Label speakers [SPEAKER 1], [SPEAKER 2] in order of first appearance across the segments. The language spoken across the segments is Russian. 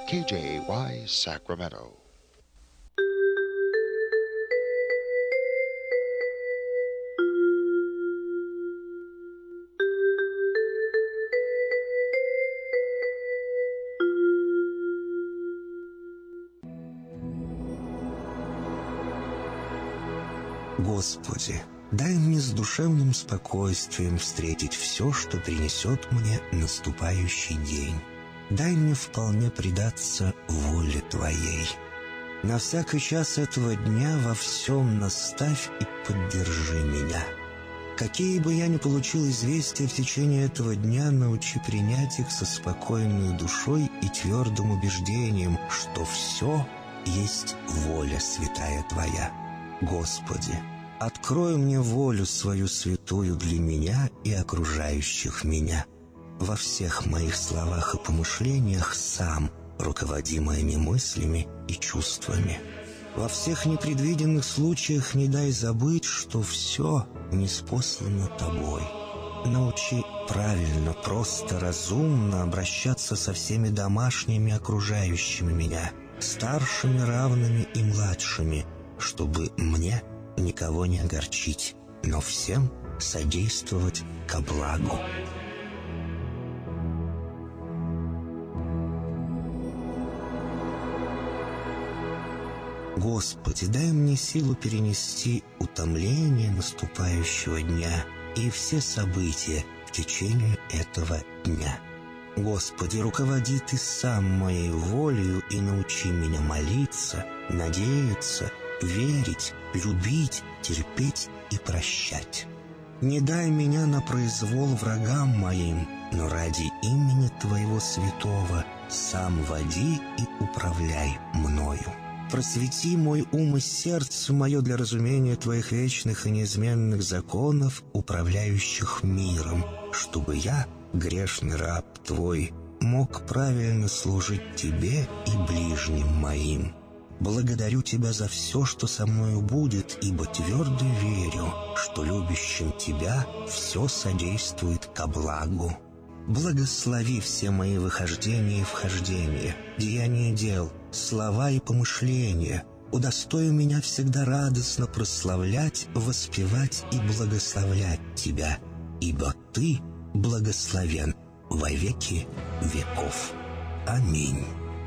[SPEAKER 1] KJY Sacramento.
[SPEAKER 2] Господи, дай мне с душевным спокойствием встретить все, что принесет мне наступающий день. Дай мне вполне предаться воле Твоей. На всякий час этого дня во всем наставь и поддержи меня. Какие бы я ни получил известия в течение этого дня, научи принять их со спокойной душой и твердым убеждением, что все есть воля святая Твоя. Господи, открой мне волю свою святую для меня и окружающих меня. Во всех моих словах и помышлениях сам, руководи моими мыслями и чувствами. Во всех непредвиденных случаях не дай забыть, что все ниспослано Тобой. Научи правильно, просто, разумно обращаться со всеми домашними, окружающими меня, старшими, равными и младшими, чтобы мне никого не огорчить, но всем содействовать ко благу. Господи, дай мне силу перенести утомление наступающего дня и все события в течение этого дня. Господи, руководи Ты сам моей волею и научи меня молиться, надеяться, верить, любить, терпеть и прощать. Не дай меня на произвол врагам моим, но ради имени Твоего святого сам води и управляй мною. Просвети мой ум и сердце мое для разумения Твоих вечных и неизменных законов, управляющих миром, чтобы я, грешный раб Твой, мог правильно служить Тебе и ближним моим. Благодарю Тебя за все, что со мною будет, ибо твердо верю, что любящим Тебя все содействует ко благу. Благослови все мои выхождения и вхождения, деяния дел, слова и помышления. Удостой меня всегда радостно прославлять, воспевать и благословлять Тебя, ибо Ты благословен во веки веков. Аминь.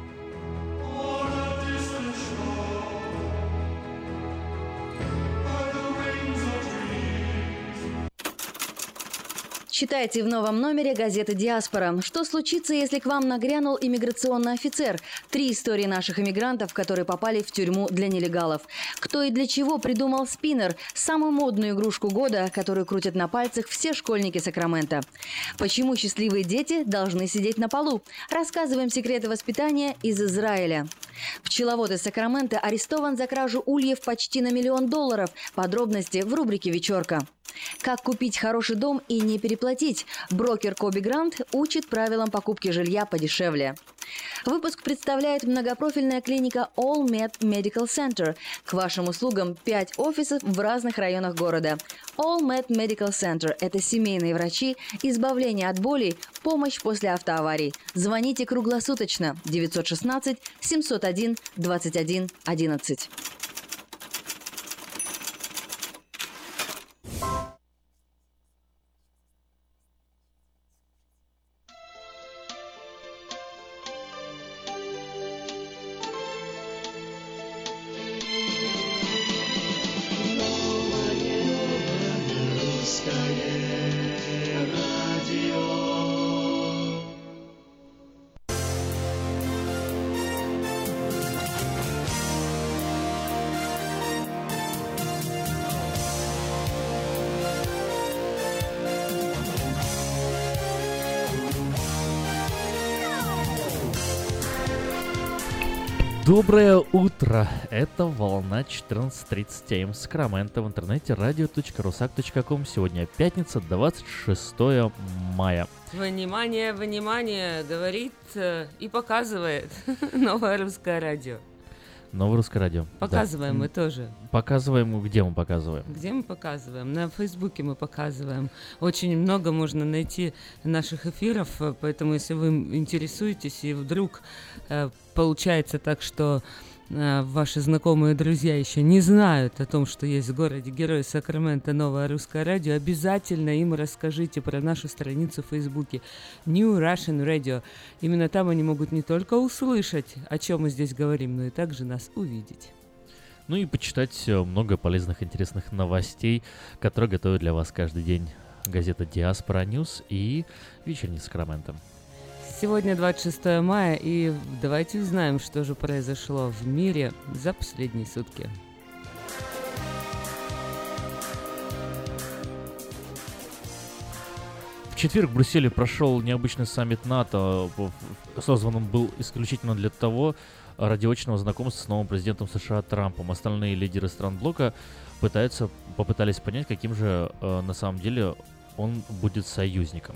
[SPEAKER 3] Читайте в новом номере газеты «Диаспора». Что случится, если к вам нагрянул иммиграционный офицер? 3 истории наших иммигрантов, которые попали в тюрьму для нелегалов. Кто и для чего придумал спиннер – самую модную игрушку года, которую крутят на пальцах все школьники Сакрамента. Почему счастливые дети должны сидеть на полу? Рассказываем секреты воспитания из Израиля. Пчеловод из Сакрамента арестован за кражу ульев почти на $1 миллион. Подробности в рубрике «Вечерка». Как купить хороший дом и не переплатить? Брокер Коби Грант учит правилам покупки жилья подешевле. Выпуск представляет многопрофильная клиника All Med Medical Center. К вашим услугам 5 офисов в разных районах города. All Med Medical Center – это семейные врачи, избавление от болей, помощь после автоаварий. Звоните круглосуточно 916 701 21 11.
[SPEAKER 4] Доброе утро! Это волна 14:30 АМ Сакраменто в интернете radio.rusak.com. Сегодня пятница, 26 мая.
[SPEAKER 5] Внимание, внимание, говорит и показывает новое русское радио.
[SPEAKER 4] Новое Русское радио.
[SPEAKER 1] Показываем
[SPEAKER 4] да.
[SPEAKER 1] мы тоже.
[SPEAKER 4] Показываем, где мы показываем?
[SPEAKER 1] Где мы показываем? На Фейсбуке мы показываем. Очень много можно найти наших эфиров, поэтому если вы интересуетесь и вдруг получается так, что ваши знакомые друзья еще не знают о том, что есть в городе Герой Сакраменто Новое Русское радио, обязательно им расскажите про нашу страницу в Фейсбуке New Russian Radio. Именно там они могут не только услышать, о чем мы здесь говорим, но и также нас увидеть.
[SPEAKER 4] Ну и почитать много полезных, интересных новостей, которые готовят для вас каждый день газета «Диаспора Ньюс» и «Вечерний Сакраменто».
[SPEAKER 1] Сегодня 26 мая, и давайте узнаем, что же произошло в мире за последние сутки.
[SPEAKER 4] В четверг в Брюсселе прошел необычный саммит НАТО. Созван он был исключительно для того, ради очного знакомства с новым президентом США Трампом. Остальные лидеры стран блока попытались понять, каким же на самом деле он будет союзником.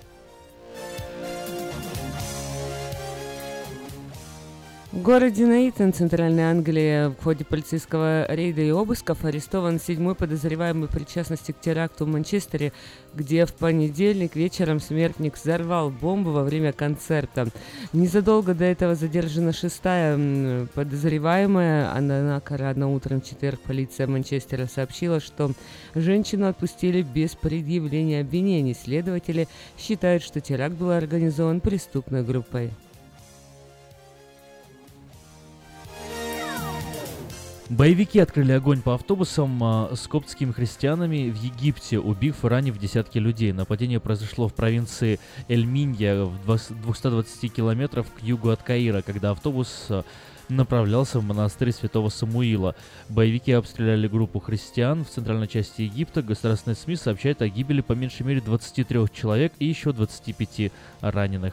[SPEAKER 1] В городе Нейтон, Центральной Англии, в ходе полицейского рейда и обысков арестован 7-й подозреваемый в причастности к теракту в Манчестере, где в понедельник вечером смертник взорвал бомбу во время концерта. Незадолго до этого задержана 6-я подозреваемая. Однако рано утром в четверг полиция Манчестера сообщила, что женщину отпустили без предъявления обвинений. Следователи считают, что теракт был организован преступной группой.
[SPEAKER 4] Боевики открыли огонь по автобусам с коптскими христианами в Египте, убив и ранив десятки людей. Нападение произошло в провинции Эль-Минья, в 220 километров к югу от Каира, когда автобус направлялся в монастырь Святого Самуила. Боевики обстреляли группу христиан в центральной части Египта. Государственные СМИ сообщают о гибели по меньшей мере 23 человек и еще 25 раненых.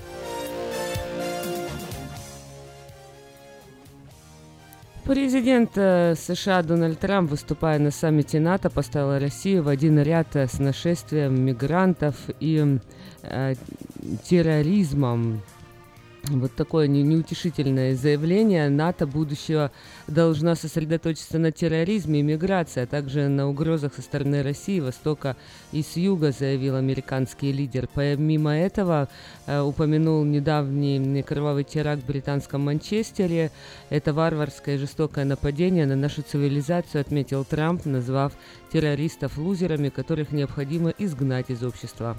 [SPEAKER 1] Президент США Дональд Трамп, выступая на саммите НАТО, поставил Россию в один ряд с нашествием мигрантов и терроризмом. Вот такое неутешительное заявление. НАТО будущего должна сосредоточиться на терроризме и миграции, а также на угрозах со стороны России, Востока и с юга, заявил американский лидер. Помимо этого, упомянул недавний кровавый теракт в британском Манчестере. Это варварское и жестокое нападение на нашу цивилизацию, отметил Трамп, назвав террористов лузерами, которых необходимо изгнать из общества.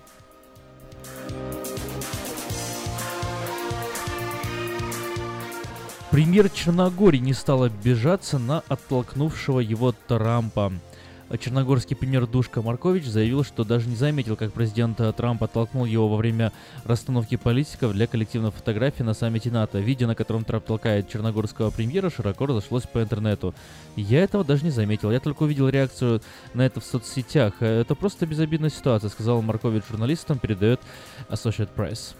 [SPEAKER 4] Премьер Черногории не стал обижаться на оттолкнувшего его Трампа. Черногорский премьер Душка Маркович заявил, что даже не заметил, как президент Трамп оттолкнул его во время расстановки политиков для коллективной фотографии на саммите НАТО. Видео, на котором Трамп толкает черногорского премьера, широко разошлось по интернету. Я этого даже не заметил, я только увидел реакцию на это в соцсетях. Это просто безобидная ситуация, сказал Маркович журналистам, передает Associated Press.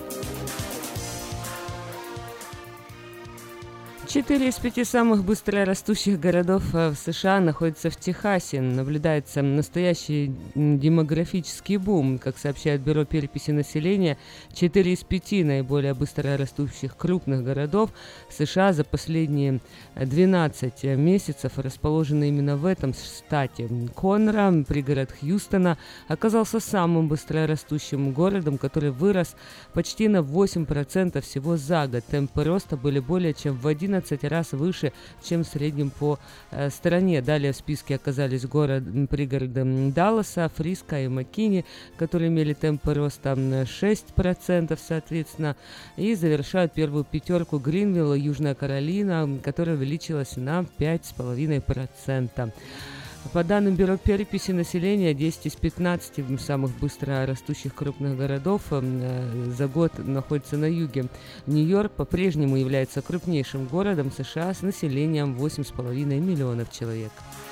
[SPEAKER 1] 4 из 5 самых быстрорастущих городов в США находятся в Техасе. Наблюдается настоящий демографический бум. Как сообщает Бюро переписи населения, 4 из 5 наиболее быстрорастущих крупных городов США за последние 12 месяцев расположены именно в этом штате. Конра, пригород Хьюстона, оказался самым быстрорастущим городом, который вырос почти на 8% всего за год. Темпы роста были более чем в 11 раз выше, чем в среднем по стране. Далее в списке оказались пригороды Далласа, Фриско и Маккини, которые имели темпы роста 6% соответственно, и завершают первую пятерку Гринвилл и Южная Каролина, которая увеличилась на 5,5%. По данным Бюро переписи населения, 10 из 15 самых быстро растущих крупных городов за год находятся на юге. Нью-Йорк по-прежнему является крупнейшим городом США с населением 8,5 миллионов человек.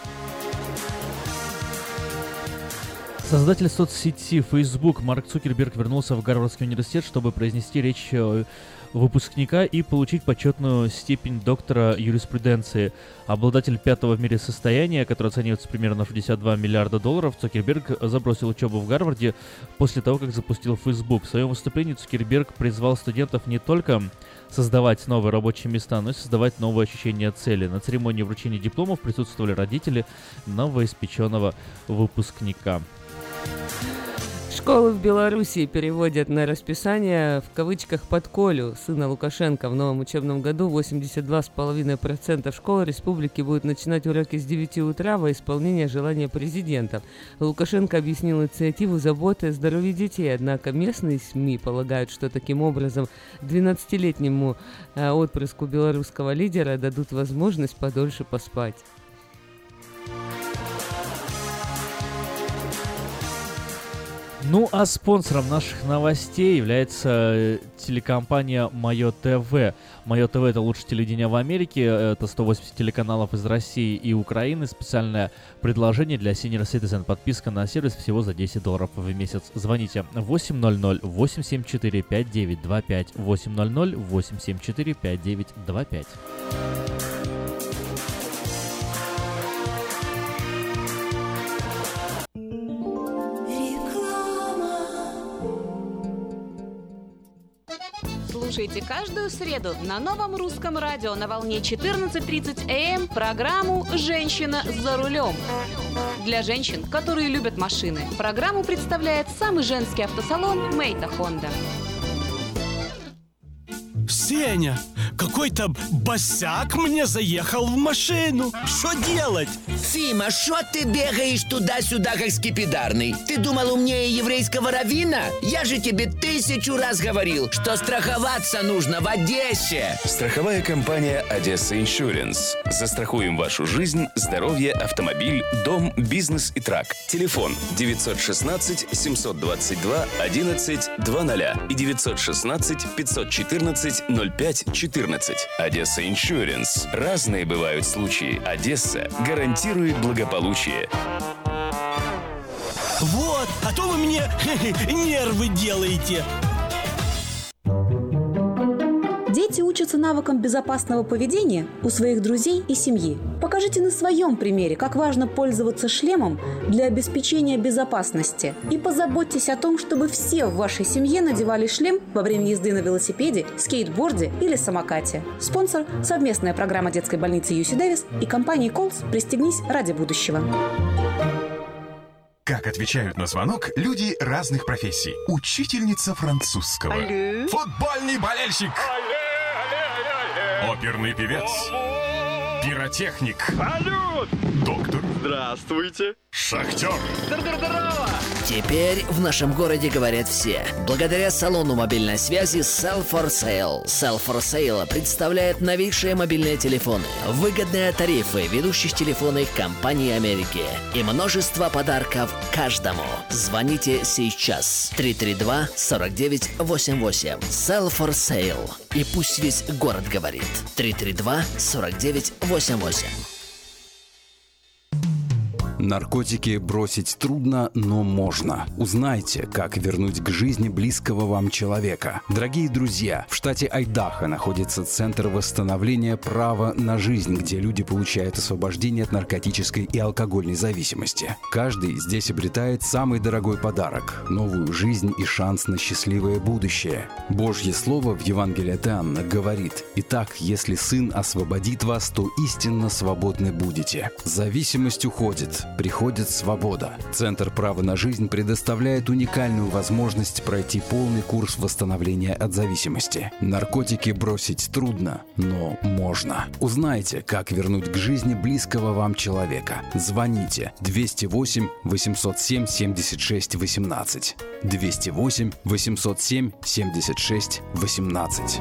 [SPEAKER 4] Создатель соцсети Facebook Марк Цукерберг вернулся в Гарвардский университет, чтобы произнести речь выпускника и получить почетную степень доктора юриспруденции. Обладатель 5-го в мире состояния, которое оценивается примерно в $62 миллиарда, Цукерберг забросил учебу в Гарварде после того, как запустил Facebook. В своем выступлении Цукерберг призвал студентов не только создавать новые рабочие места, но и создавать новые ощущения цели. На церемонии вручения дипломов присутствовали родители новоиспеченного выпускника.
[SPEAKER 1] Школы в Белоруссии переводят на расписание в кавычках «под Колю» сына Лукашенко. В новом учебном году 82,5% школ республики будут начинать уроки с 9 утра во исполнение желания президента. Лукашенко объяснил инициативу заботой о здоровье детей, однако местные СМИ полагают, что таким образом 12-летнему отпрыску белорусского лидера дадут возможность подольше поспать.
[SPEAKER 4] Ну а спонсором наших новостей является телекомпания Мое ТВ. Мое ТВ — это лучшее телевидение в Америке, это 180 телеканалов из России и Украины. Специальное предложение для Senior Citizen. Подписка на сервис всего за $10 в месяц. Звоните 800-874-5925, 800-874-5925.
[SPEAKER 5] Слушайте каждую среду на Новом русском радио на волне 14:30 АМ программу «Женщина за рулем». Для женщин, которые любят машины, программу представляет самый женский автосалон «Мейта Хонда».
[SPEAKER 6] Сеня, какой-то босяк мне заехал в машину. Что делать?
[SPEAKER 7] Фима, что ты бегаешь туда-сюда, как скипидарный? Ты думал умнее еврейского раввина? Я же тебе 1000 раз говорил, что страховаться нужно в Одессе.
[SPEAKER 8] Страховая компания «Одесса Иншуренс». Застрахуем вашу жизнь, здоровье, автомобиль, дом, бизнес и трак. Телефон 916-722-11-00 и 916-514-05-14. Одесса Иншуренс. Разные бывают случаи. Одесса гарантирует благополучие.
[SPEAKER 6] Вот, а то вы мне нервы делаете.
[SPEAKER 9] Дети учатся навыкам безопасного поведения у своих друзей и семьи. Покажите на своем примере, как важно пользоваться шлемом для обеспечения безопасности. И позаботьтесь о том, чтобы все в вашей семье надевали шлем во время езды на велосипеде, скейтборде или самокате. Спонсор – совместная программа детской больницы UC Дэвис и компании Колс «Пристегнись ради будущего».
[SPEAKER 10] Как отвечают на звонок люди разных профессий. Учительница французского.
[SPEAKER 11] Алле.
[SPEAKER 10] Футбольный болельщик.
[SPEAKER 11] Алле.
[SPEAKER 10] Оперный певец. Пиротехник.
[SPEAKER 11] Салют!
[SPEAKER 10] Доктор.
[SPEAKER 11] Здравствуйте.
[SPEAKER 10] Шахтер.
[SPEAKER 11] Здорово!
[SPEAKER 7] Теперь в нашем городе говорят все. Благодаря салону мобильной связи Sell for Sale. Sell for Sale представляет новейшие мобильные телефоны, выгодные тарифы ведущих телефонных компаний Америки и множество подарков каждому. Звоните сейчас. 332-4988. Sell for Sale. И пусть весь город говорит. 332-4988.
[SPEAKER 12] Наркотики бросить трудно, но можно. Узнайте, как вернуть к жизни близкого вам человека. Дорогие друзья, в штате Айдахо находится Центр восстановления права на жизнь, где люди получают освобождение от наркотической и алкогольной зависимости. Каждый здесь обретает самый дорогой подарок – новую жизнь и шанс на счастливое будущее. Божье Слово в Евангелии от Иоанна говорит: «Итак, если Сын освободит вас, то истинно свободны будете». Зависимость уходит. Приходит свобода. Центр права на жизнь предоставляет уникальную возможность пройти полный курс восстановления от зависимости. Наркотики бросить трудно, но можно. Узнайте, как вернуть к жизни близкого вам человека. Звоните 208 807 76 18. 208 807 76 18.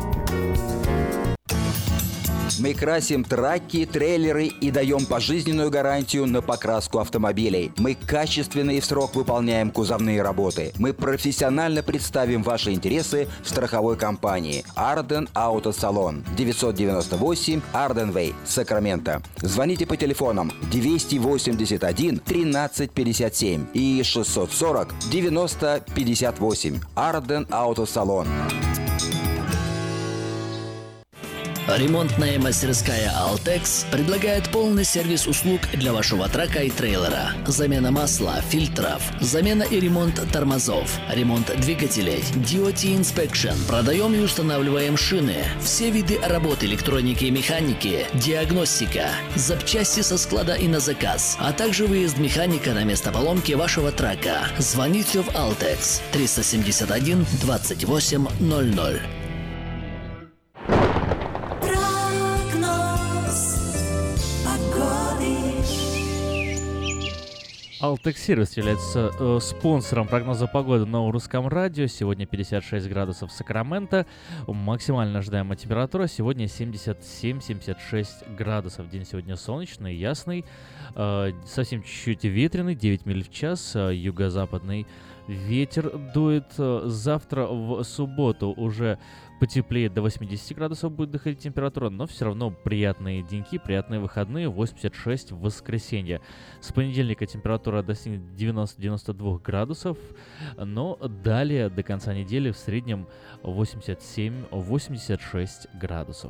[SPEAKER 13] Мы красим траки, трейлеры и даем пожизненную гарантию на покраску автомобилей. Мы качественно и в срок выполняем кузовные работы. Мы профессионально представим ваши интересы в страховой компании Арден Auto Salon. 998 Арден Way, Сакраменто. Звоните по телефонам 281 13 57 и 640 90 58. Арден Auto Salon.
[SPEAKER 7] Ремонтная мастерская «Алтекс» предлагает полный сервис услуг для вашего трака и трейлера. Замена масла, фильтров, замена и ремонт тормозов, ремонт двигателей, DOT Inspection. Продаем и устанавливаем шины, все виды работы электроники и механики, диагностика, запчасти со склада и на заказ, а также выезд механика на место поломки вашего трака. Звоните в «Алтекс» 371 28 00.
[SPEAKER 4] Алтекс Сервис является спонсором прогноза погоды на Русском радио. Сегодня 56 градусов в Сакраменто. Максимально ожидаемая температура сегодня 77-76 градусов. День сегодня солнечный, ясный, совсем чуть-чуть ветреный, 9 миль в час, юго-западный ветер дует. Завтра в субботу уже потеплеет, до 80 градусов будет доходить температура, но все равно приятные деньки, приятные выходные, 86 в воскресенье. С понедельника температура достигнет 90-92 градусов, но далее до конца недели в среднем 87-86 градусов.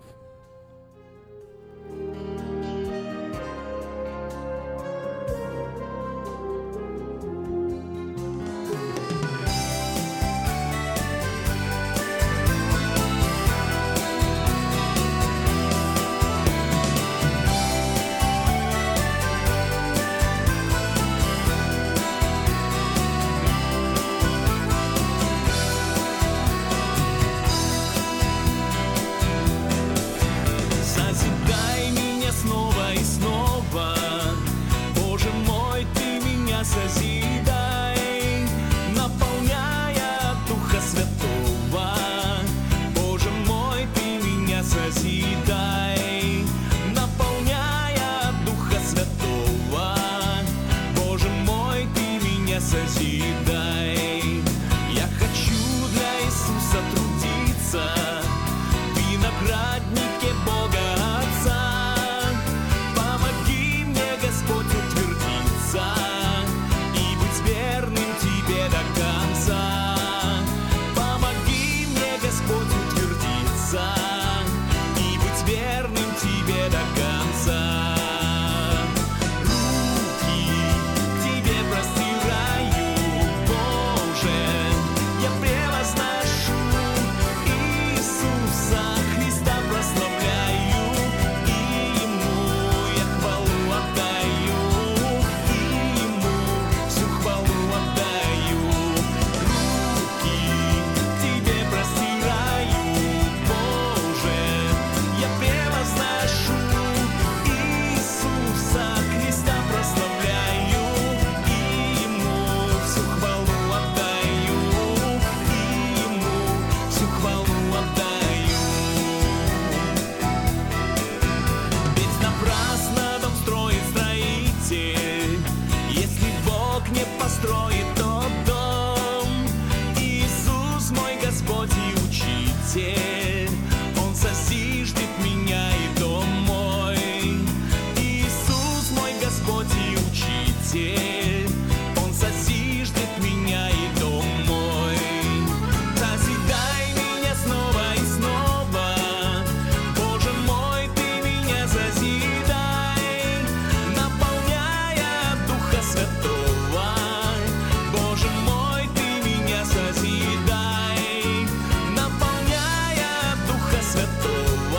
[SPEAKER 14] Святого.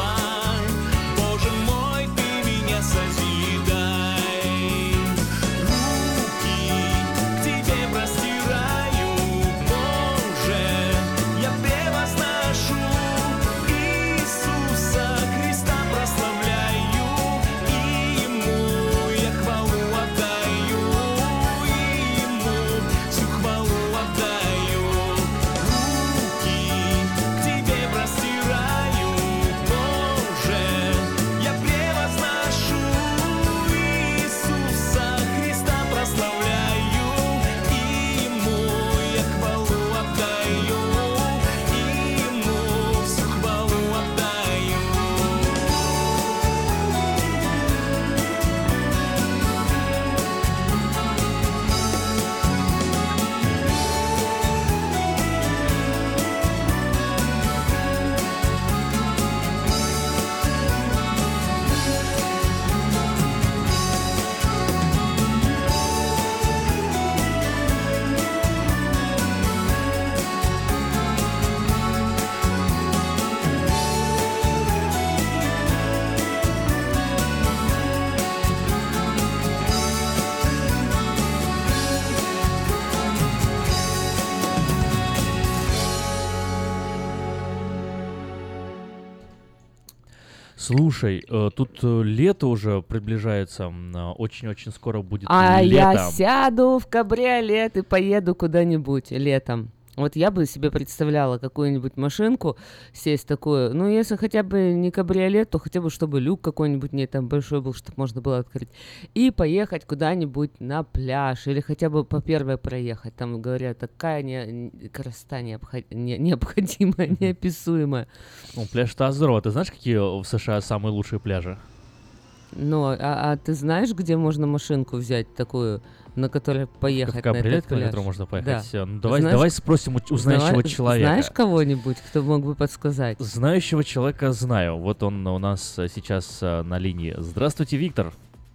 [SPEAKER 4] Слушай, тут лето уже приближается, очень-очень скоро будет
[SPEAKER 1] А
[SPEAKER 4] лето.
[SPEAKER 1] я сяду в кабриолет и поеду куда-нибудь летом. Вот я бы себе представляла какую-нибудь машинку, сесть такую, ну, если хотя бы не кабриолет, то хотя бы, чтобы люк какой-нибудь не там большой был, чтобы можно было открыть, и поехать куда-нибудь на пляж, или хотя бы по первой проехать. Там, говорят, такая красота необходимая, неописуемая.
[SPEAKER 4] Ну, пляж-то здорово. Ты знаешь, какие в США самые лучшие пляжи?
[SPEAKER 1] Ну, а ты знаешь, где можно машинку взять такую, на которой поехать на этот пляж?
[SPEAKER 4] На который можно поехать.
[SPEAKER 1] Да.
[SPEAKER 4] Ну, давай спросим у знающего человека.
[SPEAKER 1] Знаешь кого-нибудь, кто мог бы подсказать?
[SPEAKER 4] Знающего человека знаю. Вот он у нас сейчас на линии. Здравствуйте, Виктор.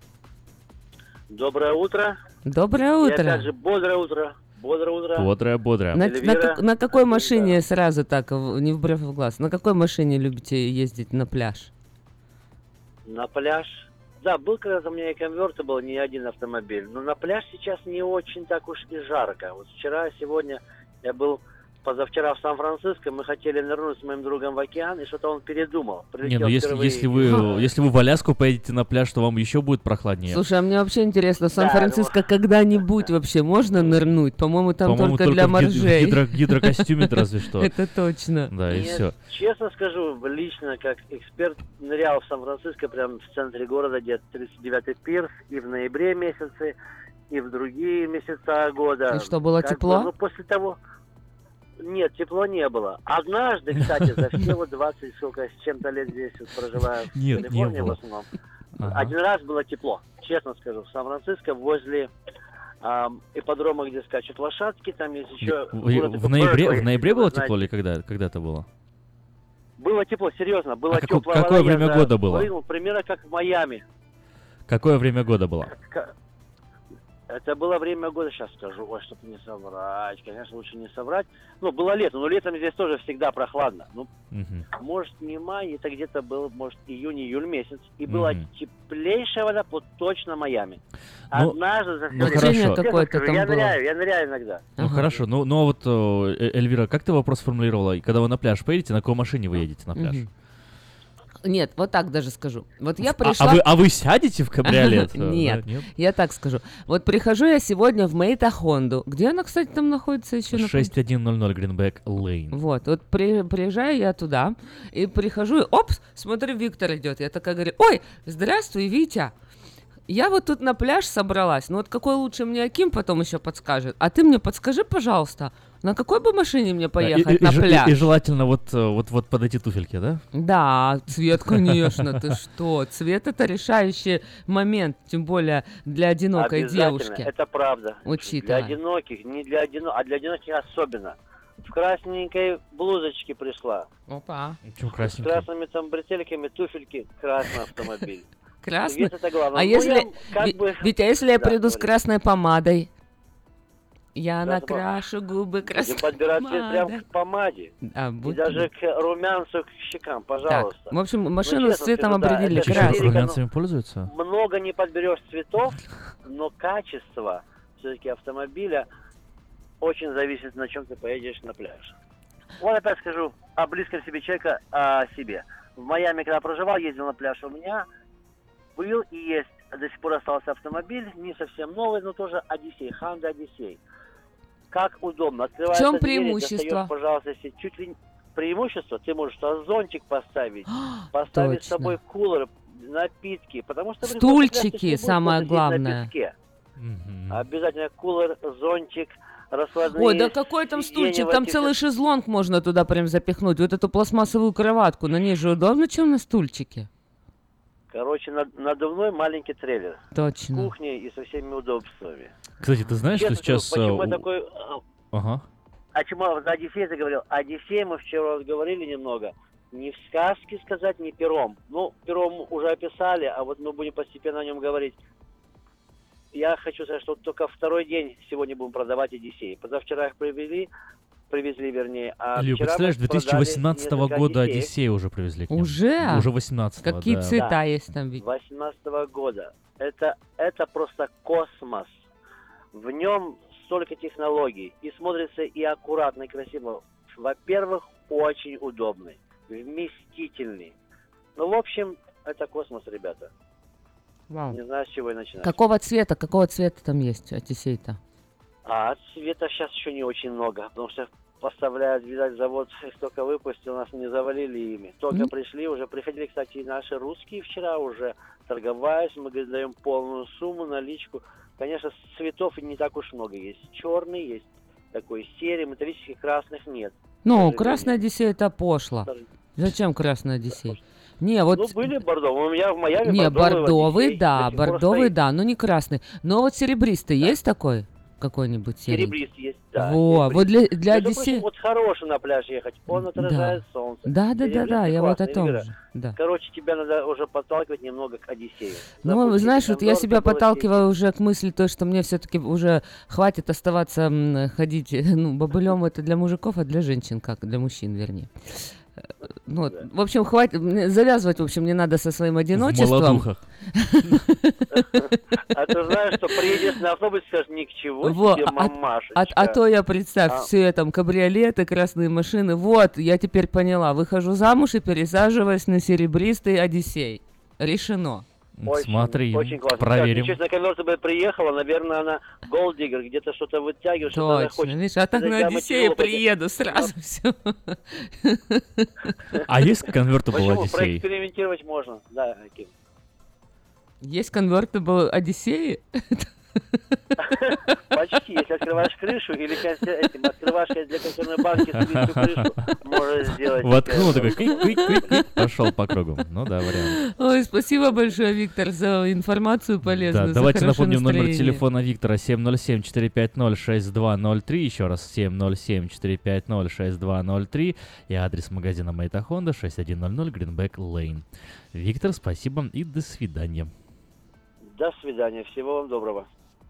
[SPEAKER 14] Доброе утро.
[SPEAKER 1] Доброе утро.
[SPEAKER 14] И опять же, бодрое утро.
[SPEAKER 4] Бодрое.
[SPEAKER 1] На какой машине сразу так, не в бровь в глаз, на какой машине любите ездить на пляж?
[SPEAKER 14] На пляж? Да, был когда-то у меня и конвертабл, не один автомобиль. Но на пляж сейчас не очень так уж и жарко. Вот вчера, сегодня я был, позавчера в Сан-Франциско, мы хотели нырнуть с моим другом в океан, и что-то он передумал.
[SPEAKER 4] Не, ну если вы в Аляску поедете на пляж, то вам еще будет прохладнее.
[SPEAKER 1] Слушай, а мне вообще интересно, в Сан-Франциско когда-нибудь вообще можно нырнуть? По-моему, там только для моржей.
[SPEAKER 4] В гидрокостюме разве что.
[SPEAKER 1] Это точно.
[SPEAKER 4] Да, и все.
[SPEAKER 14] Честно скажу, лично, как эксперт, нырял в Сан-Франциско прямо в центре города, где 39-й пирс, и в ноябре месяце, и в другие месяца года.
[SPEAKER 1] И что, было тепло?
[SPEAKER 14] Ну, после того... Нет, тепло не было. Однажды, кстати, за все вот 20 сколько с чем-то лет здесь вот проживаю в Калифорнии в основном, один раз было тепло, честно скажу, в Сан-Франциско возле ипподрома, где скачут лошадки, там есть еще...
[SPEAKER 4] В ноябре было тепло или когда это было?
[SPEAKER 14] Было тепло, серьезно, было тепло.
[SPEAKER 4] Какое время года было?
[SPEAKER 14] Примерно как в Майами.
[SPEAKER 4] Какое время года было?
[SPEAKER 14] Это было время года, сейчас скажу, ой, чтобы не соврать, конечно, лучше не соврать. Ну, было лето, но летом здесь тоже всегда прохладно. Ну, может, не май, это где-то был, может, июнь-июль месяц. И была теплейшая вода, вот точно Майами. Однажды за
[SPEAKER 4] хорошо.
[SPEAKER 14] Я ныряю иногда.
[SPEAKER 4] Ну, хорошо, ну вот, Эльвира, как ты вопрос формулировала? Когда вы на пляж поедете, на какой машине вы едете на пляж?
[SPEAKER 1] Нет, вот так даже скажу. Вот я пришла...
[SPEAKER 4] А вы сядете в кабриолет?
[SPEAKER 1] Нет, я так скажу. Вот прихожу я сегодня в Мэйта Хонду. Где она, кстати, там находится еще?
[SPEAKER 4] 6100 Greenback Lane.
[SPEAKER 1] Вот приезжаю я туда, и прихожу, и опс, смотрю, Виктор идет. Я такая говорю, ой, здравствуй, Витя. Я вот тут на пляж собралась. Ну вот какой лучше мне Аким потом еще подскажет. А ты мне подскажи, пожалуйста, на какой бы машине мне поехать на пляж?
[SPEAKER 4] И желательно вот под эти туфельки, да?
[SPEAKER 1] Да, цвет, конечно, ты что? Цвет — это решающий момент, тем более для одинокой девушки.
[SPEAKER 14] Это правда.
[SPEAKER 1] Учитывая.
[SPEAKER 14] Для одиноких, а для одиноких особенно. В красненькой блузочке пришла.
[SPEAKER 1] Опа.
[SPEAKER 4] Почему красненькой?
[SPEAKER 14] С красными там бретельками, туфельки, красный автомобиль.
[SPEAKER 1] Красный?
[SPEAKER 14] Это главное.
[SPEAKER 1] А если, Витя, если я приду с красной помадой? Я накрашу губы красной
[SPEAKER 14] помадой. Подбирать цвет прямо к помаде. И даже к румянцу, к щекам, пожалуйста.
[SPEAKER 1] Так, в общем, машину с цветом определили. Красный.
[SPEAKER 4] Румянцами пользуются?
[SPEAKER 14] Много не подберешь цветов, но качество все-таки автомобиля очень зависит, на чем ты поедешь на пляж. Вот опять скажу о близком себе человека, о себе. В Майами, когда проживал, ездил на пляж, у меня был и есть, до сих пор остался автомобиль, не совсем новый, но тоже Одиссей, Honda Одиссей. Как удобно. Открывается
[SPEAKER 1] в чем
[SPEAKER 14] дверь,
[SPEAKER 1] преимущество?
[SPEAKER 14] достаешь, пожалуйста, если чуть ли преимущество, ты можешь зонтик поставить, поставить с собой кулер, напитки, потому что
[SPEAKER 1] стульчики, самое главное.
[SPEAKER 14] Обязательно кулер, зонтик, раскладные.
[SPEAKER 1] Ой, да какой там стульчик, там целый шезлонг можно туда прям запихнуть, вот эту пластмассовую кроватку, на ней же удобно, чем на стульчике.
[SPEAKER 14] Короче, надувной маленький трейлер.
[SPEAKER 1] Точно.
[SPEAKER 14] С кухней и со всеми удобствами.
[SPEAKER 4] Кстати, ты знаешь, что сейчас...
[SPEAKER 14] Почему я такой...
[SPEAKER 4] Ага.
[SPEAKER 14] А чему за Одиссей ты говорил? Одиссей мы вчера говорили немного. Не в сказке сказать, не пером. Ну, пером уже описали, а вот мы будем постепенно о нем говорить. Я хочу сказать, что только второй день сегодня будем продавать Одиссей. Позавчера их привезли, вернее. А
[SPEAKER 4] Илью, представляешь, 2018 года Одиссей уже привезли к ним.
[SPEAKER 1] Уже?
[SPEAKER 4] Уже 18-го,
[SPEAKER 1] Какие цвета есть там?
[SPEAKER 14] 18-го года. Это просто космос. В нем столько технологий. И смотрится и аккуратно, и красиво. Во-первых, очень удобный, вместительный. Ну, в общем, это космос, ребята.
[SPEAKER 1] Вау.
[SPEAKER 14] Не знаю, с чего и начинать.
[SPEAKER 1] Какого цвета там есть Одиссей-то?
[SPEAKER 14] А цвета сейчас еще не очень много, потому что поставляют, видать, завод столько выпустил, нас не завалили ими. Только пришли, уже приходили, кстати, и наши русские вчера уже торговались, мы, говорит, даем полную сумму, наличку. Конечно, цветов не так уж много есть. Черный есть, такой серый, металлических, красных нет.
[SPEAKER 1] Ну, красный Одиссей это пошло. Зачем красный Одиссей? Не, вот...
[SPEAKER 14] Ну, были бордовые. У меня в Майами
[SPEAKER 1] не, бордовый,
[SPEAKER 14] Одиссей
[SPEAKER 1] да, но не красный. Но вот серебристый есть такой? Какой-нибудь серый?
[SPEAKER 14] Серебристый есть, да.
[SPEAKER 1] Вот для Одиссея...
[SPEAKER 14] Вот хороший на пляж ехать, он отражает солнце.
[SPEAKER 1] Да, я вот о том же. Да.
[SPEAKER 14] Короче, тебя надо уже подталкивать немного к Одиссею.
[SPEAKER 1] Ну, знаешь, вот я себя подталкиваю уже к мысли той, что мне все-таки уже хватит оставаться ходить, бобылем это для мужиков, а для женщин, как для мужчин, вернее. Ну, в общем, хватит, завязывать, в общем, не надо со своим одиночеством.
[SPEAKER 4] В молодухах.
[SPEAKER 14] А ты знаешь, что приедешь на автобус, скажешь, ни к чему себе, мамашечка.
[SPEAKER 1] А то я, представь, все там кабриолеты, красные машины. Вот, я теперь поняла, выхожу замуж и пересаживаюсь на серебристый Одиссей. Решено.
[SPEAKER 4] Смотри,
[SPEAKER 14] очень классно.
[SPEAKER 4] проверим.
[SPEAKER 14] Сейчас на конвертable приехала, наверное, она голддиггер, где-то что-то вытягивает, что-то она хочет.
[SPEAKER 1] Видишь, а так на Одиссее приеду сразу все.
[SPEAKER 4] А есть конвертable Одиссей?
[SPEAKER 14] Проэкспериментировать можно, да, Аким.
[SPEAKER 1] Есть конвертable Одиссеи?
[SPEAKER 14] Почти. Если открываешь крышу или открывашкой для консервной банки свою крышу, можешь сделать.
[SPEAKER 4] Воткнул такой, клик-клик-клик, пошел по кругу. Ну да, вариант.
[SPEAKER 1] Ой, спасибо большое, Виктор, за информацию полезную.
[SPEAKER 4] Да, давайте напомним номер телефона Виктора 707-450-6203. Еще раз 707-450-6203. И адрес магазина Мэйта Хонда 6100 Greenback Lane. Виктор, спасибо и до свидания.
[SPEAKER 14] До свидания. Всего вам доброго.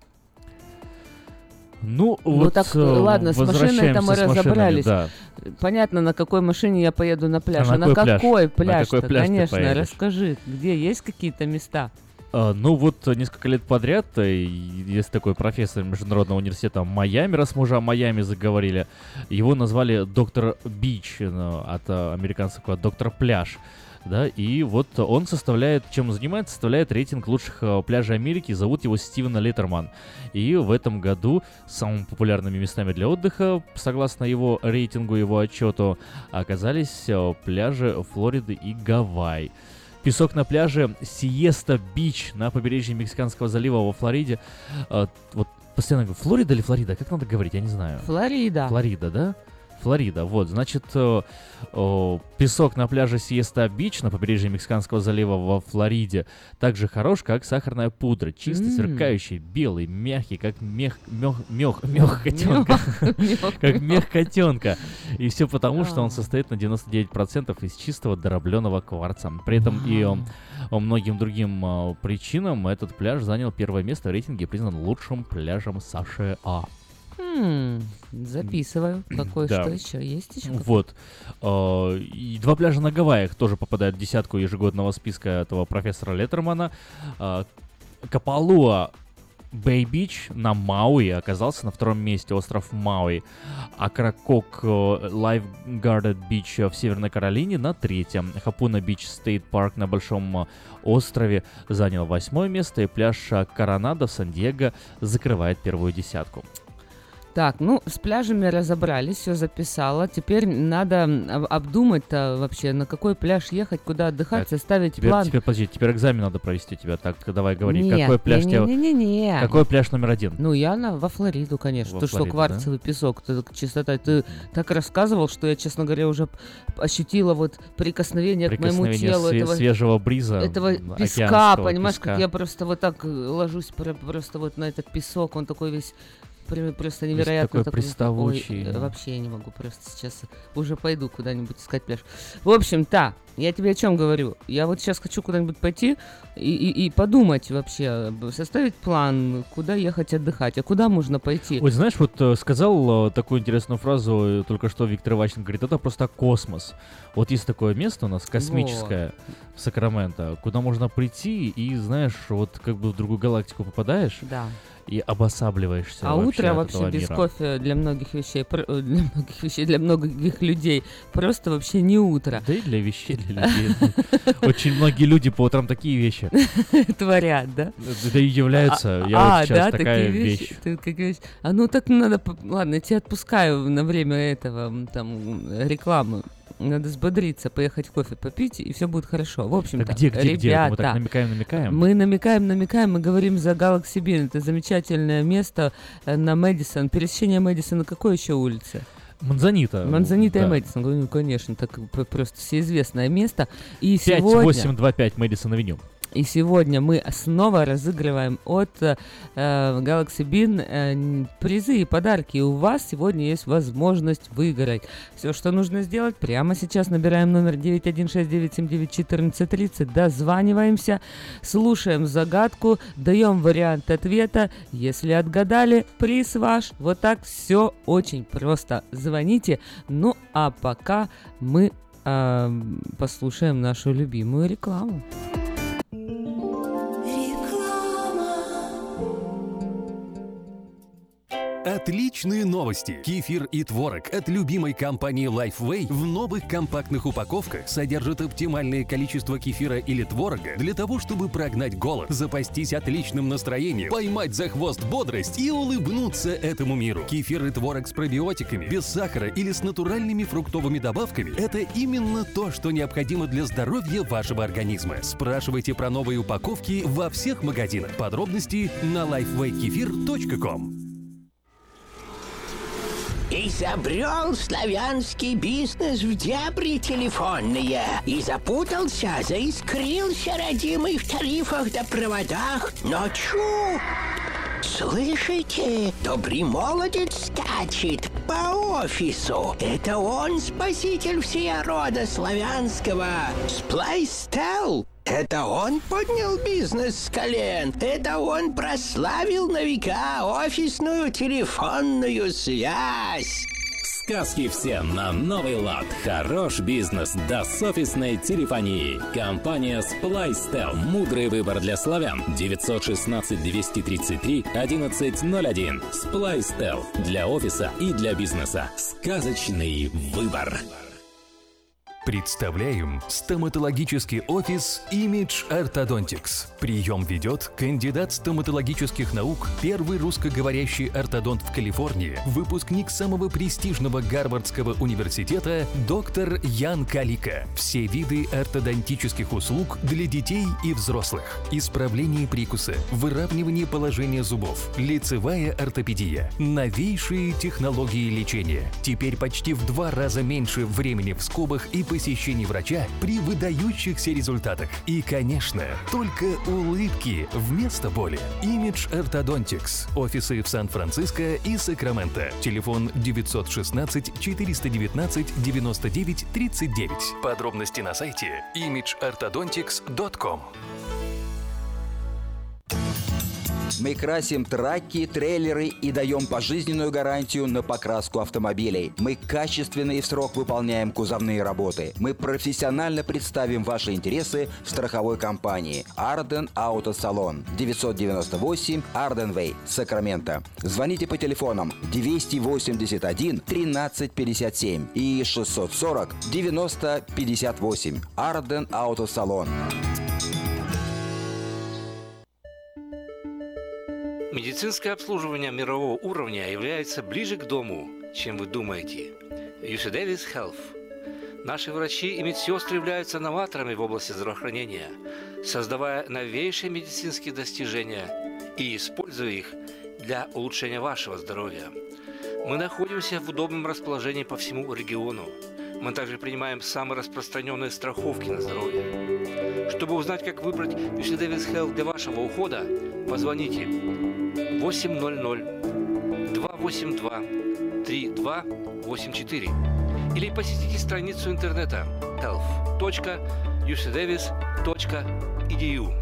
[SPEAKER 4] Ну вот
[SPEAKER 1] так, ладно, с машиной это мы разобрались.
[SPEAKER 4] Да.
[SPEAKER 1] Понятно, на какой машине я поеду на пляж. А на какой пляж-то, конечно, расскажи, где есть какие-то места?
[SPEAKER 4] Ну вот несколько лет подряд есть такой профессор Международного университета Майами, раз мы уже о Майами заговорили, его назвали доктор Бич, от американцев доктор Пляж. Да, и вот он чем он занимается, составляет рейтинг лучших пляжей Америки, зовут его Стивен Леттерман. И в этом году самыми популярными местами для отдыха, согласно его рейтингу, его отчету, оказались пляжи Флориды и Гавайи. Песок на пляже Сиеста-Бич на побережье Мексиканского залива во Флориде. Вот постоянно говорю, Флорида или Флорида? Как надо говорить? Я не знаю.
[SPEAKER 1] Флорида.
[SPEAKER 4] Флорида, да? Флорида, вот, значит, песок на пляже Сиеста-Бич на побережье Мексиканского залива во Флориде так же хорош, как сахарная пудра, чистый, сверкающий, белый, мягкий, как мех котенка, как мех котенка, и все потому, что он состоит на 99% из чистого дробленого кварца. При этом и многим другим причинам этот пляж занял первое место в рейтинге и признан лучшим пляжем США.
[SPEAKER 1] Записываю. Какой что еще? Есть еще?
[SPEAKER 4] Вот. И 2 пляжа на Гавайях тоже попадают в десятку ежегодного списка этого профессора Леттермана. Капалуа Бэй-Бич на Мауи оказался на 2-м месте, остров Мауи. А Кракок Лайфгардед Бич в Северной Каролине на 3-м. Хапуна Бич Стейт Парк на Большом острове занял 8-е место. И пляж Коронадо в Сан-Диего закрывает первую десятку.
[SPEAKER 1] Так, с пляжами разобрались, все записала. Теперь надо обдумать-то вообще, на какой пляж ехать, куда отдыхать, составить план.
[SPEAKER 4] Теперь экзамен надо провести у тебя. Так, давай говори, какой пляж тебе... Какой пляж номер 1?
[SPEAKER 1] Я во Флориду, конечно. Что, кварцевый песок, чистота. Ты так рассказывал, что я, честно говоря, уже ощутила прикосновение к моему телу.
[SPEAKER 4] Этого свежего бриза.
[SPEAKER 1] Этого песка, понимаешь, как я просто вот так ложусь просто вот на этот песок, он такой весь... Просто невероятно.
[SPEAKER 4] Такой приставучий.
[SPEAKER 1] Ой, вообще я не могу, просто сейчас уже пойду куда-нибудь искать пляж. В общем, я тебе о чем говорю. Я вот сейчас хочу куда-нибудь пойти и подумать вообще, составить план, куда ехать отдыхать, а куда можно пойти.
[SPEAKER 4] Ой, знаешь, вот сказал такую интересную фразу только что Виктор Иваченко, говорит, это просто космос. Вот есть такое место у нас, космическое, в Сакраменто, куда можно прийти и, знаешь, вот как бы в другую галактику попадаешь.
[SPEAKER 1] Да.
[SPEAKER 4] и обосабливаешься.
[SPEAKER 1] А утро вообще
[SPEAKER 4] этого
[SPEAKER 1] без
[SPEAKER 4] мира.
[SPEAKER 1] кофе для многих вещей, для многих людей просто вообще не утро.
[SPEAKER 4] Да и для вещей, для людей. Очень многие люди по утрам такие вещи
[SPEAKER 1] творят, да?
[SPEAKER 4] Да и являются. Я вот сейчас такая вещь.
[SPEAKER 1] Ну так надо, ладно, я тебя отпускаю на время этого, там, рекламы. Надо взбодриться, поехать кофе попить, и все будет хорошо. В общем-то,
[SPEAKER 4] где?
[SPEAKER 1] ребята,
[SPEAKER 4] Мы так намекаем?
[SPEAKER 1] Мы намекаем, мы говорим за Galaxy Bean. Это замечательное место на Мэдисон. Пересечение Мэдисона какой еще улицы?
[SPEAKER 4] Манзанита.
[SPEAKER 1] Манзанита и Мэдисон. Ну, конечно, так просто всеизвестное место. И
[SPEAKER 4] 5825 Мэдисон-авеню.
[SPEAKER 1] И сегодня мы снова разыгрываем от Galaxy Bean призы и подарки. И у вас сегодня есть возможность выиграть. Все, что нужно сделать, прямо сейчас набираем номер 916-979-1430, дозваниваемся, слушаем загадку, даем вариант ответа. Если отгадали, приз ваш. Вот так все очень просто. Звоните. Ну, а пока мы послушаем нашу любимую рекламу.
[SPEAKER 15] Отличные новости! Кефир и творог от любимой компании Lifeway в новых компактных упаковках содержат оптимальное количество кефира или творога для того, чтобы прогнать голод, запастись отличным настроением, поймать за хвост бодрость и улыбнуться этому миру. Кефир и творог с пробиотиками, без сахара или с натуральными фруктовыми добавками – это именно то, что необходимо для здоровья вашего организма. Спрашивайте про новые упаковки во всех магазинах. Подробности на lifewaykefir.com.
[SPEAKER 16] Изобрел славянский бизнес в дебри телефонные и запутался, заискрился родимый в тарифах да проводах. Но чу! Слышите? Добрый молодец скачет по офису. Это он спаситель всея рода славянского. Сплайстел. Это он поднял бизнес с колен. Это он прославил на века офисную телефонную связь.
[SPEAKER 17] Сказки все на новый лад. Хорош бизнес да с офисной телефонии. Компания Splystel. Мудрый выбор для славян. 916-233-1101. Splystel. Для офиса и для бизнеса. Сказочный выбор.
[SPEAKER 15] Представляем стоматологический офис Image Orthodontics. Прием ведет кандидат стоматологических наук, первый русскоговорящий ортодонт в Калифорнии, выпускник самого престижного Гарвардского университета доктор Ян Калика. Все виды ортодонтических услуг для детей и взрослых. Исправление прикуса, выравнивание положения зубов, лицевая ортопедия, новейшие технологии лечения. Теперь почти в 2 раза меньше времени в скобах и посещений врача при выдающихся результатах. И, конечно, только улыбки вместо боли. Image Orthodontics. Офисы в Сан-Франциско и Сакраменто. Телефон 916-419-99-39. Подробности на сайте imageorthodontics.com.
[SPEAKER 13] Мы красим траки, трейлеры и даем пожизненную гарантию на покраску автомобилей. Мы качественно и в срок выполняем кузовные работы. Мы профессионально представим ваши интересы в страховой компании Arden Auto Salon. 998 Arden Way, Сакраменто. Звоните по телефонам 281 13 57 и 640 90 58. Arden Auto Salon.
[SPEAKER 18] Медицинское обслуживание мирового уровня является ближе к дому, чем вы думаете. UC Davis Health. Наши врачи и медсестры являются новаторами в области здравоохранения, создавая новейшие медицинские достижения и используя их для улучшения вашего здоровья. Мы находимся в удобном расположении по всему региону. Мы также принимаем самые распространенные страховки на здоровье. Чтобы узнать, как выбрать UC Davis Health для вашего ухода, позвоните 800-282-3284 или посетите страницу интернета health.ucdavis.edu.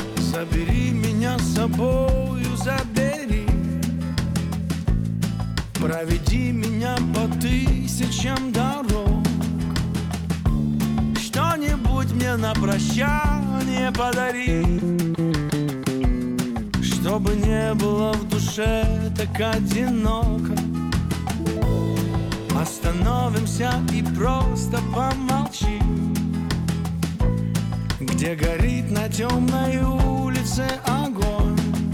[SPEAKER 6] Забери меня с собою, забери. Проведи меня по тысячам дорог, что-нибудь мне на прощание подари, чтобы не было в душе так одиноко. Остановимся и просто помолчим, где горит на темной улице огонь,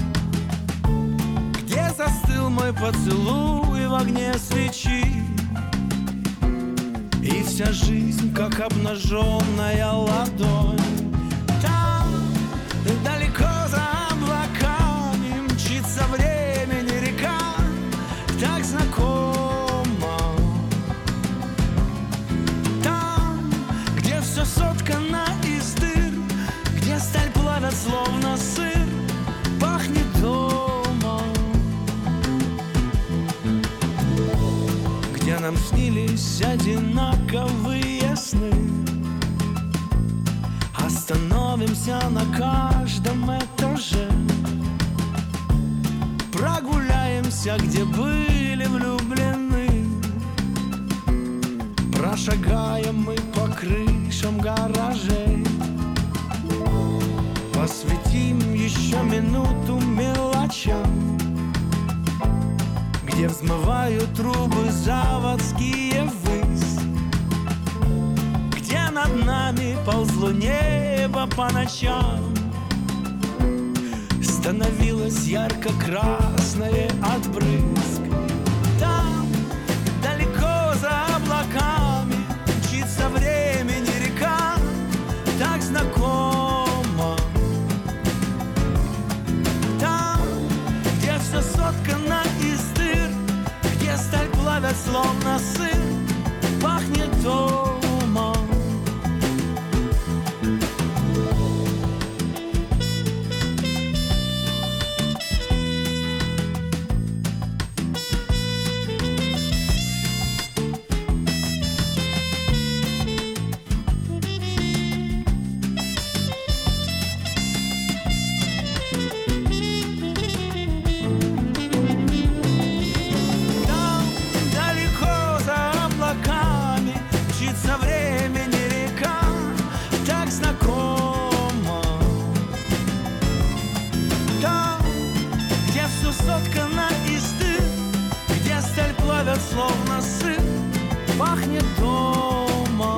[SPEAKER 6] где застыл мой поцелуй в огне свечи, и вся жизнь как обнаженная ладонь. Там, далеко за облаками, мчится времени река, так знакома. Там, где все соткано из дыр, где сталь плавят словно сыр, пахнет домом, где нам снились одинаковые сны. Остановимся на каждом этаже, прогуляемся, где были влюблены, прошагаем мы по крышам гаражей, посвятим еще минуту мелочам, где взмывают трубы заводские ввысь, где над нами ползло небо по ночам, становилось ярко-красное от брызг. Там, далеко за облаками, мчится времени река, так знакома. Там, где все соткано из дыр, где сталь плавят словно сыр, пахнет домом. Соткана из дыр, где сталь плавят словно сыр, пахнет домом.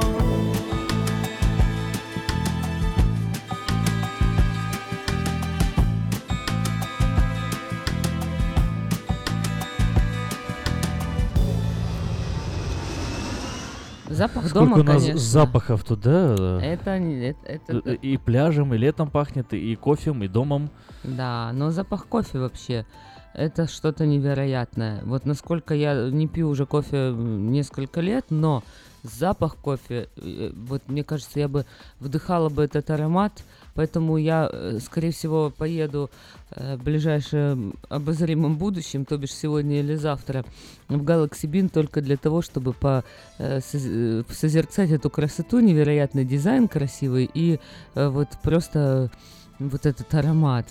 [SPEAKER 1] Запах
[SPEAKER 4] Сколько
[SPEAKER 1] дома,
[SPEAKER 4] у нас
[SPEAKER 1] конечно.
[SPEAKER 4] запахов туда.
[SPEAKER 1] Это
[SPEAKER 4] и пляжем, и летом пахнет, и кофем, и домом.
[SPEAKER 1] Да, но запах кофе вообще, это что-то невероятное. Вот насколько я не пью уже кофе несколько лет, но запах кофе, вот мне кажется, я бы вдыхала бы этот аромат, поэтому я, скорее всего, поеду в ближайшем обозримом будущем, то бишь сегодня или завтра, в Galaxy Bean только для того, чтобы созерцать эту красоту, невероятный дизайн красивый и вот просто вот этот аромат,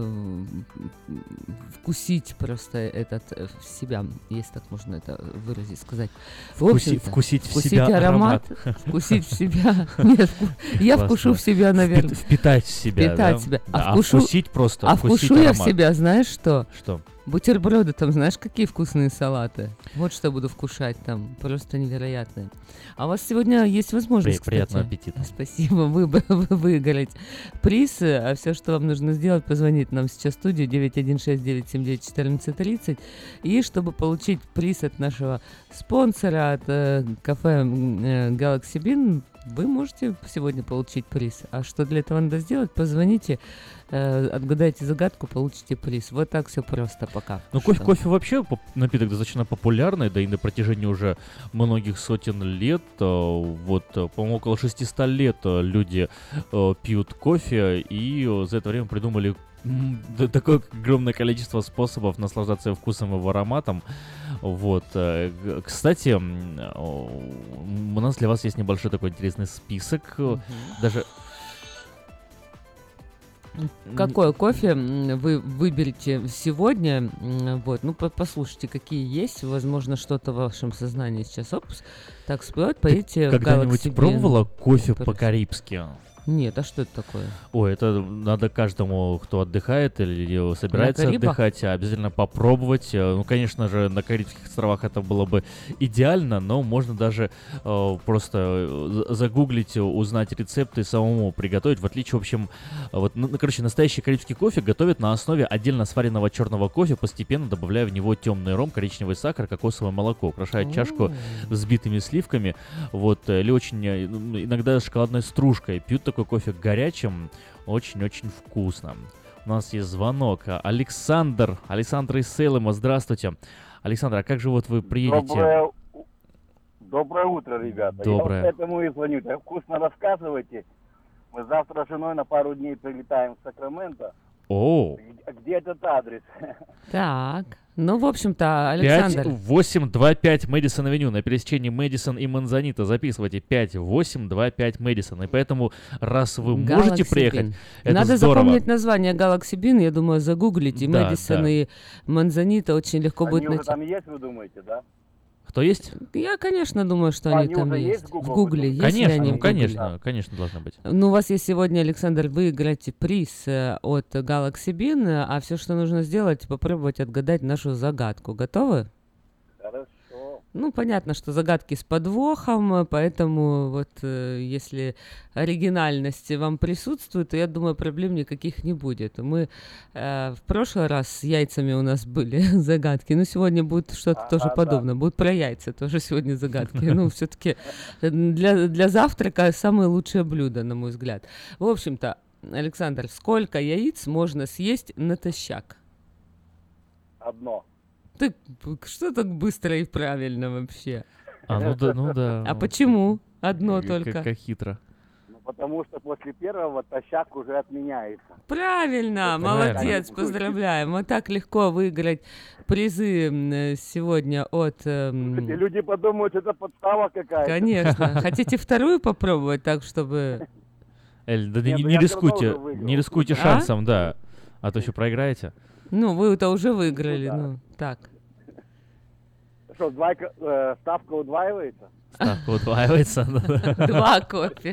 [SPEAKER 1] вкусить просто этот в себя, если так можно это выразить, сказать.
[SPEAKER 4] Вкусить в себя аромат.
[SPEAKER 1] Вкусить в себя. Нет, я вкушу в себя, наверное.
[SPEAKER 4] Впитать в себя.
[SPEAKER 1] Впитать в себя.
[SPEAKER 4] А вкусить просто.
[SPEAKER 1] А вкушу я в себя, знаешь что?
[SPEAKER 4] Что?
[SPEAKER 1] Бутерброды там, знаешь, какие вкусные салаты. Вот что буду вкушать там. Просто невероятные. А у вас сегодня есть возможность,
[SPEAKER 4] приятного
[SPEAKER 1] кстати,
[SPEAKER 4] аппетита.
[SPEAKER 1] Спасибо, выиграть приз. А все, что вам нужно сделать, позвонить нам сейчас в студию 916-979-1430. И чтобы получить приз от нашего спонсора, от кафе Galaxy Bean, вы можете сегодня получить приз. А что для этого надо сделать? Позвоните, отгадайте загадку, получите приз. Вот так все просто пока.
[SPEAKER 4] Ну, кофе вообще напиток достаточно популярный, да и на протяжении уже многих сотен лет. Вот, по-моему, около 600 лет люди пьют кофе, и за это время придумали такое огромное количество способов наслаждаться вкусом и ароматом. Вот. Кстати, у нас для вас есть небольшой такой интересный список. Даже
[SPEAKER 1] Какой кофе вы выберете сегодня? Вот, ну, послушайте, какие есть. Возможно, что-то в вашем сознании сейчас так всплывет. Поедете в Galaxy Bean.
[SPEAKER 4] Когда-нибудь пробовала кофе по-карибски?
[SPEAKER 1] Нет, а что это такое?
[SPEAKER 4] Ой, это надо каждому, кто отдыхает или собирается отдыхать, обязательно попробовать. Ну, конечно же, на Карибских островах это было бы идеально, но можно даже просто загуглить, узнать рецепты и самому приготовить. В отличие, в общем, вот, короче, настоящий карибский кофе готовят на основе отдельно сваренного черного кофе, постепенно добавляя в него темный ром, коричневый сахар, кокосовое молоко, украшая чашку взбитыми сливками, вот, или очень иногда шоколадной стружкой. Пьют такой кофе горячим, очень-очень вкусно. У нас есть звонок. Александр из Сейлема, здравствуйте. Александр, а как же вот вы приедете?
[SPEAKER 19] Доброе утро, ребята.
[SPEAKER 4] Доброе.
[SPEAKER 19] Я вот поэтому и звоню. Так вкусно рассказывайте. Мы завтра с женой на пару дней прилетаем в Сакраменто.
[SPEAKER 4] О.
[SPEAKER 19] Где этот адрес?
[SPEAKER 1] Так. Ну, в общем-то, Александр.
[SPEAKER 4] 5825 Мэдисон Авеню на пересечении Мэдисон и Манзанита. Записывайте 5825 Мэдисон. И поэтому, раз вы можете приехать, это
[SPEAKER 1] надо
[SPEAKER 4] здорово.
[SPEAKER 1] Запомнить название Galaxy Bean. Я думаю, загуглите.
[SPEAKER 4] Да,
[SPEAKER 1] Мэдисон и Манзанита очень легко будет найти.
[SPEAKER 19] Они уже там есть, вы думаете, да?
[SPEAKER 4] Кто есть?
[SPEAKER 1] Я, конечно, думаю, что они там есть. В Гугле есть.
[SPEAKER 4] Конечно,
[SPEAKER 1] они в
[SPEAKER 4] конечно, должны быть.
[SPEAKER 1] Ну, у вас есть сегодня, Александр, вы играете приз от Galaxy Bean, а все, что нужно сделать, попробовать отгадать нашу загадку. Готовы?
[SPEAKER 19] Хорошо.
[SPEAKER 1] Ну, понятно, что загадки с подвохом, поэтому вот если оригинальность вам присутствует, то, я думаю, проблем никаких не будет. Мы в прошлый раз с яйцами у нас были загадки, но сегодня будет что-то тоже подобное. Будут про яйца тоже сегодня загадки. Ну, все-таки для завтрака самое лучшее блюдо, на мой взгляд. В общем-то, Александр, сколько яиц можно съесть натощак?
[SPEAKER 19] Одно.
[SPEAKER 1] Ты что так быстро и правильно вообще?
[SPEAKER 4] Ну да.
[SPEAKER 1] А почему одно только?
[SPEAKER 4] Как хитро.
[SPEAKER 19] Ну, потому что после первого тощак уже отменяется.
[SPEAKER 1] Правильно, молодец, поздравляем. Вот так легко выиграть призы сегодня от...
[SPEAKER 19] Люди подумают, это подстава какая-то.
[SPEAKER 1] Конечно. Хотите вторую попробовать, так чтобы...
[SPEAKER 4] Эль, да не рискуйте шансом, да. А то еще проиграете.
[SPEAKER 1] Ну, вы-то уже выиграли, ну, так.
[SPEAKER 19] Что, ставка удваивается?
[SPEAKER 4] Ставка удваивается.
[SPEAKER 1] Два кофе.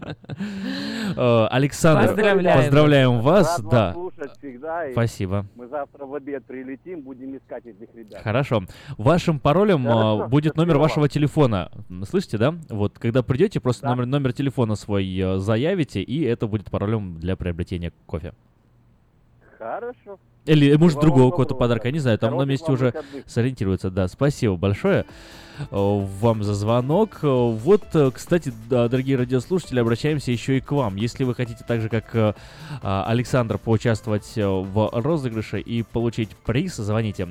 [SPEAKER 4] Александр, поздравляем вас. Да. Спасибо.
[SPEAKER 19] Мы завтра в обед прилетим, будем искать этих ребят.
[SPEAKER 4] Хорошо. Вашим паролем будет номер вашего телефона. Слышите, да? Вот, когда придете, просто номер телефона свой заявите, и это будет паролем для приобретения кофе.
[SPEAKER 19] Хорошо.
[SPEAKER 4] Или, может, другого какого-то подарка, я не знаю, там на месте уже сориентируются. Да, спасибо большое вам за звонок. Вот, кстати, дорогие радиослушатели, обращаемся еще и к вам. Если вы хотите так же, как Александр, поучаствовать в розыгрыше и получить приз, звоните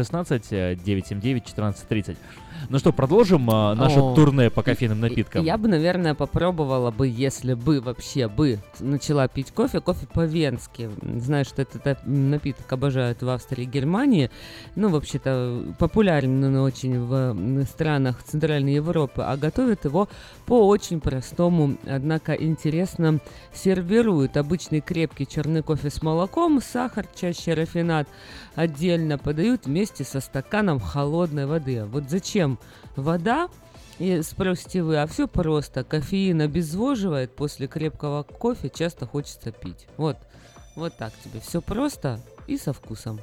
[SPEAKER 4] 916-979-1430. Ну что, продолжим наше турне по кофейным напиткам?
[SPEAKER 1] Я бы, наверное, попробовала бы, если бы вообще начала пить кофе по-венски. Знаю, что этот напиток обожают в Австрии и Германии. Ну, вообще-то, популярен он очень в странах Центральной Европы, а готовят его по очень простому, однако интересно сервируют. Обычный крепкий черный кофе с молоком, сахар, чаще рафинад отдельно подают вместе со стаканом холодной воды. Вот зачем вода? И спросите вы, а все просто. Кофеин обезвоживает, после крепкого кофе часто хочется пить. Вот так тебе. Все просто и со вкусом.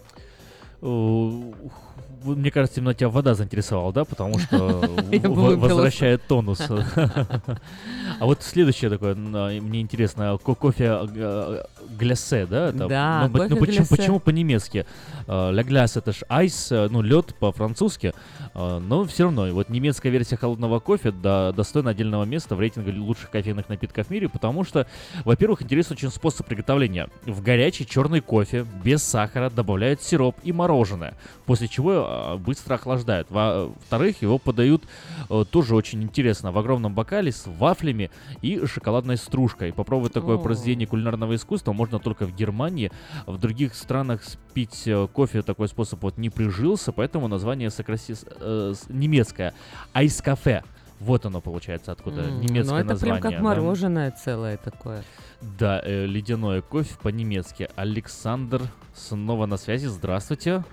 [SPEAKER 4] Мне кажется, именно тебя вода заинтересовала, да? Потому что возвращает тонус. А вот следующее такое, мне интересно, кофе глясе, да?
[SPEAKER 1] Да, кофе
[SPEAKER 4] глясе. Почему по-немецки? Ля гляс — это ж айс, лед по-французски, но все равно. Вот немецкая версия холодного кофе достойна отдельного места в рейтинге лучших кофейных напитков в мире, потому что, во-первых, интересный очень способ приготовления. В горячий черный кофе без сахара добавляют сироп и мороженое, после чего быстро охлаждают. Во-вторых, его подают тоже очень интересно в огромном бокале с вафлями и шоколадной стружкой. Попробовать такое произведение кулинарного искусства можно только в Германии. В других странах пить кофе такой способ не прижился, поэтому название немецкое. Айскафе. Вот оно получается откуда, немецкое
[SPEAKER 1] ну, это
[SPEAKER 4] название.
[SPEAKER 1] прям как мороженое целое такое.
[SPEAKER 4] Да, ледяное кофе по-немецки. Александр снова на связи. Здравствуйте.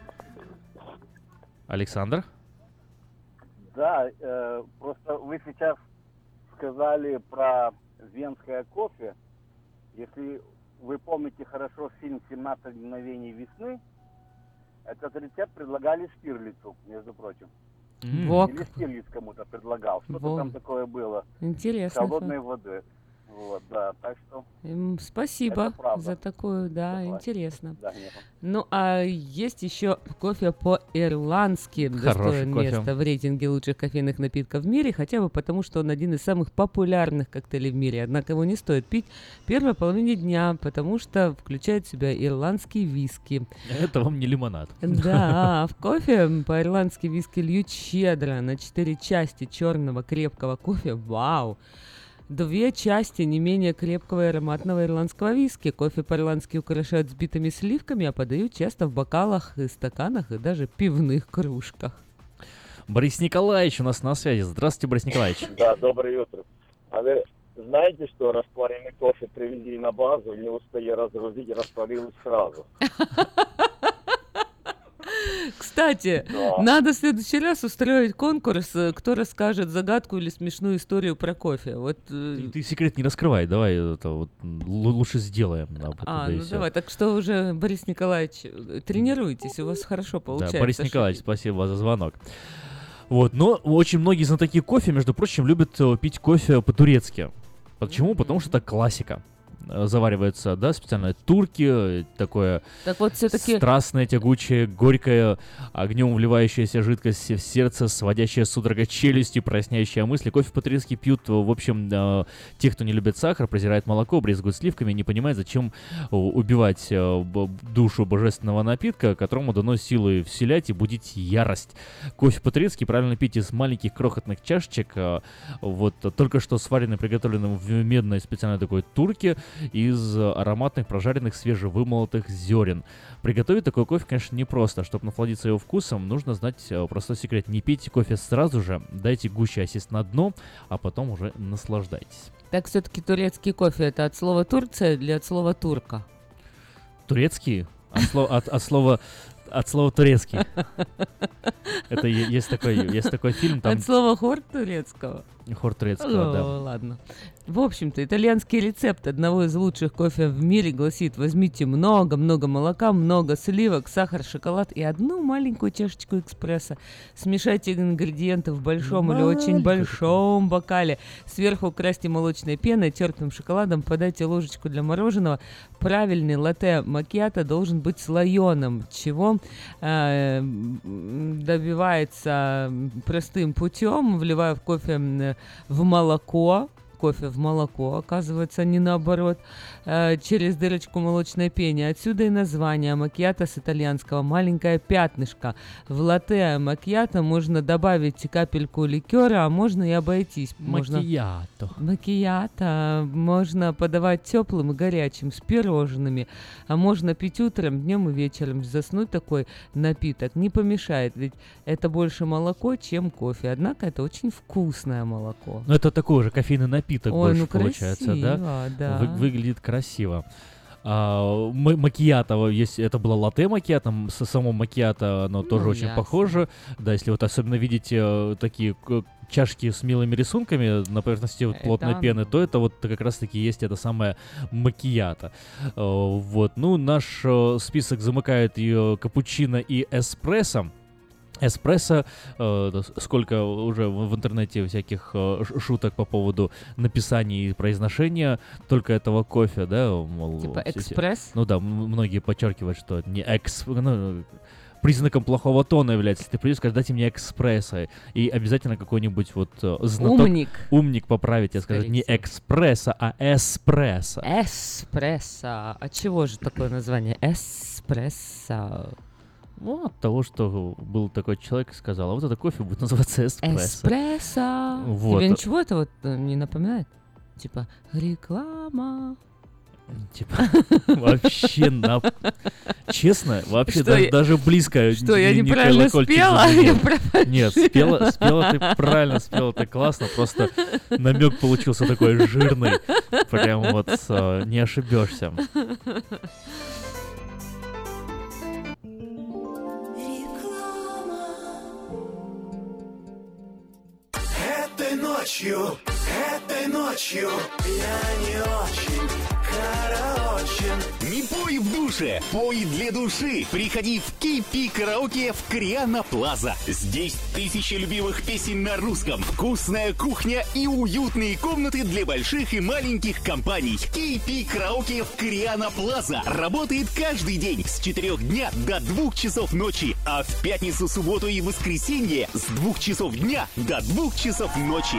[SPEAKER 4] Александр?
[SPEAKER 19] Да, просто вы сейчас сказали про венское кофе. Если вы помните хорошо фильм «17 мгновений весны», этот рецепт предлагали Штирлицу, между прочим. Или Штирлиц кому-то предлагал. Что-то там такое было.
[SPEAKER 1] Интересно.
[SPEAKER 19] Холодной воды. Вот, да, так что...
[SPEAKER 1] Спасибо за такую, да, интересно.
[SPEAKER 19] Да,
[SPEAKER 1] ну, а есть еще кофе по-ирландски, достоин места в рейтинге лучших кофейных напитков в мире, хотя бы потому, что он один из самых популярных коктейлей в мире. Однако его не стоит пить в первой половине дня, потому что включает в себя ирландский виски.
[SPEAKER 4] Это вам не лимонад.
[SPEAKER 1] Да, в кофе по-ирландски виски льют щедро на 4 части черного крепкого кофе. Вау! 2 части не менее крепкого и ароматного ирландского виски. Кофе по-ирландски украшают взбитыми сливками, а подают часто в бокалах и стаканах, и даже пивных кружках.
[SPEAKER 4] Борис Николаевич у нас на связи. Здравствуйте, Борис Николаевич.
[SPEAKER 11] Да, доброе утро. А вы знаете, что растворенный кофе привезли на базу, не успели разгрузить, растворилось сразу?
[SPEAKER 1] Кстати, надо в следующий раз устроить конкурс, кто расскажет загадку или смешную историю про кофе. Вот,
[SPEAKER 4] ты секрет не раскрывай, давай это вот лучше сделаем.
[SPEAKER 1] Ну давай, так что уже, Борис Николаевич, тренируйтесь, у вас хорошо получается.
[SPEAKER 4] Да, Борис Николаевич, спасибо за звонок. Вот, но очень многие знатоки кофе, между прочим, любят пить кофе по-турецки. Почему? Потому что это классика. Завариваются, да, специально турки, такое
[SPEAKER 1] так вот,
[SPEAKER 4] страстное, тягучее, горькое, огнем вливающаяся жидкость в сердце, сводящая судорога челюсти, проясняющая мысли. Кофе по-турецки пьют, в общем, те, кто не любит сахар, презирает молоко, брезгуют сливками, не понимают, зачем убивать душу божественного напитка, которому дано силы вселять и будить ярость. Кофе по-турецки правильно пить из маленьких крохотных чашечек, вот, только что сваренный, приготовленный в медной специальной такой турке, из ароматных, прожаренных, свежевымолотых зерен. Приготовить такой кофе, конечно, непросто. Чтобы насладиться его вкусом, нужно знать простой секрет. Не пейте кофе сразу же, дайте гуще осесть на дно, а потом уже наслаждайтесь.
[SPEAKER 1] Так все-таки турецкий кофе — это от слова Турция или от слова турка?
[SPEAKER 4] Турецкий? От слова турецкий. Это есть такой фильм. Там...
[SPEAKER 1] От слова хор турецкого.
[SPEAKER 4] Хор турецкого, да.
[SPEAKER 1] Ладно. В общем-то, итальянский рецепт одного из лучших кофе в мире гласит: возьмите много-много молока, много сливок, сахар, шоколад и одну маленькую чашечку эспрессо. Смешайте ингредиенты в большом или очень большом бокале. Сверху украсьте молочной пеной, тертым шоколадом, подайте ложечку для мороженого. Правильный латте макиато должен быть слоеным, чего добивается простым путем, вливая в кофе в молоко, оказывается, не наоборот, через дырочку молочной пены. Отсюда и название макиато с итальянского «маленькое пятнышко». В латте макиато можно добавить капельку ликера, а можно и обойтись. Макиато можно подавать теплым и горячим, с пирожными, а можно пить утром, днем и вечером. Заснуть такой напиток не помешает, ведь это больше молоко, чем кофе. Однако это очень вкусное молоко.
[SPEAKER 4] Ну, это такой же кофейный напиток. Больше получается,
[SPEAKER 1] красиво,
[SPEAKER 4] да? Выглядит красиво. Макиато, это было латте макиато, само макиато, оно тоже очень похоже. Да, если вот особенно видите такие чашки с милыми рисунками на поверхности плотной пены, то это вот как раз-таки есть это самое макиато. Вот, ну, наш список замыкает ее капучино и эспрессо. Эспрессо, сколько уже в интернете всяких шуток по поводу написания и произношения только этого кофе, да? Мол,
[SPEAKER 1] типа экспресс?
[SPEAKER 4] Ну да, многие подчеркивают, что не признаком плохого тона является. Если ты придешь, скажешь: дайте мне экспресса. И обязательно какой-нибудь вот знаток, умник поправит тебе, скажет: не экспресса, а эспрессо.
[SPEAKER 1] Эспрессо. А чего же такое название? Эспрессо.
[SPEAKER 4] Ну, от того, что был такой человек и сказал: а вот это кофе будет называться эспрессо.
[SPEAKER 1] Эспрессо. Вот. Тебе ничего это вот не напоминает? Типа реклама.
[SPEAKER 4] Типа, вообще честно, вообще
[SPEAKER 1] Что
[SPEAKER 4] даже близко.
[SPEAKER 1] Что, я неправильно спела?
[SPEAKER 4] Нет, спела ты правильно, спела ты классно, просто намек получился такой жирный, прям вот не ошибешься.
[SPEAKER 6] Этой ночью я не очень караочен.
[SPEAKER 20] Не пой в душе, пой для души. Приходи в KP Караоке в Кориана Плаза. Здесь тысячи любимых песен на русском, вкусная кухня и уютные комнаты для больших и маленьких компаний. KP Караоке в Кориана Плаза работает каждый день с 4 дня до 2 часов ночи, а в пятницу, субботу и воскресенье с 2 часов дня до 2 часов ночи.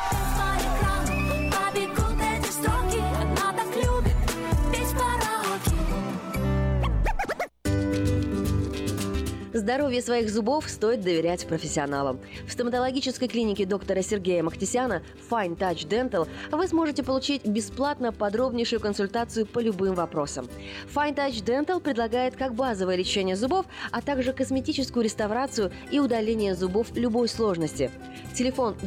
[SPEAKER 3] Здоровье своих зубов стоит доверять профессионалам. В стоматологической клинике доктора Сергея Махтисяна Fine Touch Dental вы сможете получить бесплатно подробнейшую консультацию по любым вопросам. Fine Touch Dental предлагает как базовое лечение зубов, а также косметическую реставрацию и удаление зубов любой сложности. Телефон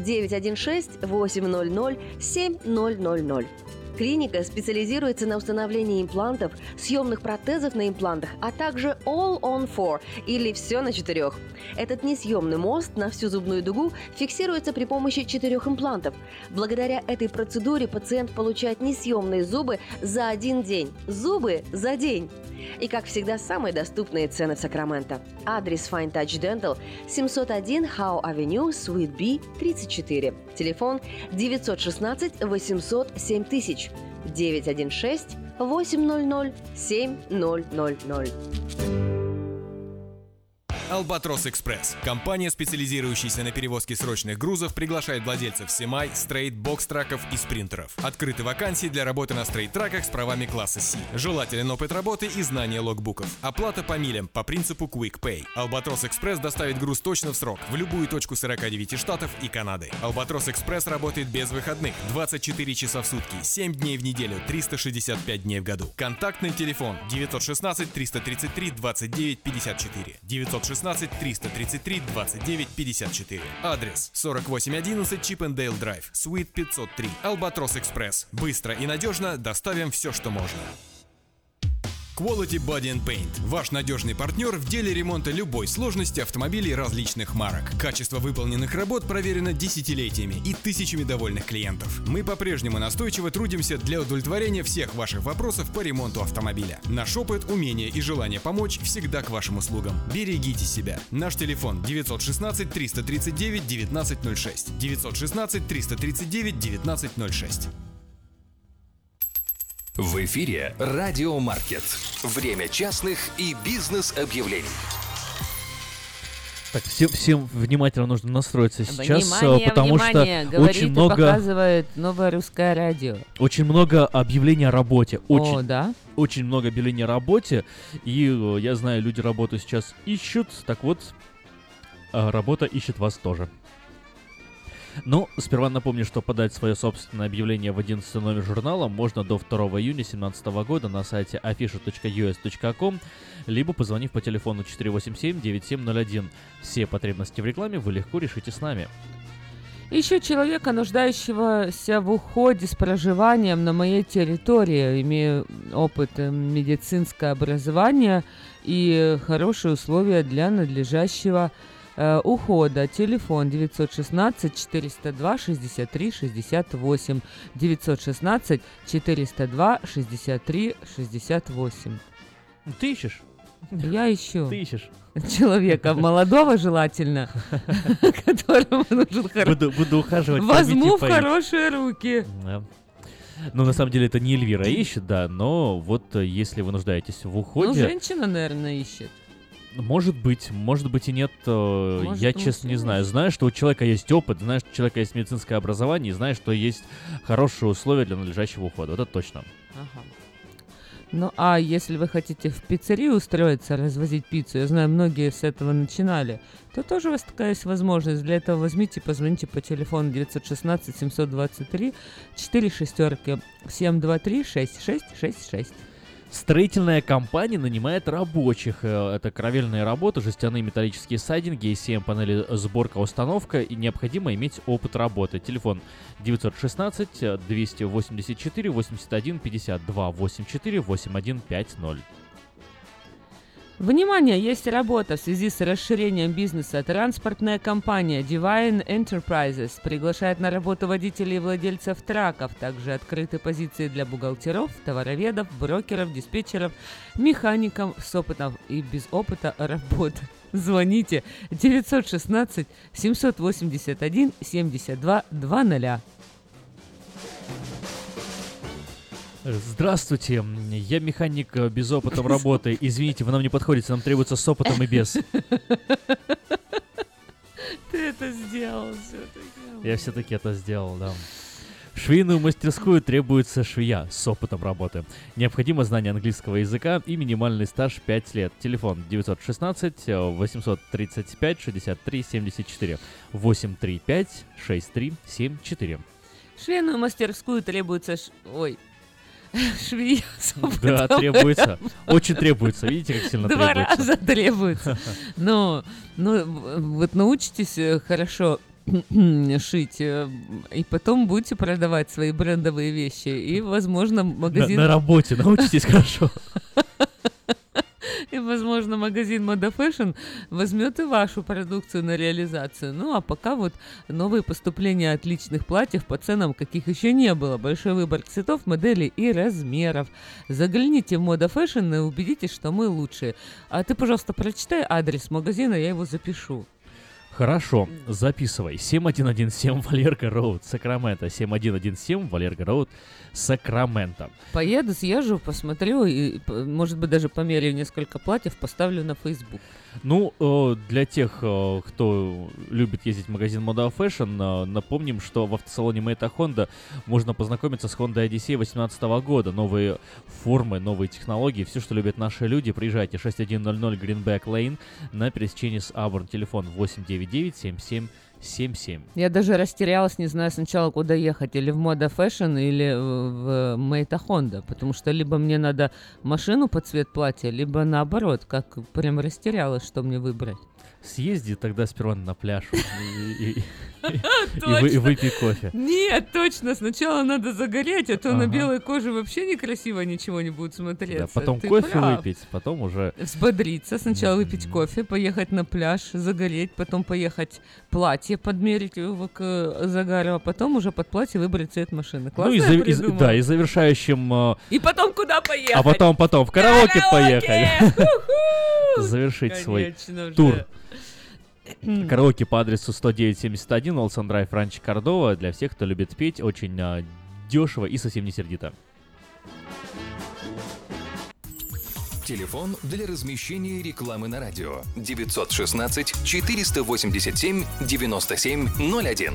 [SPEAKER 3] 916-800-7000. Клиника специализируется на установлении имплантов, съемных протезов на имплантах, а также All on 4 или все на 4. Этот несъемный мост на всю зубную дугу фиксируется при помощи 4 имплантов. Благодаря этой процедуре пациент получает несъемные зубы за 1 день. Зубы за день. И, как всегда, самые доступные цены в Сакраменто. Адрес Fine Touch Dental 701 Howe Avenue, Suite B, 34. Телефон 916-800-7000. 916-800-7000.
[SPEAKER 21] Albatros Express. Компания, специализирующаяся на перевозке срочных грузов, приглашает владельцев семай, стрейт, бокс-траков и спринтеров. Открыты вакансии для работы на стрейт-траках с правами класса C. Желателен опыт работы и знание логбуков. Оплата по милям по принципу Quick Pay. Albatros Express доставит груз точно в срок в любую точку 49 штатов и Канады. Albatros Express работает без выходных 24 часа в сутки, 7 дней в неделю, 365 дней в году. Контактный телефон 916-333-29-54. 916-333-29-54. Адрес 4811 Чиппендейл Драйв, Суит 503. Albatros Express. Быстро и надежно доставим все, что можно. Quality Body and Paint. Ваш надежный партнер в деле ремонта любой сложности автомобилей различных марок. Качество выполненных работ проверено десятилетиями и тысячами довольных клиентов. Мы по-прежнему настойчиво трудимся для удовлетворения всех ваших вопросов по ремонту автомобиля. Наш опыт, умение и желание помочь всегда к вашим услугам. Берегите себя. Наш телефон 916-339-1906. 916-339-1906.
[SPEAKER 8] В эфире «Радио Маркет». Время частных и бизнес-объявлений.
[SPEAKER 4] Так, всем внимательно нужно настроиться сейчас,
[SPEAKER 1] Внимание,
[SPEAKER 4] потому
[SPEAKER 1] внимание,
[SPEAKER 4] что
[SPEAKER 1] говорит
[SPEAKER 4] очень
[SPEAKER 1] и
[SPEAKER 4] много...
[SPEAKER 1] показывает новое русское радио.
[SPEAKER 4] Очень много объявлений о работе.
[SPEAKER 1] О, да?
[SPEAKER 4] Очень много объявлений о работе. И я знаю, люди работу сейчас ищут. Так вот, работа ищет вас тоже. Но сперва напомню, что подать свое собственное объявление в 11 номер журнала можно до 2 июня 2017 года на сайте afisha.us.com, либо позвонив по телефону 487-9701. Все потребности в рекламе вы легко решите с нами.
[SPEAKER 1] Ищу человека, нуждающегося в уходе с проживанием на моей территории. Имею опыт медицинского образования и хорошие условия для надлежащего ухода. Телефон 916-402-63-68. 916-402-63-68.
[SPEAKER 4] Ты ищешь?
[SPEAKER 1] Я ищу.
[SPEAKER 4] Ты ищешь?
[SPEAKER 1] Человека, молодого желательно, которому нужен
[SPEAKER 4] Буду ухаживать.
[SPEAKER 1] Возьму в хорошие руки.
[SPEAKER 4] Да. Ну, на самом деле, это не Эльвира ищет, да, но вот если вы нуждаетесь в уходе...
[SPEAKER 1] Ну, женщина, наверное, ищет.
[SPEAKER 4] Может быть и нет, я честно не знаю. Знаю, что у человека есть опыт, знаю, что у человека есть медицинское образование, и знаю, что есть хорошие условия для надлежащего ухода. Вот это точно.
[SPEAKER 1] Ага. Ну, а если вы хотите в пиццерию устроиться, развозить пиццу, я знаю, многие с этого начинали, то тоже у вас такая есть возможность. Для этого возьмите, позвоните по телефону 916-723-4 шестерки 723-6666.
[SPEAKER 4] Строительная компания нанимает рабочих. Это кровельные работы, жестяные металлические сайдинги, ACM-панели, сборка, установка, и необходимо иметь опыт работы. Телефон 916-284-81-52, 84-8150.
[SPEAKER 1] Внимание, есть работа в связи с расширением бизнеса. Транспортная компания Divine Enterprises приглашает на работу водителей и владельцев траков. Также открыты позиции для бухгалтеров, товароведов, брокеров, диспетчеров, механиков с опытом и без опыта работы. Звоните 916-781-7200.
[SPEAKER 4] Здравствуйте, я механик без опыта работы. Извините, вы нам не подходите, нам требуется с опытом и без.
[SPEAKER 1] Ты это сделал все-таки.
[SPEAKER 4] Я все-таки это сделал, да. В швейную мастерскую требуется швея с опытом работы. Необходимо знание английского языка и минимальный стаж 5 лет. Телефон 916-835-63-74, 835-63-74.
[SPEAKER 1] В швейную мастерскую требуется... швея с опытом.
[SPEAKER 4] Да, требуется. Очень требуется. Видите, как сильно требуется?
[SPEAKER 1] 2 раза требуется. Но вот научитесь хорошо шить, и потом будете продавать свои брендовые вещи. И, возможно, магазин...
[SPEAKER 4] На работе научитесь хорошо.
[SPEAKER 1] И, возможно, магазин Moda Fashion возьмет и вашу продукцию на реализацию. Ну, а пока вот новые поступления отличных платьев по ценам, каких еще не было. Большой выбор цветов, моделей и размеров. Загляните в Moda Fashion и убедитесь, что мы лучшие. А ты, пожалуйста, прочитай адрес магазина, я его запишу.
[SPEAKER 4] Хорошо, записывай. 7117 Валерго Роуд, Сакраменто. 7117 Валерго Роуд, Сакраменто.
[SPEAKER 1] Поеду, съезжу, посмотрю и, может быть, даже померяю несколько платьев, поставлю на Facebook.
[SPEAKER 4] Ну, для тех, кто любит ездить в магазин Moda Fashion, напомним, что в автосалоне Мэйта Honda можно познакомиться с Honda Odyssey 2018 года. Новые формы, новые технологии, все, что любят наши люди. Приезжайте, 6100 Greenback Lane на пересечении с Auburn. Телефон 899-7777.
[SPEAKER 1] Я даже растерялась, не знаю сначала, куда ехать, или в Moda Fashion, или в Мэйта Honda, потому что либо мне надо машину под цвет платья, либо наоборот, как прям растерялась, что мне выбрать.
[SPEAKER 4] Съезди тогда сперва на пляж и выпей кофе.
[SPEAKER 1] Нет, точно, сначала надо загореть, а то на белой коже вообще некрасиво ничего не будет смотреться.
[SPEAKER 4] Да, потом кофе выпить, потом уже...
[SPEAKER 1] Взбодриться, сначала выпить кофе, поехать на пляж, загореть, потом поехать платье подмерить его к загару, а потом уже под платье выбрать цвет машины. Классно я придумала?
[SPEAKER 4] Да, и завершающим...
[SPEAKER 1] И потом куда поехать?
[SPEAKER 4] А потом в караоке поехать. Завершить свой тур. Караоке по адресу 10971 Олсен Драйв, Ранчо Кордова. Для всех, кто любит петь, очень дешево и совсем не сердито.
[SPEAKER 15] Телефон для размещения рекламы на радио 916 487 9701.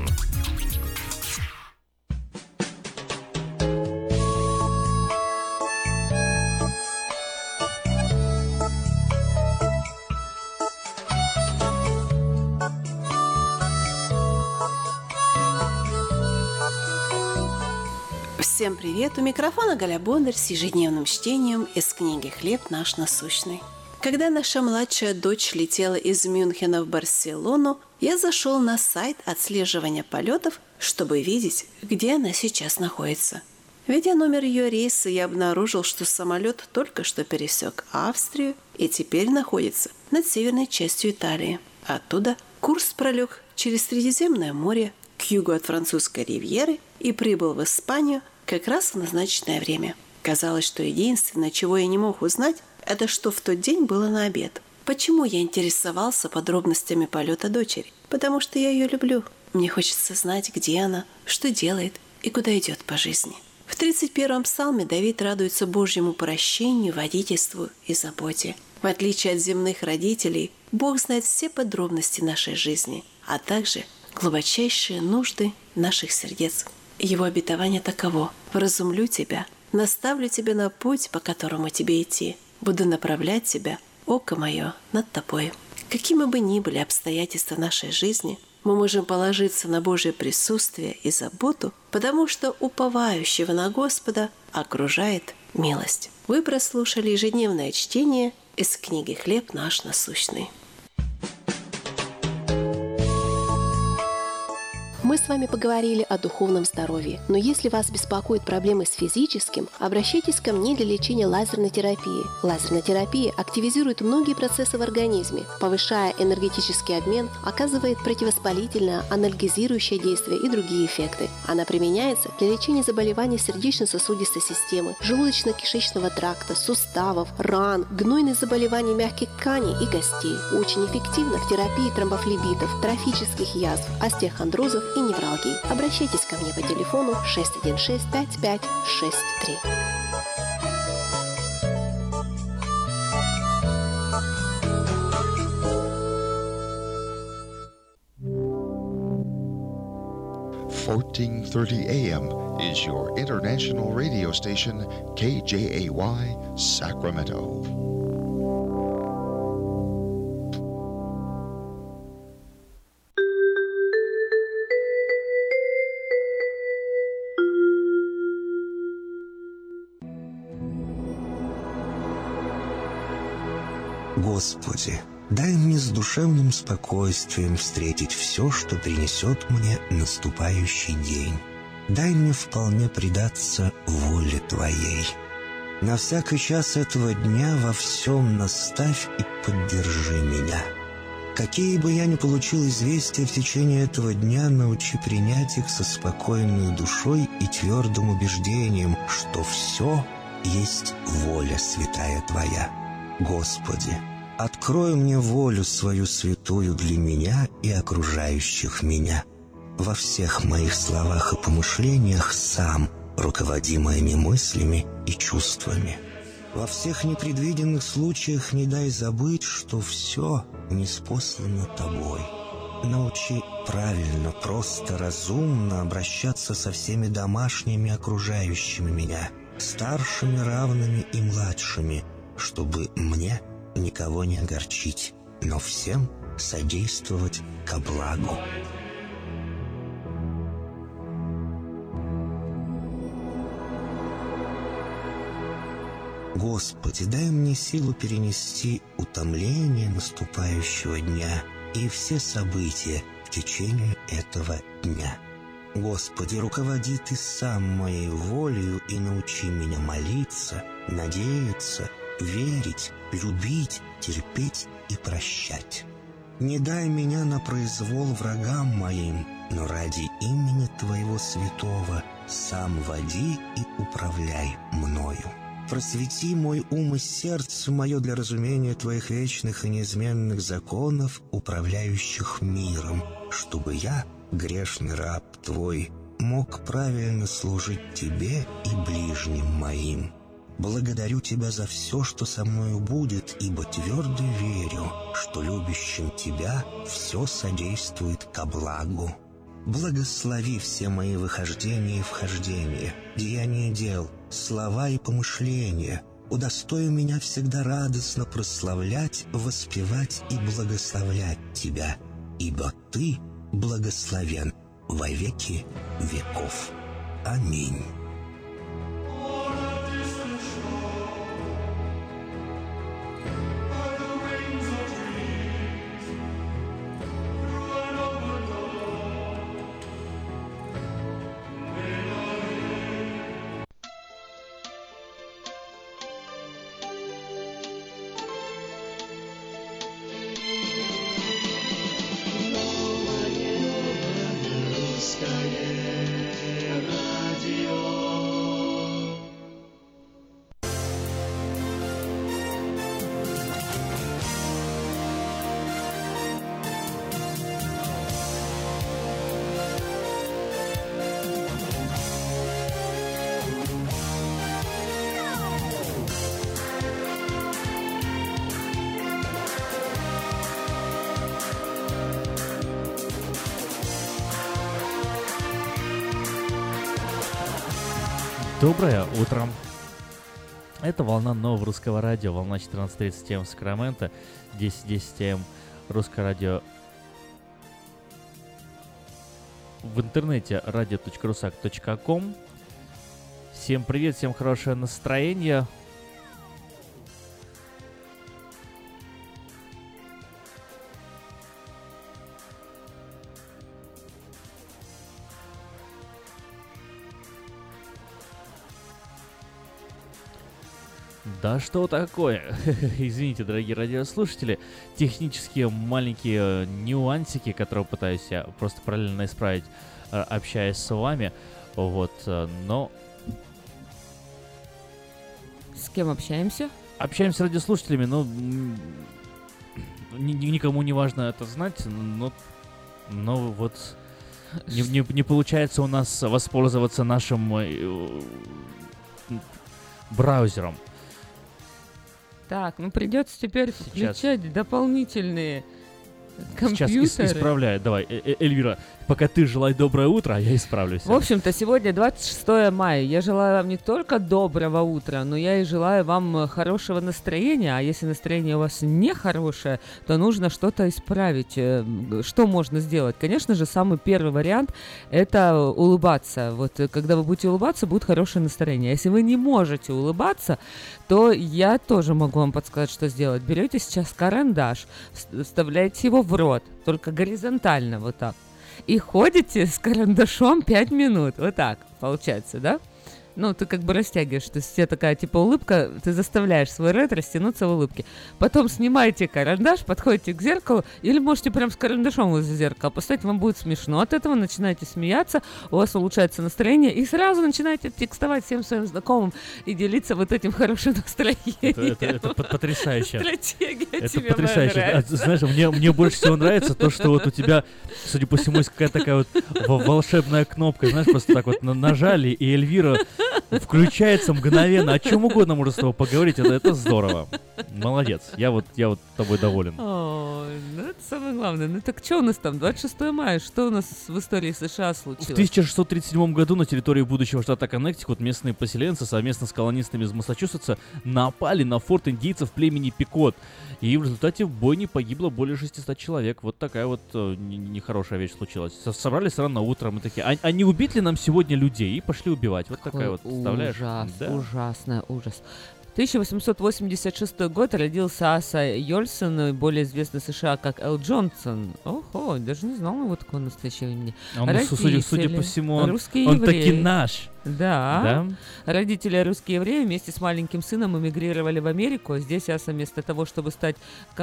[SPEAKER 2] Всем привет! У микрофона Галя Бондарь с ежедневным чтением из книги «Хлеб наш насущный». Когда наша младшая дочь летела из Мюнхена в Барселону, я зашел на сайт отслеживания полетов, чтобы видеть, где она сейчас находится. Введя номер ее рейса, я обнаружил, что самолет только что пересек Австрию и теперь находится над северной частью Италии. Оттуда курс пролег через Средиземное море к югу от французской ривьеры и прибыл в Испанию как раз в назначенное время. Казалось, что единственное, чего я не мог узнать, это что в тот день было на обед. Почему я интересовался подробностями полета дочери? Потому что я ее люблю. Мне хочется знать, где она, что делает и куда идет по жизни. В 31-м псалме Давид радуется Божьему прощению, водительству и заботе. В отличие от земных родителей, Бог знает все подробности нашей жизни, а также глубочайшие нужды наших сердец. Его обетование таково: «Вразумлю тебя, Наставлю тебя на путь, по которому тебе идти. Буду направлять тебя, око мое, над тобой. Какими бы ни были обстоятельства нашей жизни, мы можем положиться на Божье присутствие и заботу, потому что уповающего на Господа окружает милость. Вы прослушали ежедневное чтение из книги «Хлеб наш насущный». Мы с вами поговорили о духовном здоровье, но если вас беспокоят проблемы с физическим, обращайтесь ко мне для лечения лазерной терапии. Лазерная терапия активизирует многие процессы в организме, повышая энергетический обмен, оказывает противовоспалительное, анальгезирующее действие и другие эффекты. Она применяется для лечения заболеваний сердечно-сосудистой системы, желудочно-кишечного тракта, суставов, ран, гнойных заболеваний мягких тканей и костей. Очень эффективна в терапии тромбофлебитов, трофических язв, остеохондрозов и невралгии. Обращайтесь ко мне по телефону 616-5563.
[SPEAKER 5] AM is your international radio station, KJAY, Sacramento.
[SPEAKER 22] Господи, дай мне с душевным спокойствием встретить все, что принесет мне наступающий день. Дай мне вполне предаться воле Твоей. На всякий час этого дня во всем наставь и поддержи меня. Какие бы я ни получил известия в течение этого дня, научи принять их со спокойной душой и твердым убеждением, что все есть воля святая Твоя. Господи, открой мне волю свою святую для меня и окружающих меня. Во всех моих словах и помышлениях сам, руководи моими мыслями и чувствами. Во всех непредвиденных случаях не дай забыть, что все ниспослано Тобой. Научи правильно, просто, разумно обращаться со всеми домашними окружающими меня, старшими, равными и младшими, чтобы мне никого не огорчить, но всем содействовать ко благу. Господи, дай мне силу перенести утомление наступающего дня и все события в течение этого дня. Господи, руководи Ты сам моей волею и научи меня молиться, надеяться, верить, любить, терпеть и прощать. Не дай меня на произвол врагам моим, но ради имени Твоего святого сам води и управляй мною. Просвети мой ум и сердце мое для разумения Твоих вечных и неизменных законов, управляющих миром, чтобы я, грешный раб Твой, мог правильно служить Тебе и ближним моим. Благодарю Тебя за все, что со мною будет, ибо твердо верю, что любящим Тебя все содействует ко благу. Благослови все мои выхождения и вхождения, деяния дел, слова и помышления. Удостой меня всегда радостно прославлять, воспевать и благословлять Тебя, ибо Ты благословен во веки веков. Аминь.
[SPEAKER 6] Радио
[SPEAKER 4] Доброе утро. Это волна нового русского радио, волна 14:30 АМ Сакраменто, 10:10 АМ русское радио. В интернете radio.rusak.com. Всем привет, всем хорошее настроение. Да что такое? Извините, дорогие радиослушатели, технические маленькие нюансики, которые пытаюсь я просто параллельно исправить, общаясь с вами. Вот, но...
[SPEAKER 1] С кем общаемся?
[SPEAKER 4] Общаемся с радиослушателями, но никому не важно это знать, но вот не получается у нас воспользоваться нашим браузером.
[SPEAKER 1] Так, придется теперь включать дополнительные компьютеры.
[SPEAKER 4] Сейчас исправляю. Давай, Эльвира, пока ты желай доброе утро, а я исправлюсь.
[SPEAKER 1] В общем-то, сегодня 26 мая. Я желаю вам не только доброго утра, но я и желаю вам хорошего настроения. А если настроение у вас не хорошее, то нужно что-то исправить. Что можно сделать? Конечно же, самый первый вариант – это улыбаться. Вот когда вы будете улыбаться, будет хорошее настроение. Если вы не можете улыбаться, то я тоже могу вам подсказать, что сделать. Берете сейчас карандаш, вставляете его в рот, только горизонтально, вот так. И ходите с карандашом 5 минут. Вот так получается, да? Ты как бы растягиваешь, то есть у тебя такая улыбка, ты заставляешь свой рот растянуться в улыбке. Потом снимаете карандаш, подходите к зеркалу, или можете прям с карандашом возле зеркала поставить, вам будет смешно. От этого начинаете смеяться, у вас улучшается настроение, и сразу начинаете текстовать всем своим знакомым и делиться вот этим хорошим настроением.
[SPEAKER 4] Это потрясающе.
[SPEAKER 1] Стратегия
[SPEAKER 4] это
[SPEAKER 1] тебе
[SPEAKER 4] потрясающе.
[SPEAKER 1] нравится.
[SPEAKER 4] Знаешь, мне больше всего нравится то, что вот у тебя, судя по всему, есть какая-то такая вот волшебная кнопка, знаешь, просто так вот нажали, и Эльвира включается мгновенно. О чем угодно можно с тобой поговорить. Это здорово. Молодец. Я вот тобой доволен.
[SPEAKER 1] Это самое главное. Так что у нас там? 26 мая. Что у нас в истории США случилось?
[SPEAKER 4] В 1637 году на территории будущего штата Коннектикут местные поселенцы совместно с колонистами из Массачусетса напали на форт индейцев племени Пикот. И в результате бойни погибло более 600 человек. Вот такая вот нехорошая вещь случилась. Собрались рано утром и такие, а не убить ли нам сегодня людей? И пошли убивать. Вот такая вот, представляешь?
[SPEAKER 1] Ужас. 1886 год родился Аса Йольсон, более известный в США как Эл Джонсон. Ого, даже не знал его такого настоящего имени.
[SPEAKER 4] Судя по всему, он
[SPEAKER 1] евреи.
[SPEAKER 4] таки наш.
[SPEAKER 1] Да. Родители русские евреи вместе с маленьким сыном эмигрировали в Америку. Здесь Аса вместо того, чтобы стать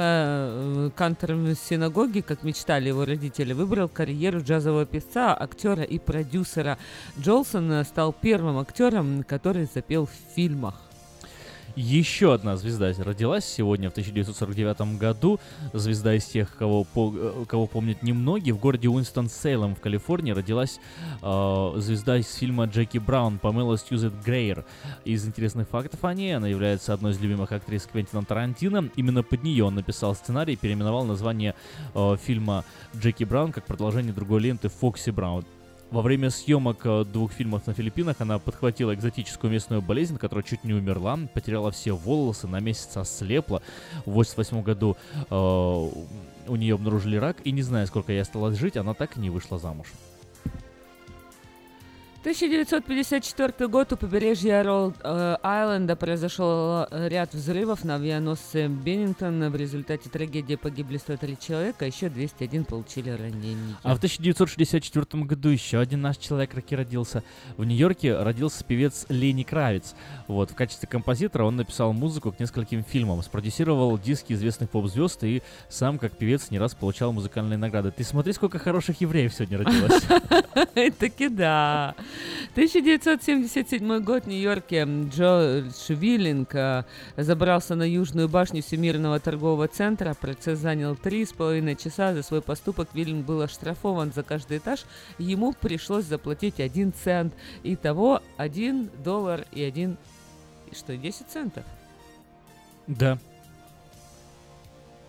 [SPEAKER 1] кантором синагоги, как мечтали его родители, выбрал карьеру джазового певца, актера и продюсера. Джолсон стал первым актером, который запел в фильмах.
[SPEAKER 4] Еще одна звезда родилась сегодня в 1949 году. Звезда из тех, кого помнят немногие. В городе Уинстон-Сейлем в Калифорнии родилась звезда из фильма «Джеки Браун» Памела Стьюзет Грейер. Из интересных фактов о ней: она является одной из любимых актрис Квентина Тарантино. Именно под нее он написал сценарий и переименовал название фильма «Джеки Браун» как продолжение другой ленты «Фокси Браун». Во время съемок 2 фильмов на Филиппинах она подхватила экзотическую местную болезнь, которая чуть не умерла, потеряла все волосы, на месяц ослепла. В 1988 году у нее обнаружили рак, и не зная, сколько ей осталось жить, она так и не вышла замуж.
[SPEAKER 1] 1954 год у побережья Ролд-Айленда произошел ряд взрывов на авианосце Беннингтон. В результате трагедии погибли 103 человека, еще 201 получили ранения.
[SPEAKER 4] А в 1964 году еще один наш человек-раки родился. В Нью-Йорке родился певец Ленни Кравиц. В качестве композитора он написал музыку к нескольким фильмам, спродюсировал диски известных поп-звезд и сам, как певец, не раз получал музыкальные награды. Ты смотри, сколько хороших евреев сегодня родилось.
[SPEAKER 1] Таки да. 1977 год в Нью-Йорке Джордж Виллинг забрался на Южную башню Всемирного торгового центра. Процесс занял 3,5 часа. За свой поступок Виллинг был оштрафован за каждый этаж. Ему пришлось заплатить 1 цент. Итого $1 и 10 центов.
[SPEAKER 4] Да.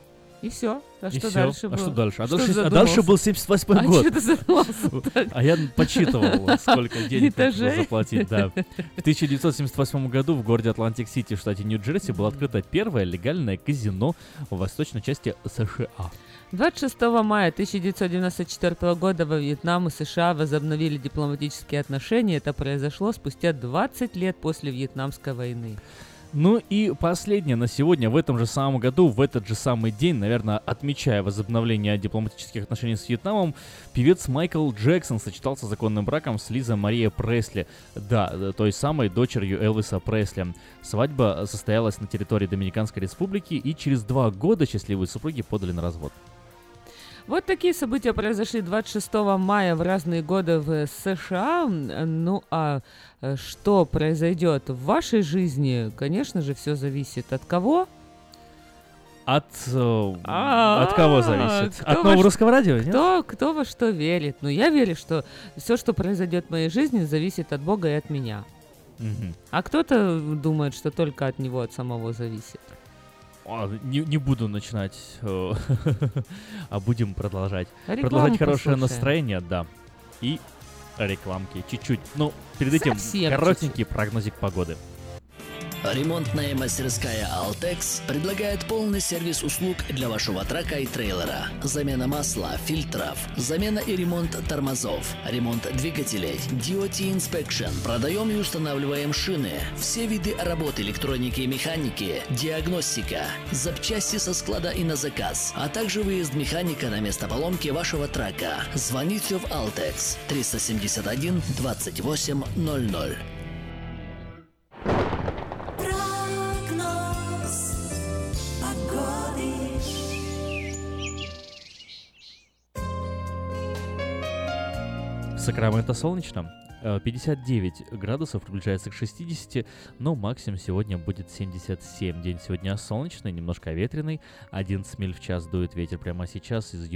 [SPEAKER 1] И все. А
[SPEAKER 4] И
[SPEAKER 1] что
[SPEAKER 4] всё.
[SPEAKER 1] дальше
[SPEAKER 4] А
[SPEAKER 1] было?
[SPEAKER 4] что дальше?
[SPEAKER 1] Что
[SPEAKER 4] А дальше был 78-й год.
[SPEAKER 1] А что ты задумался так?
[SPEAKER 4] А я подсчитывал, сколько денег нужно
[SPEAKER 1] Этажей?
[SPEAKER 4] заплатить, да. В 1978 году в городе Атлантик-Сити в штате Нью-Джерси было открыто первое легальное казино в восточной части США.
[SPEAKER 1] 26 мая 1994 года во Вьетнам и США возобновили дипломатические отношения. Это произошло спустя 20 лет после Вьетнамской войны.
[SPEAKER 4] Ну и последнее на сегодня. В этом же самом году, в этот же самый день, наверное, отмечая возобновление дипломатических отношений с Вьетнамом, певец Майкл Джексон сочетался законным браком с Лизой Марией Пресли, да, той самой дочерью Элвиса Пресли. Свадьба состоялась на территории Доминиканской Республики, и через 2 года счастливые супруги подали на развод.
[SPEAKER 1] Вот такие события произошли 26 мая в разные годы в США. Ну а что произойдет в вашей жизни, конечно же, все зависит от кого?
[SPEAKER 4] От кого зависит?
[SPEAKER 1] Кто
[SPEAKER 4] От нового русского радио? Нет?
[SPEAKER 1] Кто во что верит? Ну, я верю, что все, что произойдет в моей жизни, зависит от Бога и от меня.
[SPEAKER 4] Мгм.
[SPEAKER 1] А кто-то думает, что только от него, от самого зависит.
[SPEAKER 4] Не буду начинать, а будем продолжать.
[SPEAKER 1] Рекламу
[SPEAKER 4] Продолжать хорошее
[SPEAKER 1] послушаем.
[SPEAKER 4] настроение, да. И рекламки чуть-чуть. Ну, перед этим
[SPEAKER 1] Совсем
[SPEAKER 4] коротенький прогнозик погоды.
[SPEAKER 7] Ремонтная мастерская «Алтекс» предлагает полный сервис услуг для вашего трака и трейлера. Замена масла, фильтров, замена и ремонт тормозов, ремонт двигателей, DOT Inspection. Продаем и устанавливаем шины, все виды работ электроники и механики, диагностика, запчасти со склада и на заказ, а также выезд механика на место поломки вашего трака. Звоните в «Алтекс» 371 28 00.
[SPEAKER 4] Сакраменто солнечно. 59 градусов, приближается к 60, но максимум сегодня будет 77. День сегодня солнечный, немножко ветреный, 11 миль в час дует ветер прямо сейчас с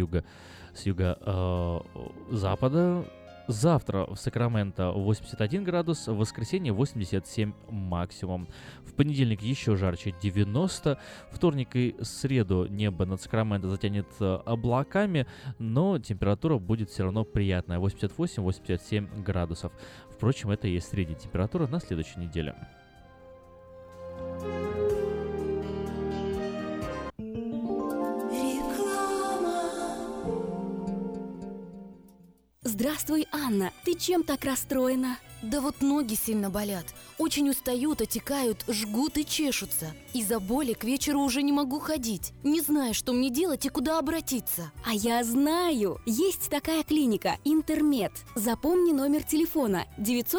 [SPEAKER 4] юго-запада. Завтра в Сакраменто 81 градус, в воскресенье 87 максимум. В понедельник еще жарче 90. Вторник и среду небо над Сакраменто затянет облаками, но температура будет все равно приятная, 88-87 градусов. Впрочем, это и есть средняя температура на следующей неделе.
[SPEAKER 9] Здравствуй, Анна. Ты чем так расстроена?
[SPEAKER 10] Да вот ноги сильно болят. Очень устают, отекают, жгут и чешутся. Из-за боли к вечеру уже не могу ходить. Не знаю, что мне делать и куда обратиться.
[SPEAKER 9] А я знаю! Есть такая клиника «Интермед». Запомни номер телефона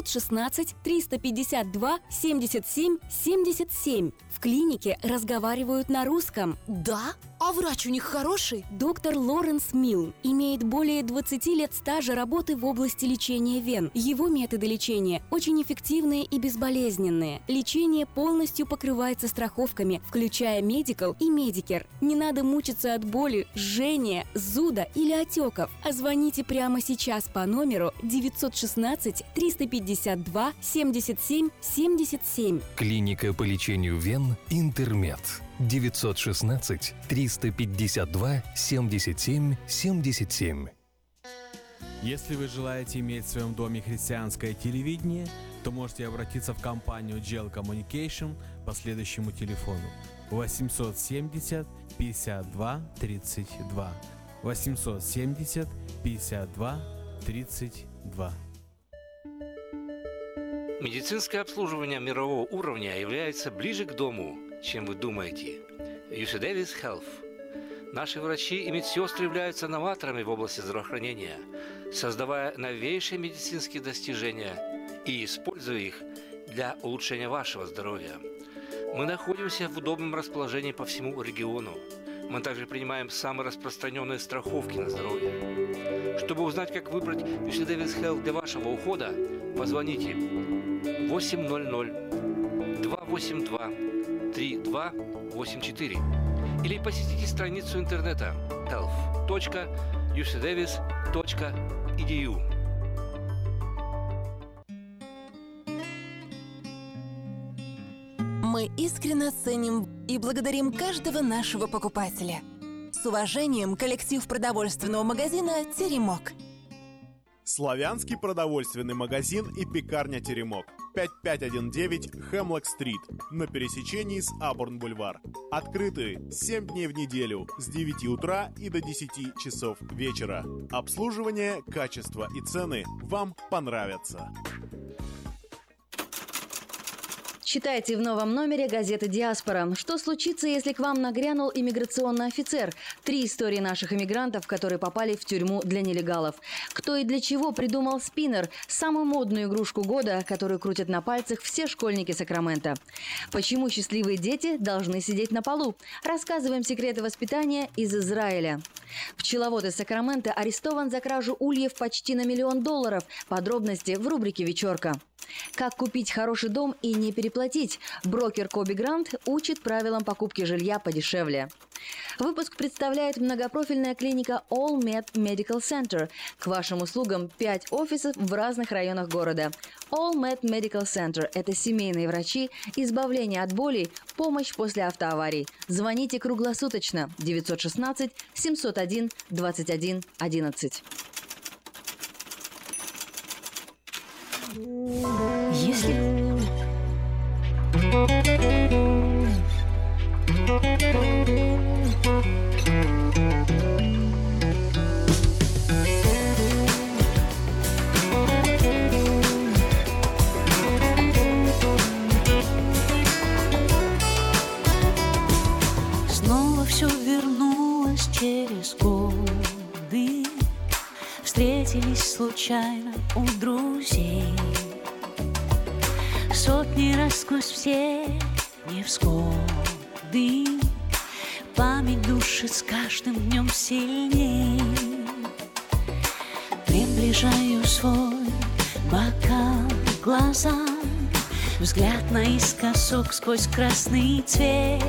[SPEAKER 9] 916-352-77-77. В клинике разговаривают на русском.
[SPEAKER 10] Да? А врач у них хороший?
[SPEAKER 9] Доктор Лоренс Милн имеет более 20 лет стажа работы в области лечения вен. Его методы лечения очень эффективные и безболезненные. Лечение полностью покрывается страховками, включая Medical и Medicare. Не надо мучиться от боли, жжения, зуда или отеков. А звоните прямо сейчас по номеру 916-352-77-77.
[SPEAKER 15] Клиника по лечению вен «Интермед». 916-352-77-77.
[SPEAKER 23] Если вы желаете иметь в своем доме христианское телевидение, то можете обратиться в компанию GEL Communication по следующему телефону 870 52 32 870 52 32.
[SPEAKER 18] Медицинское обслуживание мирового уровня является ближе к дому, чем вы думаете. UC Davis Health. Наши врачи и медсестры являются новаторами в области здравоохранения, создавая новейшие медицинские достижения и используя их для улучшения вашего здоровья. Мы находимся в удобном расположении по всему региону. Мы также принимаем самые распространенные страховки на здоровье. Чтобы узнать, как выбрать UC Davis Health для вашего ухода, позвоните 800-282-3284 или посетите страницу интернета health.ucdavis.edu.
[SPEAKER 24] Мы искренне ценим и благодарим каждого нашего покупателя.
[SPEAKER 12] С уважением, коллектив продовольственного магазина «Теремок».
[SPEAKER 14] Славянский продовольственный магазин и пекарня «Теремок». 5519 Хемлок-стрит на пересечении с Абурн-бульвар. Открыты 7 дней в неделю с 9 утра и до 10 часов вечера. Обслуживание, качество и цены вам понравятся.
[SPEAKER 3] Читайте в новом номере газеты «Диаспора». Что случится, если к вам нагрянул иммиграционный офицер? 3 истории наших иммигрантов, которые попали в тюрьму для нелегалов. Кто и для чего придумал спиннер – самую модную игрушку года, которую крутят на пальцах все школьники Сакрамента. Почему счастливые дети должны сидеть на полу? Рассказываем секреты воспитания из Израиля. Пчеловод из Сакрамента арестован за кражу ульев почти на $1 миллион. Подробности в рубрике «Вечерка». Как купить хороший дом и не переплатить? Брокер Коби Грант учит правилам покупки жилья подешевле. Выпуск представляет многопрофильная клиника All Med Medical Center. К вашим услугам 5 офисов в разных районах города. All Med Medical Center – это семейные врачи, избавление от болей, помощь после автоаварий. Звоните круглосуточно 916 701 21 11.
[SPEAKER 16] Если...
[SPEAKER 24] Снова все вернулось через годы. Встретились случайно у друзей. Сотни раз сквозь все невзгоды. Память душит с каждым днем сильней. Приближаю свой бокал к глазам. Взгляд наискосок сквозь красный цвет.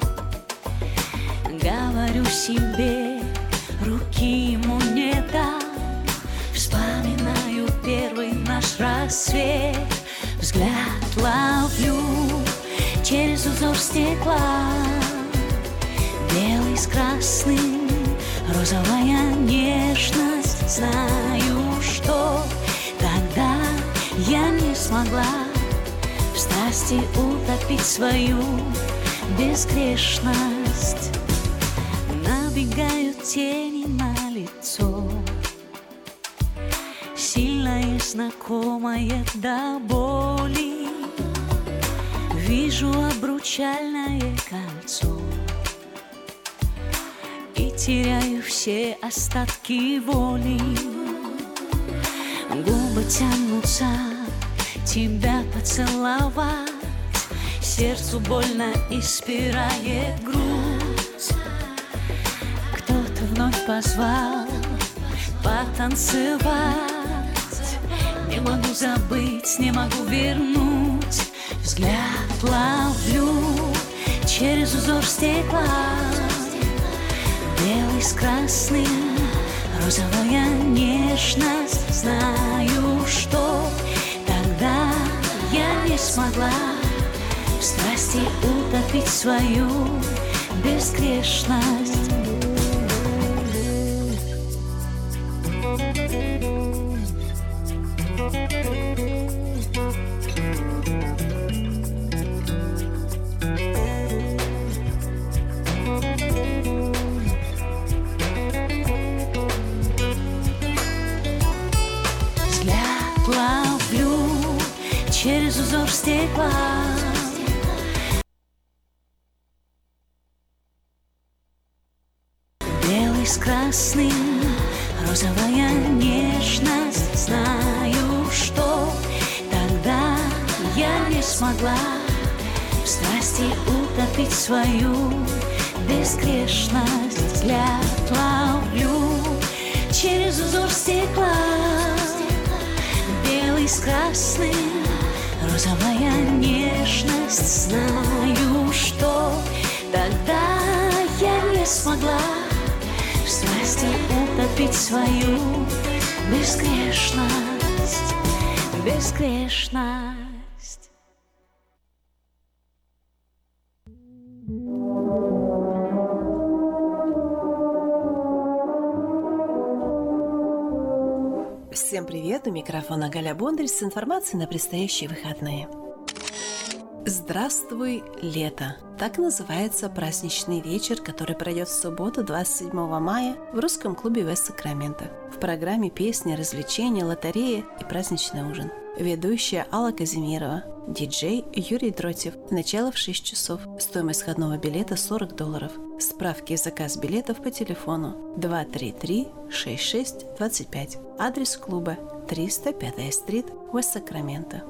[SPEAKER 24] Говорю себе, руки ему не дам. Вспоминаю первый наш рассвет. Взгляд ловлю через узор стекла. Белый с красным, розовая нежность. Знаю, что тогда я не смогла в страсти утопить свою безгрешность. Набегают тени на лицо, сильное, знакомое до боли. Вижу обручальное кольцо и теряю все остатки воли. Губы тянутся тебя поцеловать. Сердцу больно и спирает грудь. Кто-то вновь позвал потанцевать. Не могу забыть, не могу вернуть. Взгляд ловлю через узор стекла. Белый с красным, розовая нежность. Знаю, что тогда я не смогла в страсти утопить свою безгрешность. Взгляд ловлю через узор стекла. Белый с красным, розовая нежность. Знаю, что тогда я не смогла в страсти утопить свою безгрешность. Взгляд ловлю через узор стекла. Белый с красным, розовая нежность. Знаю, что тогда я не смогла в страсти утопить свою безгрешность, безгрешность.
[SPEAKER 2] Всем привет! У микрофона Галя Бондарь с информацией на предстоящие выходные. Здравствуй, лето! Так называется праздничный вечер, который пройдет в субботу, 27 мая, в русском клубе Вест Сакраменто. В программе песни, развлечения, лотерея и праздничный ужин. Ведущая Алла Казимирова, диджей Юрий Дротев. Начало в 6 часов. Стоимость входного билета $40. Справки и заказ билетов по телефону 233-6625. Адрес клуба 305-я стрит, Вест Сакраменто.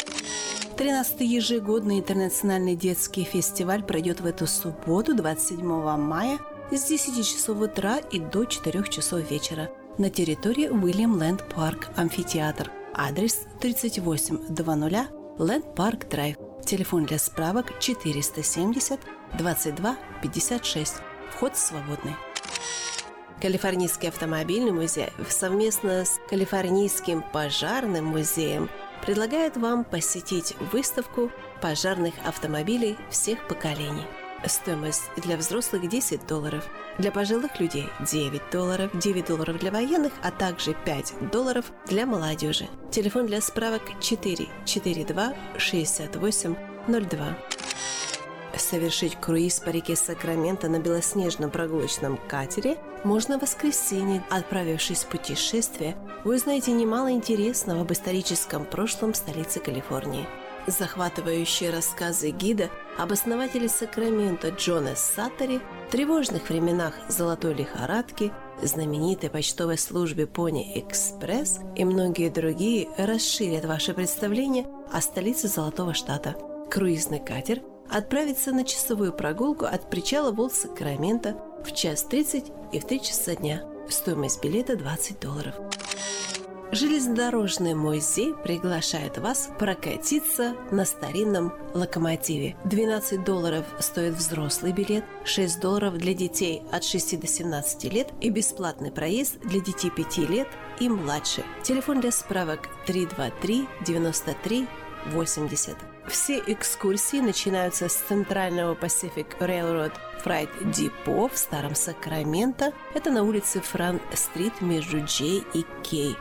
[SPEAKER 2] 13-й ежегодный интернациональный детский фестиваль пройдет в эту субботу, 27 мая, с 10 часов утра и до 4 часов вечера на территории Уильям Лэнд Парк, амфитеатр. Адрес 3800 Лэнд Парк Драйв. Телефон для справок 470 22 56. Вход свободный. Калифорнийский автомобильный музей совместно с Калифорнийским пожарным музеем предлагает вам посетить выставку пожарных автомобилей всех поколений. Стоимость для взрослых $10, для пожилых людей $9, $9 для военных, а также $5 для молодежи. Телефон для справок 442 68 02. Совершить круиз по реке Сакраменто на белоснежном прогулочном катере можно в воскресенье. Отправившись в путешествие, вы узнаете немало интересного об историческом прошлом столицы Калифорнии. Захватывающие рассказы гида об основателе Сакраменто Джона Саттери, тревожных временах золотой лихорадки, знаменитой почтовой службе Pony Express и многие другие расширят ваше представление о столице Золотого Штата. Круизный катер отправится на часовую прогулку от причала Волт Сакраменто в 1:30 и в 3 часа дня. Стоимость билета $20. Железнодорожный музей приглашает вас прокатиться на старинном локомотиве. $12 стоит взрослый билет, $6 для детей от 6 до 17 лет и бесплатный проезд для детей 5 лет и младше. Телефон для справок 323 93 80. Все экскурсии начинаются с центрального Pacific Railroad Freight Depot в Старом Сакраменто. Это на улице Франк-стрит между J и K.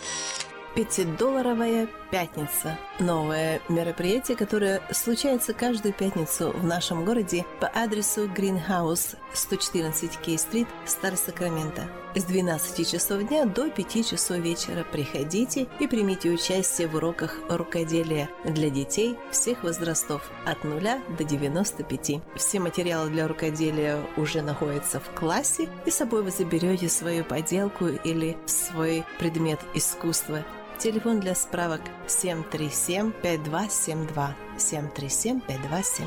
[SPEAKER 2] $5 пятница. Новое мероприятие, которое случается каждую пятницу в нашем городе по адресу Greenhouse 114 Кей-стрит, Старый Сакраменто. С 12 часов дня до 5 часов вечера приходите и примите участие в уроках рукоделия для детей всех возрастов от 0 до 95. Все материалы для рукоделия уже находятся в классе, и с собой вы заберете свою поделку или свой предмет искусства. Телефон для справок 737-5272. 737-5272.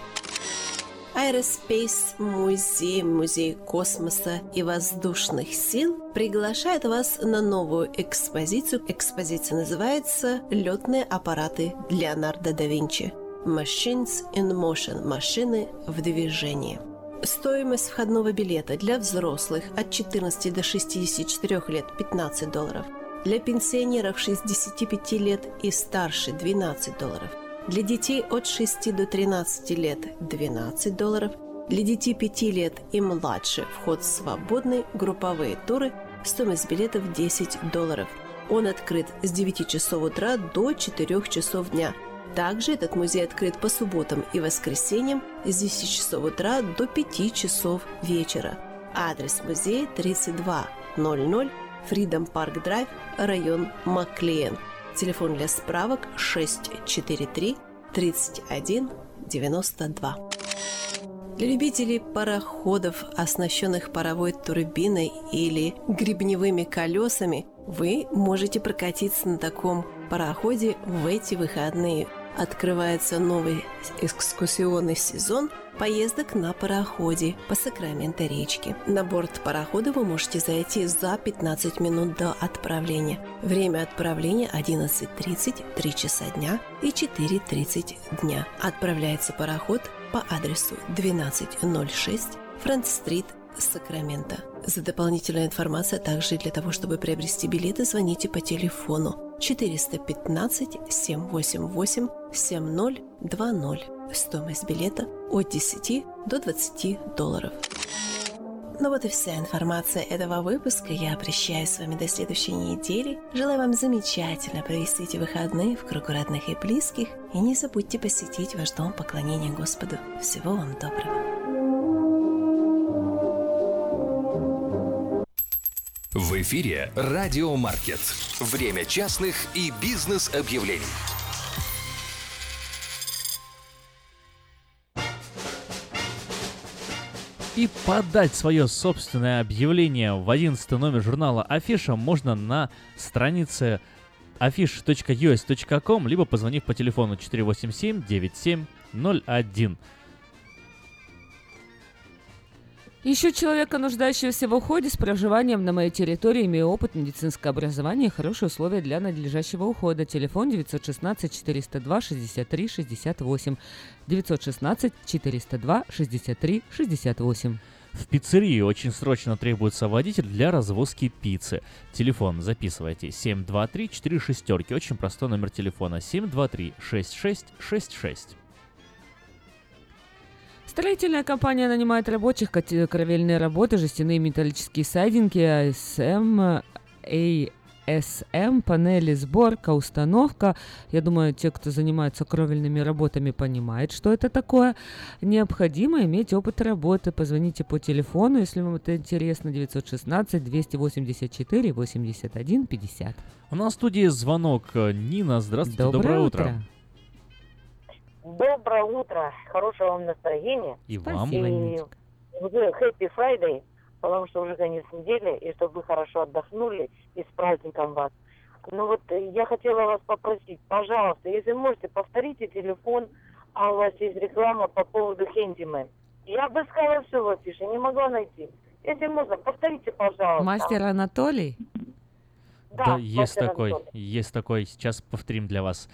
[SPEAKER 2] Aerospace музей космоса и воздушных сил приглашает вас на новую экспозицию. Экспозиция называется «Летные аппараты Леонардо да Винчи». Machines in Motion. Машины в движении. Стоимость входного билета для взрослых от 14 до 64 лет $15. Для пенсионеров 65 лет и старше $12. Для детей от 6 до 13 лет $12. Для детей 5 лет и младше вход свободный, групповые туры, стоимость билетов $10. Он открыт с 9 часов утра до 4 часов дня. Также этот музей открыт по субботам и воскресеньям с 10 часов утра до 5 часов вечера. Адрес музея 3200 Freedom Park Drive, район Маклиен. Телефон для справок 643 31 92. Для любителей пароходов, оснащенных паровой турбиной или гребневыми колесами, вы можете прокатиться на таком пароходе в эти выходные. Открывается новый экскурсионный сезон поездок на пароходе по Сакраменто-речке. На борт парохода вы можете зайти за 15 минут до отправления. Время отправления 11:30, 3 часа дня и 4:30 дня. Отправляется пароход по адресу 1206 Франк-стрит, Сакраменто. За дополнительной информацией, а также для того, чтобы приобрести билеты, звоните по телефону 415-788-7020. Стоимость билета от $10 до $20. Ну вот и вся информация этого выпуска. Я прощаюсь с вами до следующей недели. Желаю вам замечательно провести эти выходные в кругу родных и близких. И не забудьте посетить ваш дом поклонения Господу. Всего вам доброго.
[SPEAKER 15] В эфире «Радио Маркет». Время частных и бизнес-объявлений.
[SPEAKER 4] И подать свое собственное объявление в 11 номер журнала «Афиша» можно на странице affish.us.com, либо позвонив по телефону 487-9701.
[SPEAKER 1] Ищу человека, нуждающегося в уходе, с проживанием на моей территории, имею опыт, медицинское образование и хорошие условия для надлежащего ухода. Телефон 916-402-63-68. 916-402-63-68.
[SPEAKER 4] В пиццерии очень срочно требуется водитель для развозки пиццы. Телефон записывайте 723-46. Очень простой номер телефона 723-6666.
[SPEAKER 1] Строительная компания нанимает рабочих, кровельные работы, жестяные металлические сайдинги, ASM, панели, сборка, установка. Я думаю, те, кто занимается кровельными работами, понимают, что это такое. Необходимо иметь опыт работы. Позвоните по телефону, если вам это интересно, 916-284-81-50.
[SPEAKER 4] У нас в студии звонок. Нина, здравствуйте, доброе утро.
[SPEAKER 13] Доброе утро, хорошего вам настроения.
[SPEAKER 4] И вам.
[SPEAKER 13] И Happy Friday, потому что уже конец недели, и чтобы вы хорошо отдохнули, и с праздником вас. Ну вот я хотела вас попросить, пожалуйста, если можете, повторите телефон, а у вас есть реклама по поводу Handyman. Я бы искала все в афише, не могла найти. Если можно, повторите, пожалуйста.
[SPEAKER 1] Мастер Анатолий?
[SPEAKER 4] Да, есть такой. Сейчас повторим для вас.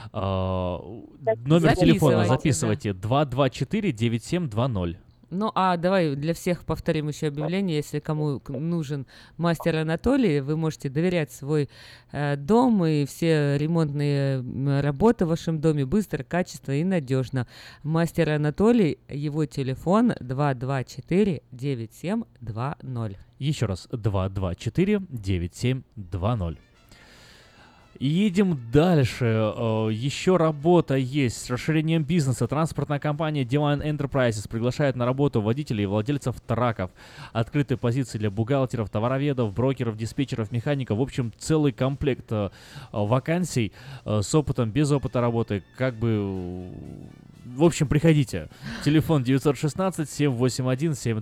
[SPEAKER 4] Номер телефона записывайте. 224-9720.
[SPEAKER 1] Ну, а давай для всех повторим еще объявление. Если кому нужен мастер Анатолий, вы можете доверять свой дом и все ремонтные работы в вашем доме быстро, качественно и надежно. Мастер Анатолий, его телефон 224-9720.
[SPEAKER 4] Еще раз, 224-9720. Едем дальше. Еще работа есть. С расширением бизнеса транспортная компания Divine Enterprises приглашает на работу водителей и владельцев траков. Открытые позиции для бухгалтеров, товароведов, брокеров, диспетчеров, механиков. В общем, целый комплект вакансий с опытом, без опыта работы. В общем, приходите. Телефон 916-781-7200,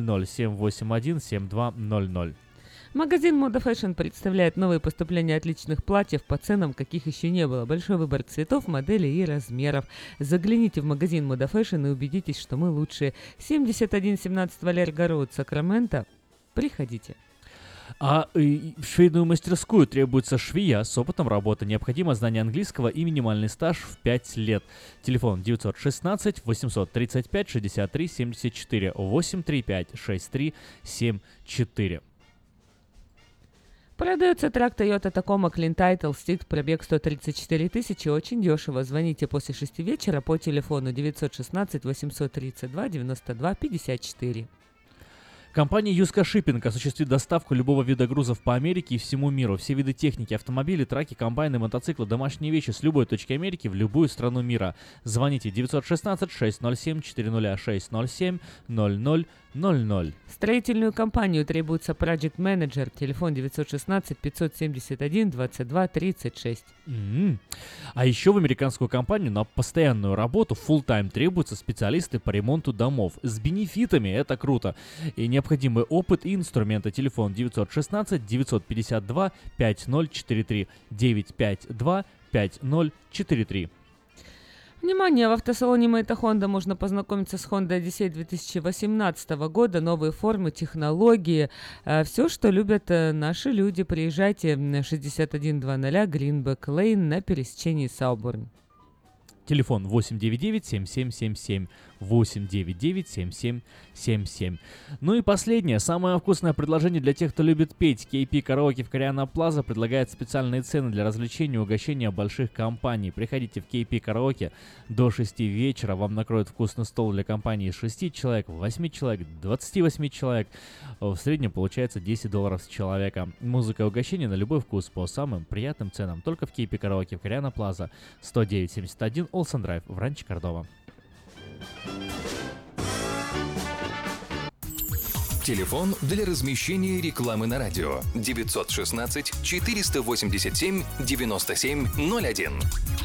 [SPEAKER 4] 781-7200.
[SPEAKER 1] Магазин Мода Fashion представляет новые поступления отличных платьев по ценам, каких еще не было. Большой выбор цветов, моделей и размеров. Загляните в магазин Мода Fashion и убедитесь, что мы лучшие. 7117 Валерго Роуд, Сакраменто. Приходите.
[SPEAKER 4] А в швейную мастерскую требуется швея с опытом работы. Необходимо знание английского и минимальный стаж в 5 лет. Телефон 916-835-63-74, 835-63-74.
[SPEAKER 1] Продается трак Toyota Tacoma Clean Title, стик, пробег 134 тысячи, очень дешево. Звоните после 6 вечера по телефону 916-832-92-54.
[SPEAKER 4] Компания Юска Шиппинг осуществит доставку любого вида грузов по Америке и всему миру. Все виды техники, автомобили, траки, комбайны, мотоциклы, домашние вещи с любой точки Америки в любую страну мира. Звоните 916-607-406-07-00-00.
[SPEAKER 1] Строительную компанию требуется Project Manager. Телефон 916-571-22-36.
[SPEAKER 4] А еще в американскую компанию на постоянную работу full-time требуются специалисты по ремонту домов. С бенефитами, это круто. И необходимый опыт и инструменты. Телефон 916-952-5043. 952-5043.
[SPEAKER 1] Внимание! В автосалоне Мэйта Хонда можно познакомиться с Honda Odyssey 2018 года. Новые формы, технологии. Все, что любят наши люди. Приезжайте на 6100 Greenback Lane на пересечении Сауборн.
[SPEAKER 4] Телефон 899-7777. 899-7777. Ну и последнее, самое вкусное предложение для тех, кто любит петь. KP Караоке в Кориана Плаза предлагает специальные цены для развлечений и угощения больших компаний. Приходите в KP Караоке до 6 вечера. Вам накроют вкусный стол для компании из 6 человек, 8 человек, 28 человек. В среднем получается $10 с человека. Музыка и угощение на любой вкус по самым приятным ценам. Только в KP Караоке в Кориана Плаза. 10971 Олсен Драйв в Ранчо Кордова.
[SPEAKER 15] Телефон для размещения рекламы на радио 916 487 9701.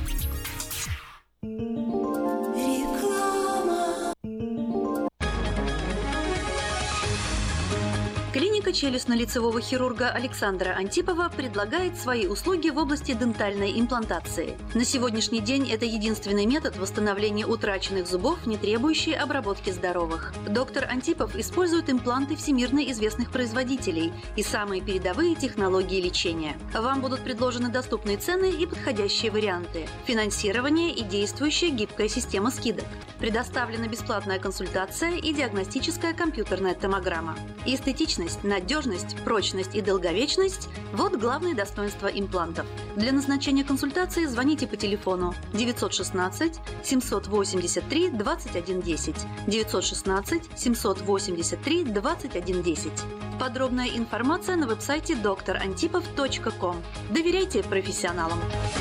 [SPEAKER 11] Клиника челюстно-лицевого хирурга Александра Антипова предлагает свои услуги в области дентальной имплантации. На сегодняшний день это единственный метод восстановления утраченных зубов, не требующий обработки здоровых. Доктор Антипов использует импланты всемирно известных производителей и самые передовые технологии лечения. Вам будут предложены доступные цены и подходящие варианты. Финансирование и действующая гибкая система скидок. Предоставлена бесплатная консультация и диагностическая компьютерная томограмма. Эстетичность, надежность, прочность и долговечность – вот главные достоинства имплантов. Для назначения консультации звоните по телефону 916 783 2110 916 783 2110. Подробная информация на веб-сайте drantipov.com. Доверяйте профессионалам.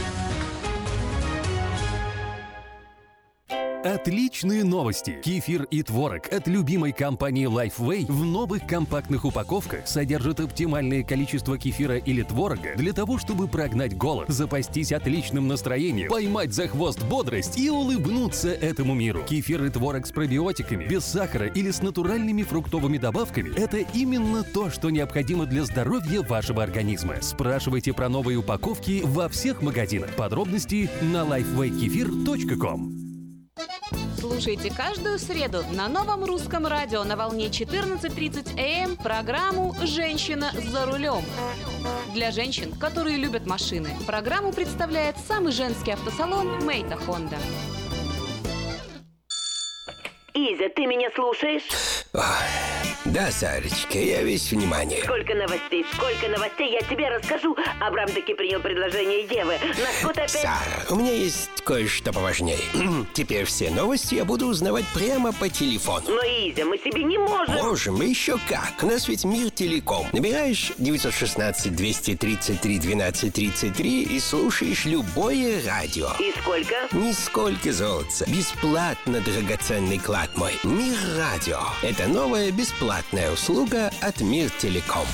[SPEAKER 15] Отличные новости! Кефир и творог от любимой компании Lifeway в новых компактных упаковках содержат оптимальное количество кефира или творога для того, чтобы прогнать голод, запастись отличным настроением, поймать за хвост бодрость и улыбнуться этому миру. Кефир и творог с пробиотиками, без сахара или с натуральными фруктовыми добавками – это именно то, что необходимо для здоровья вашего организма. Спрашивайте про новые упаковки во всех магазинах. Подробности на lifewaykefir.com.
[SPEAKER 16] Слушайте каждую среду на Новом русском радио на волне 14:30 АМ программу «Женщина за рулем». Для женщин, которые любят машины, программу представляет самый женский автосалон «Мейта Хонда».
[SPEAKER 17] Изя, ты меня слушаешь?
[SPEAKER 19] Да, Сарочка, я весь внимание.
[SPEAKER 17] Сколько новостей, я тебе расскажу. Абрам таки принял предложение Евы. Нас тут опять...
[SPEAKER 19] Сара, у меня есть кое-что поважнее. Теперь все новости я буду узнавать прямо по телефону.
[SPEAKER 17] Но, Изя, мы себе не можем.
[SPEAKER 19] Можем, еще как. У нас ведь Мир Телеком. Набираешь 916-233-1233 и слушаешь любое радио.
[SPEAKER 17] И сколько?
[SPEAKER 19] Нисколько золотца. Бесплатно, драгоценный клад мой. Мир Радио. Это новая бесплатная услуга от Мир Телеком.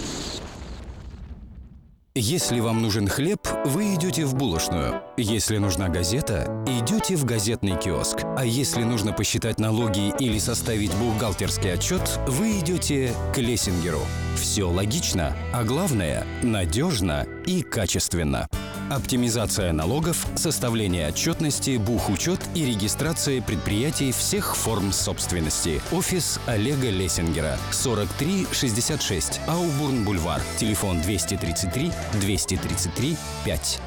[SPEAKER 25] Если вам нужен хлеб, вы идете в булочную. Если нужна газета, идете в газетный киоск. А если нужно посчитать налоги или составить бухгалтерский отчет, вы идете к Лессингеру. Все логично, а главное – надежно и качественно. Оптимизация налогов, составление отчетности, бухучет и регистрация предприятий всех форм собственности. Офис Олега Лессингера. 4366 Аубурн-Бульвар. Телефон 233 233 5.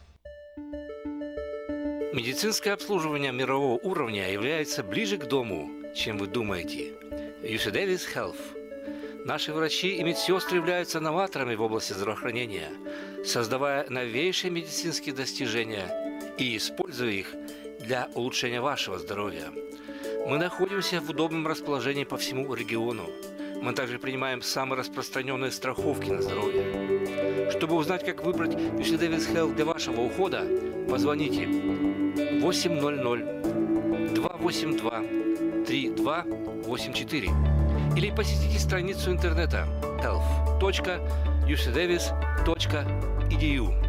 [SPEAKER 18] Медицинское обслуживание мирового уровня является ближе к дому, чем вы думаете. UC Davis Health. Наши врачи и медсестры являются новаторами в области здравоохранения, создавая новейшие медицинские достижения и используя их для улучшения вашего здоровья. Мы находимся в удобном расположении по всему региону. Мы также принимаем самые распространенные страховки на здоровье. Чтобы узнать, как выбрать UC Davis Health для вашего ухода, позвоните 800-282-3284 или посетите страницу интернета health.ucdavis.edu.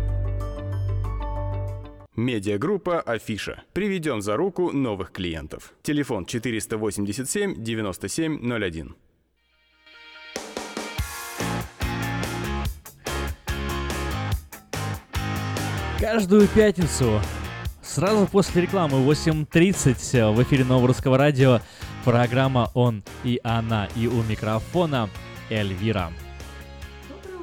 [SPEAKER 26] Медиагруппа «Афиша». Приведем за руку новых клиентов. Телефон 487 9701.
[SPEAKER 4] Каждую пятницу сразу после рекламы 8:30 в эфире Нового Русского Радио программа «Он и она», и у микрофона Эльвира.
[SPEAKER 27] Доброе утро, дорогие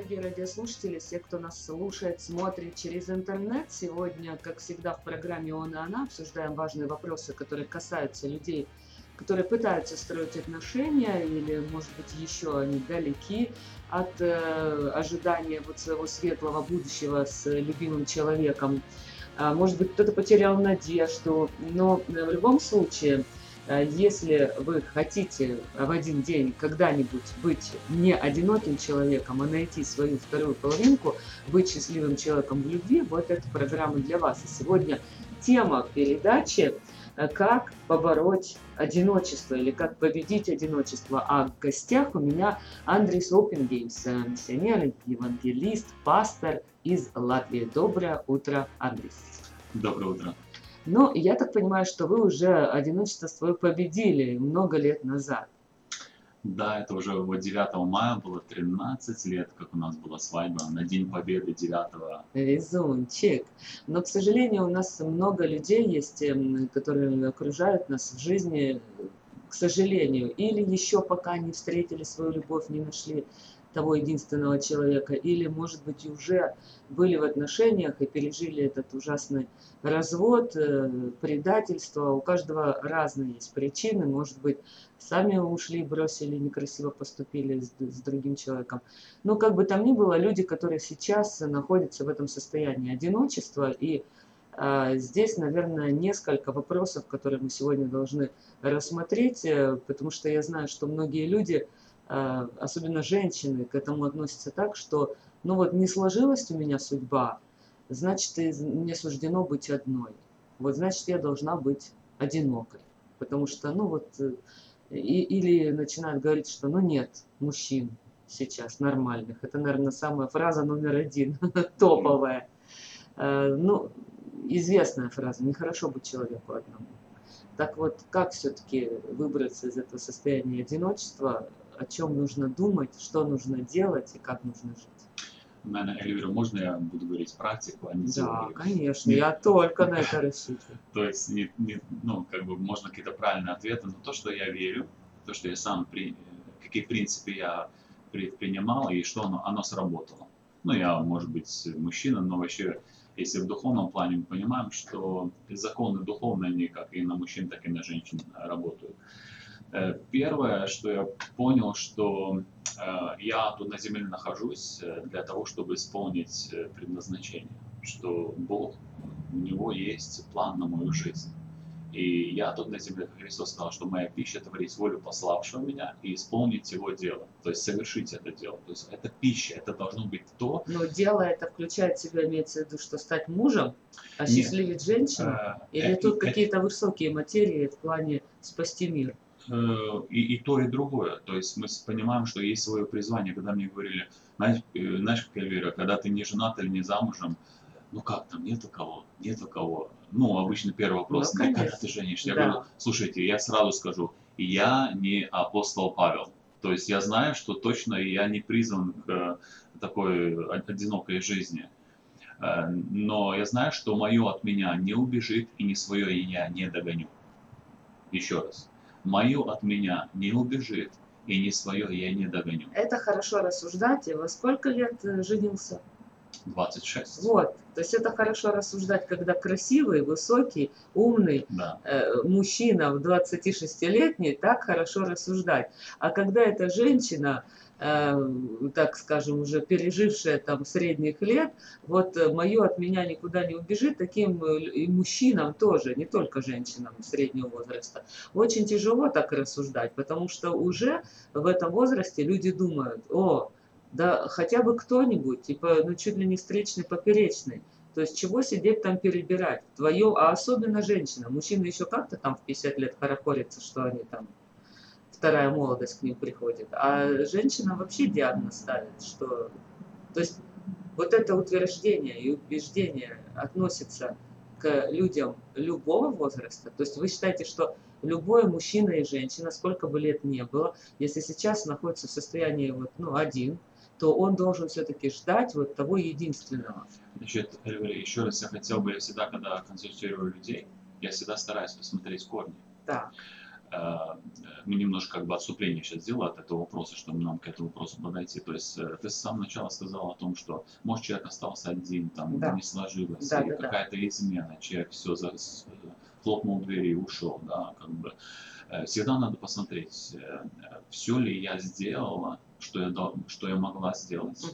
[SPEAKER 1] дорогие радиослушатели, все, кто нас слушает, смотрит через интернет. Сегодня, как всегда, в программе «Он и она» обсуждаем важные вопросы, которые касаются людей, которые пытаются строить отношения, или, может быть, еще они далеки от ожидания вот своего светлого будущего с любимым человеком. Может быть, кто-то потерял надежду, но в любом случае, если вы хотите в один день когда-нибудь быть не одиноким человеком, а найти свою вторую половинку, быть счастливым человеком в любви, вот эта программа для вас. И сегодня тема передачи «Как побороть одиночество» или «Как победить одиночество». А в гостях у меня Андрис Опенгеймс, миссионер, евангелист, пастор из Латвии. Доброе утро, Андрис.
[SPEAKER 5] Доброе утро.
[SPEAKER 1] Ну, я так понимаю, что вы уже одиночество свое победили много лет назад.
[SPEAKER 5] Да, это уже вот 9 мая было 13 лет, как у нас была свадьба, на День Победы 9-го.
[SPEAKER 1] Везунчик. Но, к сожалению, у нас много людей есть, которые окружают нас в жизни, к сожалению, или еще пока не встретили свою любовь, не нашли того единственного человека, или, может быть, уже были в отношениях и пережили этот ужасный развод, предательство. У каждого разные есть причины. Может быть, сами ушли, бросили, некрасиво поступили с другим человеком. Но как бы там ни было, люди, которые сейчас находятся в этом состоянии одиночества, и здесь, наверное, несколько вопросов, которые мы сегодня должны рассмотреть, потому что я знаю, что многие люди, особенно женщины, к этому относятся так, что ну вот не сложилась у меня судьба, значит, мне суждено быть одной. Вот значит, я должна быть одинокой. Потому что, ну вот, или начинают говорить, что ну нет мужчин сейчас нормальных. Это, наверное, самая фраза номер 1, топовая. Ну, известная фраза, нехорошо быть человеку одному. Так вот, как все-таки выбраться из этого состояния одиночества, о чем нужно думать, что нужно делать и как нужно жить?
[SPEAKER 5] Наверное, Эльвира, можно я буду говорить практику, а не теорию?
[SPEAKER 1] Да, конечно, я только на это рассчитываю.
[SPEAKER 5] То есть, ну, как бы, можно какие-то правильные ответы, но то, что я верю, то, что я сам, какие принципы я принимал и что оно сработало. Ну, я, может быть, мужчина, но вообще, если в духовном плане мы понимаем, что законы духовные, они как и на мужчин, так и на женщин работают. Первое, что я понял, что я тут на земле нахожусь для того, чтобы исполнить предназначение, что Бог, у Него есть план на мою жизнь. И я тут на земле, как Христос сказал, что моя пища творить волю пославшего меня и исполнить Его дело, то есть совершить это дело. То есть это пища, это должно быть то.
[SPEAKER 1] Но дело это включает в себя, имеется в виду, что стать мужем, осчастливить женщину, или тут какие-то высокие материи в плане спасти мир?
[SPEAKER 5] И то, и другое. То есть мы понимаем, что есть свое призвание. Когда мне говорили, знаешь, как Эльвира, когда ты не женат или не замужем, ну как там, нету кого. Ну, обычно первый вопрос, ну, когда ты женишься? Я говорю, слушайте, я сразу скажу, я не апостол Павел. То есть я знаю, что точно я не призван к такой одинокой жизни. Но я знаю, что мое от меня не убежит, и не свое я не догоню. Еще раз. Мое от меня не убежит, и не свое я не догоню.
[SPEAKER 1] Это хорошо рассуждать. И во сколько лет женился?
[SPEAKER 5] 26.
[SPEAKER 1] Вот. То есть это хорошо рассуждать, когда красивый, высокий, умный мужчина в 26-летний, так хорошо рассуждать. А когда эта женщина, так скажем, уже пережившая там средних лет, вот мое от меня никуда не убежит, таким и мужчинам тоже, не только женщинам среднего возраста, очень тяжело так рассуждать, потому что уже в этом возрасте люди думают, да хотя бы кто-нибудь, типа, ну чуть ли не встречный, поперечный. То есть чего сидеть там перебирать? Твое, а особенно женщина. Мужчина еще как-то там в 50 лет хорохорится, что они там, вторая молодость к ним приходит. А женщина вообще диагноз ставит, что... То есть вот это утверждение и убеждение относится к людям любого возраста. То есть вы считаете, что любой мужчина и женщина, сколько бы лет ни было, если сейчас находится в состоянии вот, ну, один, то он должен все-таки ждать вот того единственного.
[SPEAKER 5] Значит, еще раз я хотел бы, я всегда, когда консультирую людей, я всегда стараюсь посмотреть корни.
[SPEAKER 1] Да.
[SPEAKER 5] мы немножко как бы отступление сейчас сделали от этого вопроса, чтобы нам к этому вопросу подойти. То есть ты с самого начала сказал о том, что, может, человек остался один, там, не сложилось, или какая-то измена, человек все хлопнул дверь и ушел, да, как бы. Всегда надо посмотреть, все ли я сделала, что я могла сделать.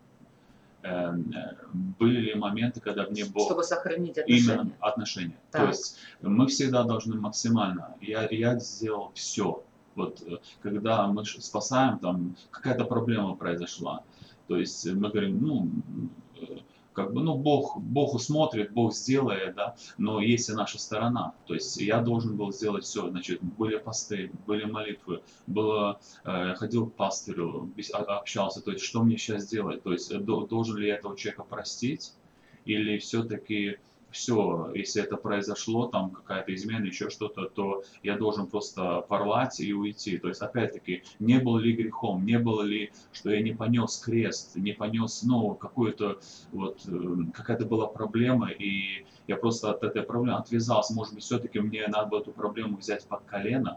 [SPEAKER 5] Были ли моменты, когда мне Бог...
[SPEAKER 6] Чтобы сохранить отношения.
[SPEAKER 5] Именно отношения. То есть мы всегда должны максимально... Я сделал все. Вот когда мы спасаем, там какая-то проблема произошла. То есть мы говорим, как бы, Бог усмотрит, Бог сделает, да, но есть и наша сторона. То есть я должен был сделать все. Значит, были посты, были молитвы, ходил к пастырю, общался. То есть что мне сейчас делать? То есть должен ли я этого человека простить? Или все-таки все, если это произошло, там какая-то измена, еще что-то, то я должен просто порвать и уйти. То есть, опять-таки, не был ли грехом, не было ли, что я не понес крест, не понес, какую-то, какая-то была проблема, и я просто от этой проблемы отвязался. Может быть, все-таки мне надо было эту проблему взять под колено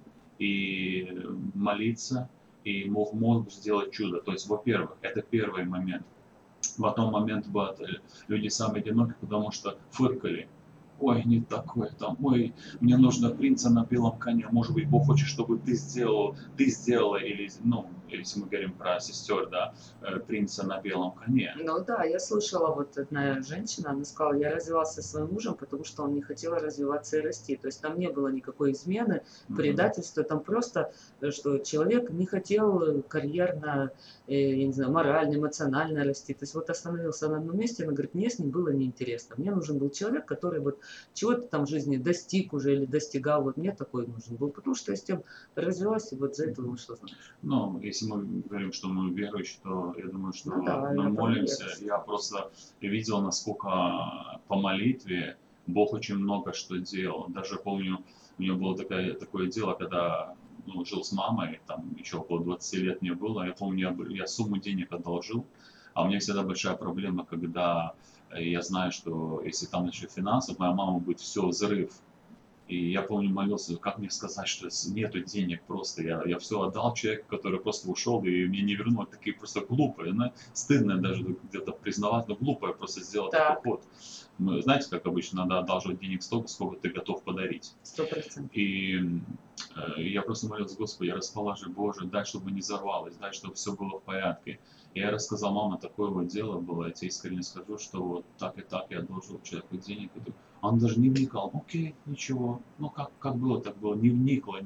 [SPEAKER 5] и молиться, и мог сделать чудо. То есть, во-первых, это первый момент. В том момент люди самые одинокие, потому что фыркали. Ой, не такой там, ой, мне нужно принца на белом коне, может быть, Бог хочет, чтобы ты сделала, или, если мы говорим про сестер, да, принца на белом коне.
[SPEAKER 6] Я слышала, одна женщина, она сказала, я развелась со своим мужем, потому что он не хотел развиваться и расти. То есть там не было никакой измены, предательства, там просто, что человек не хотел карьерно, я не знаю, морально, эмоционально расти. То есть остановился на одном месте, она говорит, мне с ним было неинтересно. Мне нужен был человек, который чего-то там в жизни достиг уже или достигал, мне такой нужен был, потому что я с тем развелась, и за это вышла замуж.
[SPEAKER 5] Если мы говорим, что мы верующие, то я думаю, что мы молимся. Я просто видел, насколько по молитве Бог очень много что делал. Даже помню, у меня было такое дело, когда жил с мамой, там еще около 20 лет мне было, я помню, я сумму денег одолжил, а у меня всегда большая проблема, когда я знаю, что если там насчет финансов, моя мама будет все взрыв. И я помню, молился, как мне сказать, что нету денег просто. Я все отдал человеку, который просто ушел, и мне не вернул. Такие просто глупые. Стыдно даже где-то признавать, но глупое просто сделать такой ход. Знаете, как обычно, надо одалживать денег столько, сколько ты готов подарить.
[SPEAKER 6] 100%.
[SPEAKER 5] И я просто молился, Господи, расположи, Боже, дай, чтобы не взорвалось, дай, чтобы все было в порядке. И я рассказал, мама, такое дело было, я тебе искренне скажу, что так и так я одолжил человеку денег. Он даже не вникал, окей, ничего, как было, так было, не вникло,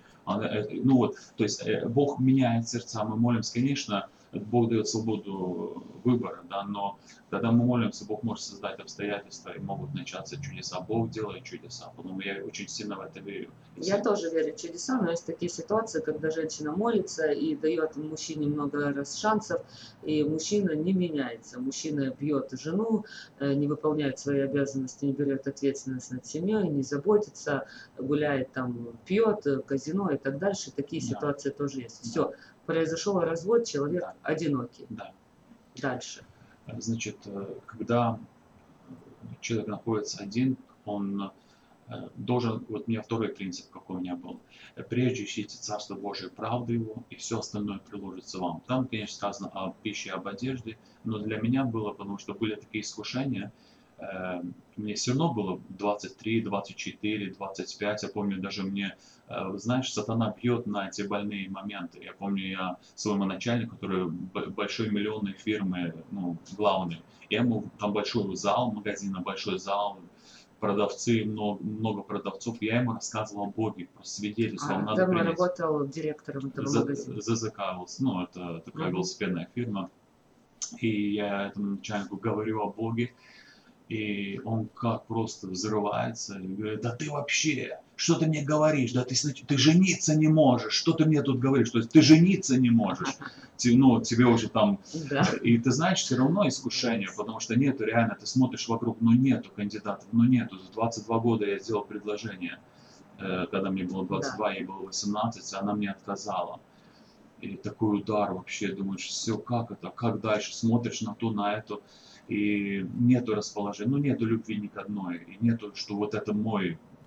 [SPEAKER 5] то есть Бог меняет сердца, мы молимся, конечно, Бог дает свободу выбора, да, но когда мы молимся, Бог может создать обстоятельства и могут начаться чудеса. Бог делает чудеса, потому я очень сильно в это верю.
[SPEAKER 6] Я тоже верю в чудеса, но есть такие ситуации, когда женщина молится и дает мужчине много раз шансов, и мужчина не меняется. Мужчина бьет жену, не выполняет свои обязанности, не берет ответственность над семьей, не заботится, гуляет там, пьет, казино и так дальше. Такие ситуации тоже есть. Все. Произошел развод, человек одинокий. Дальше.
[SPEAKER 5] Значит, когда человек находится один, он должен, у меня второй принцип, какой у меня был. Прежде ищите Царство Божие, правду Его, и все остальное приложится вам. Там, конечно, сказано о пище, об одежде, но для меня было, потому что были такие искушения, мне все равно было 23, 24, 25. Я помню, даже мне, знаешь, сатана бьет на эти больные моменты. Я помню, я своему начальнику, который большой миллионной фирмы, главный, я ему там большой зал магазина, большой зал, продавцы, много продавцов. Я ему рассказывал о Боге, про свидетельство.
[SPEAKER 6] Ты работал директором этого магазина?
[SPEAKER 5] ЗЗК, это такая велосипедная фирма. И я этому начальнику говорю о Боге. И он как просто взрывается и говорит, да ты вообще, что ты мне говоришь, да ты жениться не можешь, что ты мне тут говоришь, то есть ты жениться не можешь, тебе уже там, и ты знаешь, все равно искушение, потому что нету, реально, ты смотришь вокруг, нету кандидатов, нету, за 22 года я сделал предложение, когда мне было 22, ей было 18, она мне отказала. И такой удар вообще, думаешь, все, как это, как дальше, смотришь на ту, на эту. И нету расположения, нету любви ни к одной, и нету, что это мой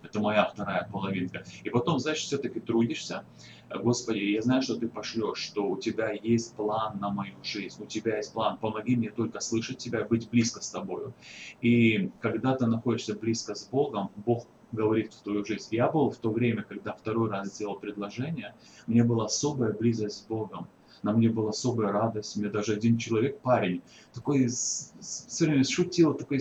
[SPEAKER 5] Это моя вторая половинка. И потом, знаешь, все-таки трудишься. Господи, я знаю, что Ты пошлешь, что у Тебя есть план на мою жизнь, у Тебя есть план. Помоги мне только слышать Тебя, быть близко с Тобою. И когда ты находишься близко с Богом, Бог говорит в твою жизнь. Я был в то время, когда второй раз сделал предложение, мне была особая близость с Богом. На мне была особая радость. Мне даже один человек, парень, такой все время шутил, такой,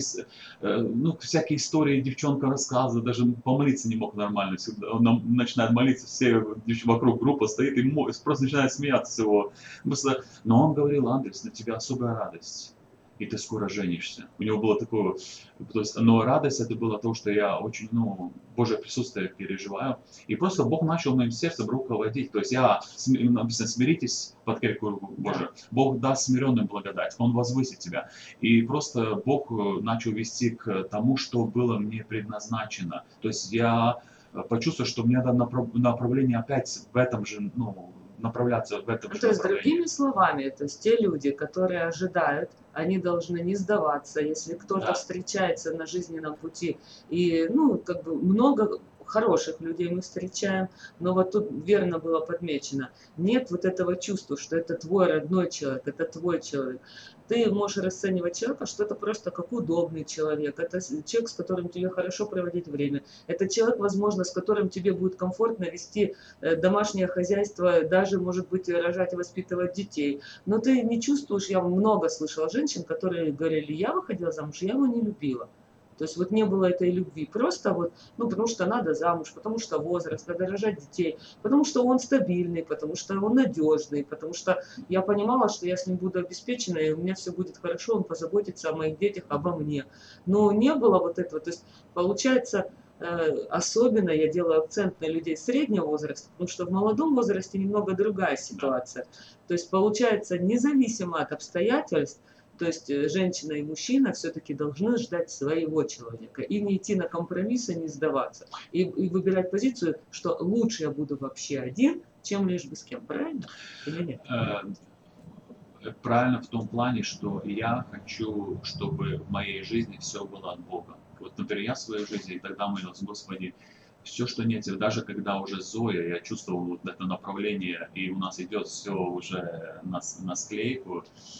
[SPEAKER 5] ну, всякие истории девчонка рассказывает, даже помолиться не мог нормально. Он начинает молиться, все вокруг группа стоит и просто начинает смеяться всего. Но он говорил: Андрес, на тебя особая радость. И ты скоро женишься. У него было такое, то есть, но радость это было то, что я очень, Божье присутствие переживаю. И просто Бог начал моим сердцем руководить. То есть написано, смиритесь под крепкую руку Божию. Бог даст смиренным благодать, Он возвысит тебя. И просто Бог начал вести к тому, что было мне предназначено. То есть я почувствовал, что мне надо направление опять в этом же, направляться в этом же
[SPEAKER 6] То есть,
[SPEAKER 5] направлении.
[SPEAKER 6] другими словами, то есть те люди, которые ожидают, они должны не сдаваться, если кто-то встречается на жизненном пути. И, много хороших людей мы встречаем, но вот тут верно было подмечено. Нет вот этого чувства, что это твой родной человек, это твой человек. Ты можешь расценивать человека, что это просто как удобный человек, это человек, с которым тебе хорошо проводить время, это человек, возможно, с которым тебе будет комфортно вести домашнее хозяйство, даже, может быть, рожать и воспитывать детей. Но ты не чувствуешь, я много слышала женщин, которые говорили: я выходила замуж, я его не любила. То есть вот не было этой любви, просто потому что надо замуж, потому что возраст, надо рожать детей, потому что он стабильный, потому что он надежный, потому что я понимала, что я с ним буду обеспечена, и у меня все будет хорошо, он позаботится о моих детях, обо мне. Но не было вот этого, то есть получается, особенно я делаю акцент на людей среднего возраста, потому что в молодом возрасте немного другая ситуация. То есть получается, независимо от обстоятельств, то есть женщина и мужчина все-таки должны ждать своего человека и не идти на компромиссы, не сдаваться. И выбирать позицию, что лучше я буду вообще один, чем лишь бы с кем. Правильно или нет?
[SPEAKER 5] Правильно в том плане, что я хочу, чтобы в моей жизни все было от Бога. Вот, например, я в своей жизни, и тогда молился: Господи, все, что нет, даже когда уже Зоя, я чувствовал вот это направление, и у нас идет все уже на склейку,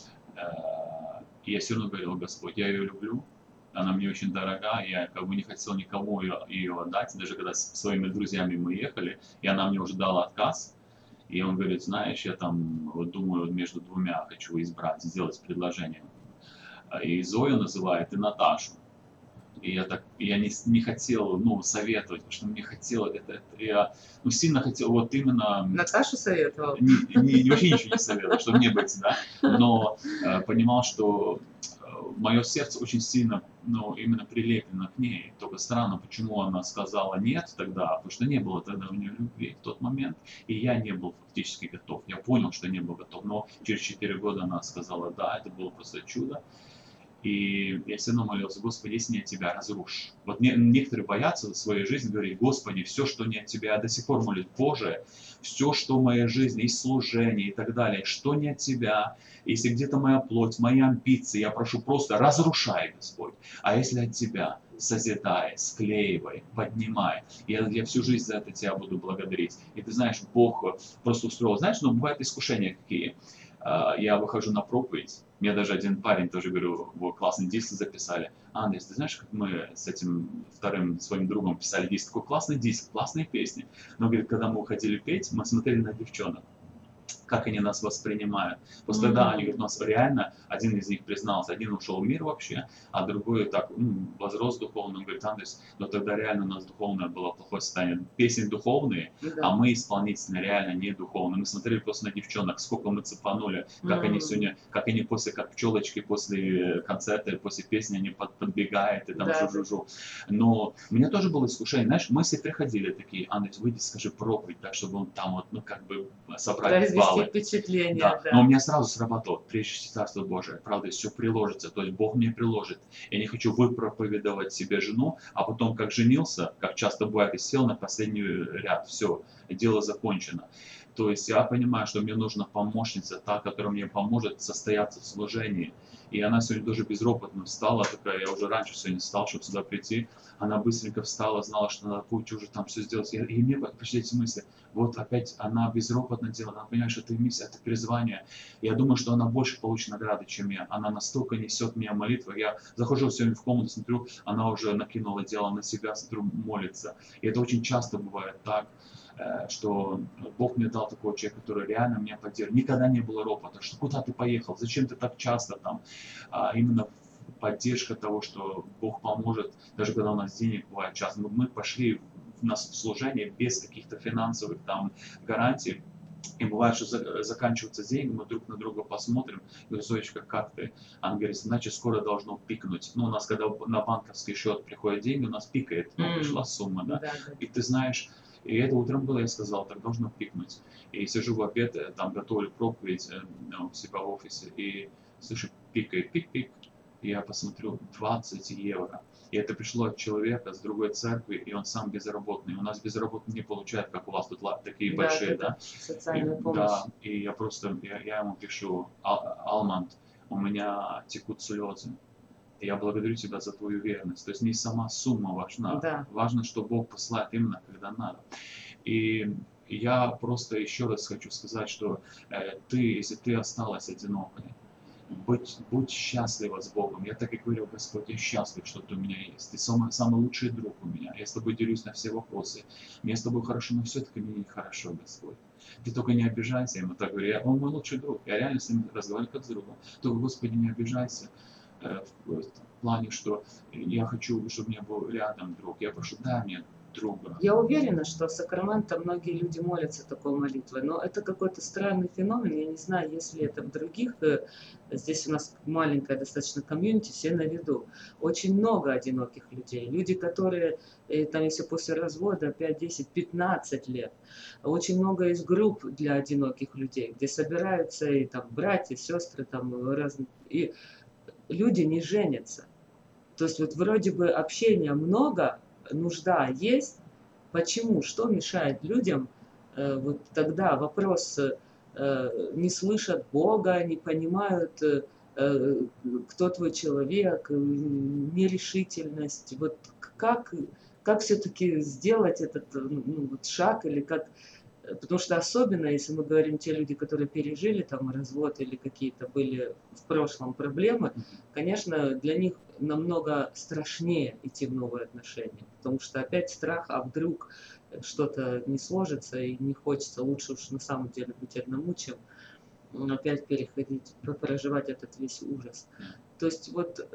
[SPEAKER 5] я все равно говорил: Господь, я ее люблю, она мне очень дорога, я не хотел никому ее отдать, даже когда с своими друзьями мы ехали, и она мне уже дала отказ, и он говорит: знаешь, я думаю, между двумя хочу избрать, сделать предложение. И Зою называет, и Наташу. И я не хотел, советовать, потому что мне хотелось, я сильно хотел, вот именно...
[SPEAKER 6] Наташу советовал?
[SPEAKER 5] Вообще ничего не советовал, чтобы не быть, да, но понимал, что мое сердце очень сильно, именно прилеплено к ней. Только странно, почему она сказала нет тогда, потому что не было тогда у нее любви в тот момент, и я не был фактически готов. Я понял, что не был готов, но через 4 года она сказала да, это было просто чудо. И я все равно молился: Господи, если не от Тебя, разрушь. Вот некоторые боятся в своей жизни говорить: Господи, все, что не от Тебя, я до сих пор молюсь: Боже, все, что в моей жизни, и служение, и так далее, что не от Тебя, если где-то моя плоть, мои амбиции, я прошу просто разрушай, Господь. А если от Тебя, созидай, склеивай, поднимай. Я всю жизнь за это Тебя буду благодарить. И ты знаешь, Бог просто устроил. Знаешь, бывают искушения какие. Я выхожу на проповедь, мне даже один парень тоже, говорю, классный диск записали. Андрес, ты знаешь, как мы с этим вторым своим другом писали диск? Такой классный диск, классные песни. Но, говорит, когда мы уходили петь, мы смотрели на девчонок, как они нас воспринимают. После тогда они говорят: у нас реально, один из них признался, один ушел в мир вообще, а другой так, возрос духовно. Он говорит: Андрес, но тогда реально у нас духовное было плохое состояние. Песни духовные, а мы исполнительно реально не духовные. Мы смотрели просто на девчонок, сколько мы цепанули, как они сегодня, как они как пчелочки после концерта, после песни они подбегают и там жу-жу-жу. Но у меня тоже было искушение. Знаешь, мы все приходили такие: Андрес, выйди, скажи проповедь, так, чтобы он там собрать баллы.
[SPEAKER 6] Впечатление,
[SPEAKER 5] да. Но у меня сразу сработало: прежде Царство Божие, правда, все приложится, то есть Бог мне приложит. Я не хочу выпроповедовать себе жену, а потом, как женился, как часто бывает, и сел на последний ряд, все, дело закончено. То есть я понимаю, что мне нужна помощница, та, которая мне поможет состояться в служении. И она сегодня тоже безропотно встала, такая, я уже раньше сегодня встал, чтобы сюда прийти. Она быстренько встала, знала, что надо путь уже там все сделать. И мне пришли эти мысли. Вот опять она безропотно делает, она понимает, что это миссия, это призвание. Я думаю, что она больше получит награды, чем я. Она настолько несет меня молитву. Я захожу сегодня в комнату, смотрю, она уже накинула дело на себя, смотрю, молится. И это очень часто бывает так, что Бог мне дал такого человека, который реально меня поддерживает. Никогда не было ропота, что куда ты поехал, зачем ты так часто там. Именно поддержка того, что Бог поможет, даже когда у нас денег бывает часто. Мы пошли в служение без каких-то финансовых там гарантий. И бывает, что заканчиваются деньги, мы друг на друга посмотрим, говорю, Зоечка, как ты? Она говорит, значит, скоро должно пикнуть. Ну, у нас, когда на банковский счет приходят деньги, у нас пикает, пришла сумма, да? И ты знаешь, и это утром было, я сказал, так должно пикнуть. И сижу в обед, там готовлю проповедь у себя в офисе, и слышу, пикает, пик-пик. И я посмотрю, 20 евро. И это пришло от человека с другой церкви, и он сам безработный. У нас безработный не получает, как у вас тут такие большие, да?
[SPEAKER 6] Социальная помощь.
[SPEAKER 5] Да, и я просто, я ему пишу, Алманд, у меня текут слезы. Я благодарю тебя за твою верность. То есть не сама сумма важна.
[SPEAKER 6] Да.
[SPEAKER 5] Важно, что Бог посылает именно, когда надо. И я просто еще раз хочу сказать, что если ты осталась одинокой, будь счастлива с Богом. Я так и говорил, Господь, я счастлив, что ты у меня есть. Ты самый лучший друг у меня. Я с тобой делюсь на все вопросы. Мне с тобой хорошо, но все-таки мне нехорошо, Господь. Ты только не обижайся. Я ему так говорю, он мой лучший друг. Я реально с ним разговариваю как с другом. Только, Господи, не обижайся. В плане, что я хочу, чтобы у меня был рядом друг. Я прошу, дай мне друга.
[SPEAKER 6] Я уверена, что в Сакраменто многие люди молятся такой молитвой, но это какой-то странный феномен, я не знаю, есть ли это в других. Здесь у нас маленькая достаточно комьюнити, все на виду. Очень много одиноких людей, люди, которые, там, если после развода 5, 10, 15 лет. Очень много есть групп для одиноких людей, где собираются и там братья, сестры, там разные, и люди не женятся. То есть вот вроде бы общения много, нужда есть. Почему? Что мешает людям? Вот тогда вопрос, не слышат Бога, не понимают, кто твой человек, нерешительность. Вот как все-таки сделать этот вот шаг или как? Потому что особенно, если мы говорим те люди, которые пережили там развод или какие-то были в прошлом проблемы, конечно, для них намного страшнее идти в новые отношения. Потому что опять страх, а вдруг что-то не сложится и не хочется, лучше уж на самом деле быть одному, чем опять переходить, проживать этот весь ужас. То есть вот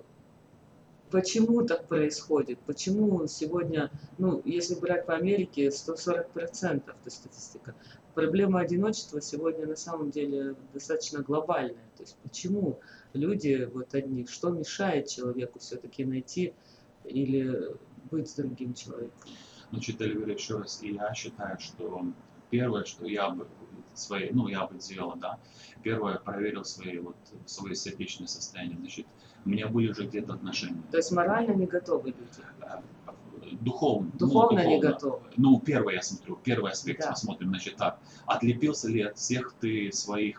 [SPEAKER 6] почему так происходит? Почему сегодня, если брать по Америке, 140%, то есть статистика, проблема одиночества сегодня на самом деле достаточно глобальная. То есть почему люди вот одни, что мешает человеку все-таки найти или быть с другим человеком?
[SPEAKER 5] Значит, я говорю еще раз, и я считаю, что первое, что я бы делал, да, первое, проверил свои сердечные состояния. Значит, у меня были уже где-то отношения.
[SPEAKER 6] То есть морально не готовы люди?
[SPEAKER 5] Духовно
[SPEAKER 6] не готовы.
[SPEAKER 5] Первый аспект мы смотрим, значит, так, отлепился ли от всех ты своих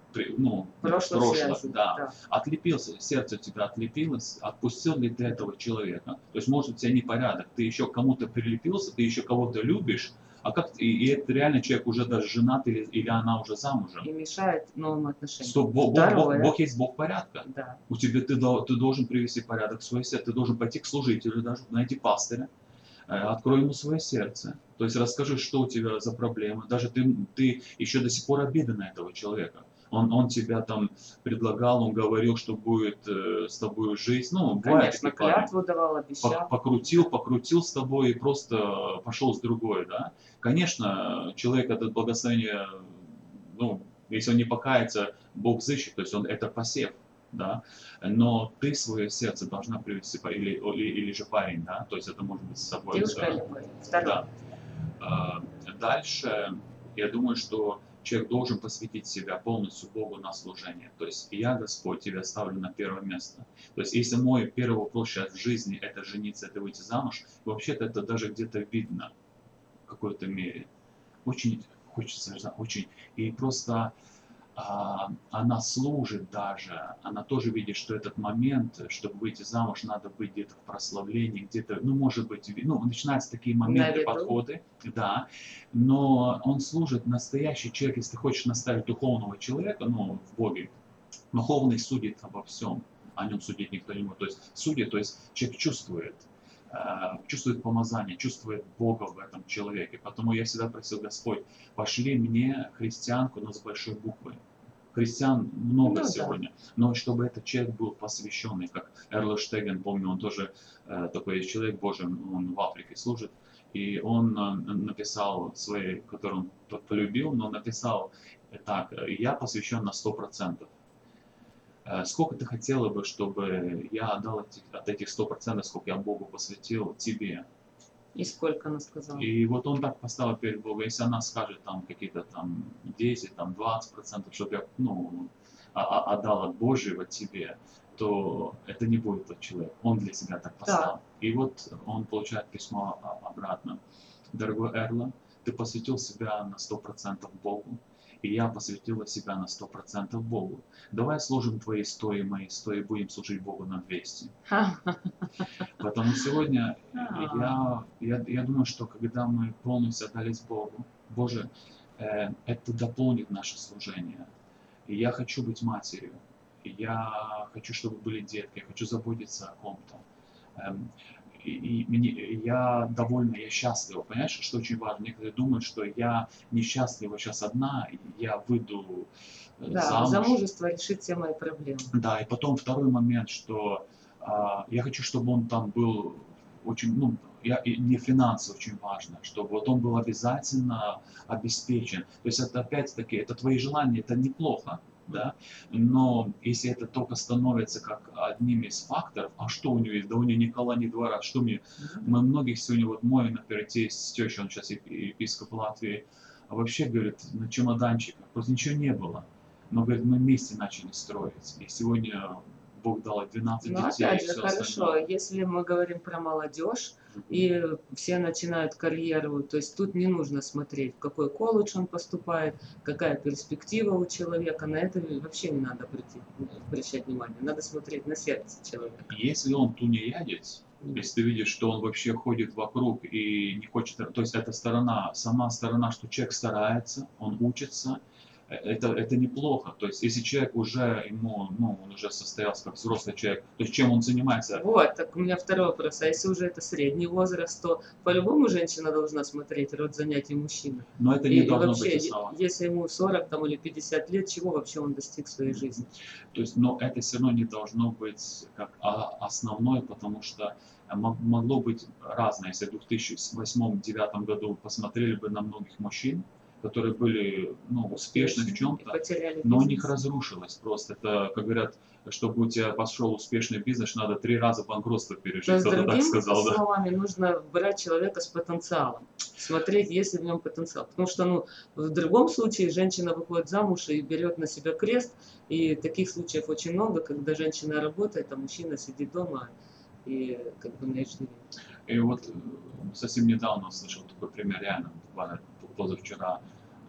[SPEAKER 5] прошлых, да. Отлепился, сердце у тебя отлепилось, отпустил ли ты этого человека? То есть, может, у тебя непорядок, ты еще кому-то прилепился, ты еще кого-то любишь, и это реально человек уже даже женат или она уже замужем.
[SPEAKER 6] И мешает новым отношениям.
[SPEAKER 5] Что Бог есть Бог порядка.
[SPEAKER 6] Да.
[SPEAKER 5] У тебя ты должен привести порядок в свое сердце, ты должен пойти к служителю, даже найти пастыря, открой ему свое сердце. То есть расскажи, что у тебя за проблемы. Даже ты еще до сих пор обидан на этого человека. Он тебя там предлагал, он говорил, что будет с тобой жить.
[SPEAKER 6] Конечно, клятву давал, обещал.
[SPEAKER 5] Покрутил с тобой и просто пошел с другой, да. Конечно, человек это благословение, если он не покается, Бог взыщет, то есть это посев, да. Но ты свое сердце должна привести, или же парень, да, то есть это может быть с собой.
[SPEAKER 6] Девушка или парень. Второй.
[SPEAKER 5] Да. Дальше, я думаю, что человек должен посвятить себя полностью Богу на служение. То есть я, Господь, тебя ставлю на первое место. То есть если мой первый вопрос сейчас в жизни это жениться, это выйти замуж, вообще-то это даже где-то видно в какой-то мере. Очень хочется очень. И просто она служит даже, она тоже видит, что этот момент, чтобы выйти замуж, надо быть где-то в прославлении, где-то, ну, может быть, ну, начинаются такие моменты, подходы, да, но он служит, настоящий человек, если ты хочешь наставить духовного человека, ну, в Боге, духовный судит обо всем, о нем судить никто не может, то есть судит, то есть человек чувствует помазание, чувствует Бога в этом человеке. Потому я всегда просил: Господь, пошли мне христианку, но с большой буквы. Христиан много сегодня, но чтобы этот человек был посвященный, как Эрл Штеген, помню, он тоже такой человек Божий, он в Африке служит, и он написал свои, которые он полюбил, но написал так: я посвящен на 100%. Сколько ты хотела бы, чтобы я отдал от этих 100%, сколько я Богу посвятил тебе?
[SPEAKER 6] И сколько она сказала?
[SPEAKER 5] И вот он так поставил перед Богом, если она скажет там какие-то там 10, там 20%, чтобы я, ну, отдал от Божьего тебе, то это не будет тот человек. Он для себя так поставил. Да. И вот он получает письмо обратно. Дорогой Эрла, ты посвятил себя на 100% Богу. И я посвятила себя на 100% Богу. Давай служим твои 100 и мои 100, и будем служить Богу на 200. Потому сегодня я думаю, что когда мы полностью отдались Богу, Боже, это дополнит наше служение. И я хочу быть матерью. И я хочу, чтобы были детки. Я хочу заботиться о ком-то. И я довольна, я счастлива. Понимаешь, что очень важно? Некоторые думают, что я несчастлива сейчас одна, я выйду замуж.
[SPEAKER 6] Замужество решит все мои проблемы.
[SPEAKER 5] Да, и потом второй момент, что я хочу, чтобы он там был очень, ну, не финансово очень важно, чтобы вот он был обязательно обеспечен. То есть это опять-таки, это твои желания, это неплохо. Да? Но если это только становится как одним из факторов, а что у него есть? Да у него ни кола, ни двора, что мне? Мы многих сегодня, вот мой, например, тесть, теща, он сейчас епископ Латвии, вообще, говорит, на чемоданчиках, просто ничего не было. Но, говорит, мы вместе начали строить. И сегодня Бог дал 12 детей.
[SPEAKER 6] Опять же, хорошо, если мы говорим про молодежь, и все начинают карьеру, то есть тут не нужно смотреть, в какой колледж он поступает, какая перспектива у человека, на это вообще не надо обращать внимание, надо смотреть на сердце человека.
[SPEAKER 5] Если он тунеядец, если ты видишь, что он вообще ходит вокруг и не хочет, то есть эта сторона, сама сторона, что человек старается, он учится, это неплохо. То есть, если человек уже, ему, ну, он уже состоялся как взрослый человек, то есть, чем он занимается?
[SPEAKER 6] Вот, так у меня второй вопрос. А если уже это средний возраст, то по-любому женщина должна смотреть род занятий мужчины.
[SPEAKER 5] Но это не должно
[SPEAKER 6] вообще,
[SPEAKER 5] быть основа.
[SPEAKER 6] Если ему 40 там, или 50 лет, чего вообще он достиг в своей жизни?
[SPEAKER 5] То есть, но это все равно не должно быть как основное, потому что могло быть разное. Если в 2008-2009 году посмотрели бы на многих мужчин, которые были, ну, успешны в чем-то, но у них разрушилось просто. Это, как говорят, чтобы у тебя пошел успешный бизнес, надо 3 раза банкротство пережить.
[SPEAKER 6] Другими словами, нужно брать человека с потенциалом, смотреть, есть ли в нем потенциал. Потому что, ну, в другом случае женщина выходит замуж и берет на себя крест, и таких случаев очень много, когда женщина работает, а мужчина сидит дома и как бы на иждивении.
[SPEAKER 5] И вот совсем недавно слышал такой пример, реально, буквально позавчера,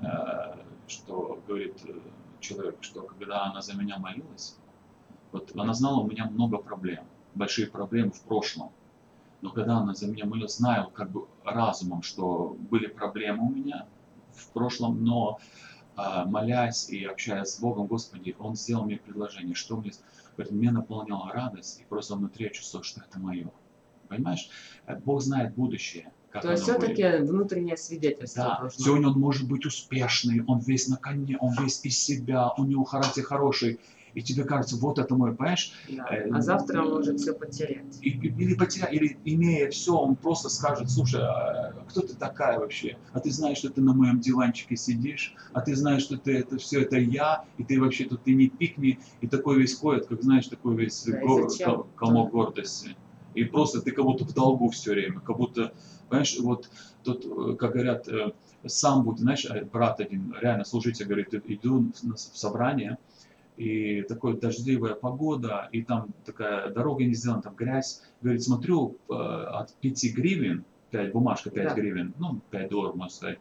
[SPEAKER 5] что говорит человек, что когда она за меня молилась, вот она знала, у меня много проблем, большие проблемы в прошлом. Но когда она за меня молилась, знаю как бы разумом, что были проблемы у меня в прошлом, но молясь и общаясь с Богом, Господи, Он сделал мне предложение, что мне, говорит, меня наполняла радость, и просто внутри я чувствовал, что это мое. Понимаешь? Бог знает будущее.
[SPEAKER 6] То есть все-таки внутреннее свидетельство.
[SPEAKER 5] Да,
[SPEAKER 6] должно.
[SPEAKER 5] Сегодня он может быть успешный, он весь на коне, он весь из себя, у него характер хороший. И тебе кажется, вот это мой, понимаешь?
[SPEAKER 6] Да. А завтра он может все потерять.
[SPEAKER 5] Или потерять, или имея все, он просто скажет, слушай, а кто ты такая вообще? А ты знаешь, что ты на моем диванчике сидишь? А ты знаешь, что ты это все это я? И ты вообще тут ты не пикни? И такой весь ходит, как знаешь, такой весь комок гордости. И просто ты как будто в долгу все время, как будто, понимаешь, вот тут, как говорят, сам будет, знаешь, брат один, реально служитель, говорит, иду в собрание, и такая дождливая погода, и там такая дорога не сделана, там грязь, говорит, смотрю, от 5 гривен, 5, бумажка 5 гривен, ну, $5, можно сказать,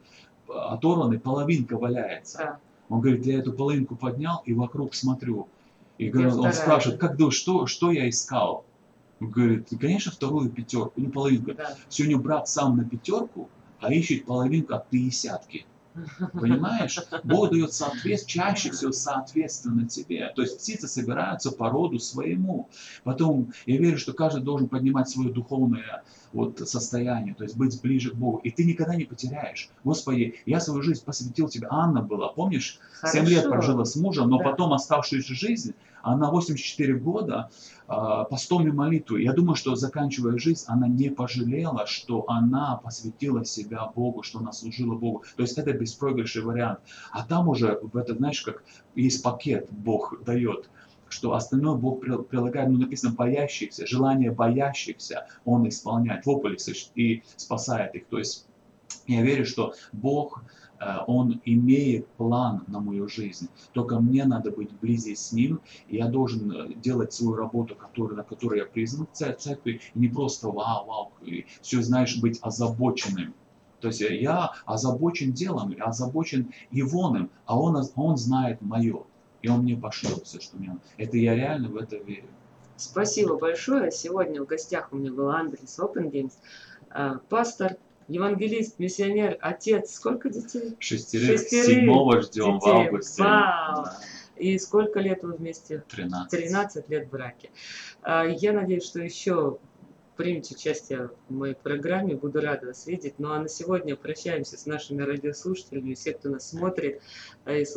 [SPEAKER 5] оторванный, половинка валяется.
[SPEAKER 6] Да.
[SPEAKER 5] Он говорит, я эту половинку поднял и вокруг смотрю. И
[SPEAKER 6] Где
[SPEAKER 5] он
[SPEAKER 6] вторая?
[SPEAKER 5] спрашивает, как думаешь, что я искал? Он говорит, конечно, вторую пятерку, ну половинку.
[SPEAKER 6] Да.
[SPEAKER 5] Сегодня брат сам на пятерку, а ищет половинку от 50-ки. Понимаешь? Бог дает чаще всего соответственно тебе. То есть птицы собираются по роду своему. Потом я верю, что каждый должен поднимать свое духовное состояние, то есть быть ближе к Богу. И ты никогда не потеряешь. Господи, я свою жизнь посвятил тебе. Анна была, помнишь?
[SPEAKER 6] Хорошо.
[SPEAKER 5] 7 лет прожила с мужем, но
[SPEAKER 6] Да.
[SPEAKER 5] потом оставшуюся жизнь, она 84 года постом и молитвой. Я думаю, что заканчивая жизнь, она не пожалела, что она посвятила себя Богу, что она служила Богу. То есть это беспроигрышный вариант. А там уже, знаешь, как есть пакет Бог дает, что остальное Бог прилагает, написано, боящихся, желание боящихся Он исполняет, вопль и спасает их. То есть я верю, что Бог, Он имеет план на мою жизнь. Только мне надо быть вблизи с Ним, и я должен делать свою работу, на которую я призван в церкви, и не просто вау, и все, знаешь, быть озабоченным. То есть я озабочен делом, я озабочен Ивоном, а он знает мое. И он мне пошлет все, что мне надо. Это я реально в это верю.
[SPEAKER 6] Спасибо большое. Сегодня в гостях у меня был Андрис Оппенгеймс, пастор, евангелист, миссионер, отец. Сколько детей?
[SPEAKER 5] 6. 7-го ждем в августе.
[SPEAKER 6] Вау!
[SPEAKER 5] Да.
[SPEAKER 6] И сколько лет вы вместе?
[SPEAKER 5] 13.
[SPEAKER 6] 13 лет в браке. Я надеюсь, что еще примите участие в моей программе. Буду рада вас видеть. Ну а на сегодня прощаемся с нашими радиослушателями, все, кто нас смотрит.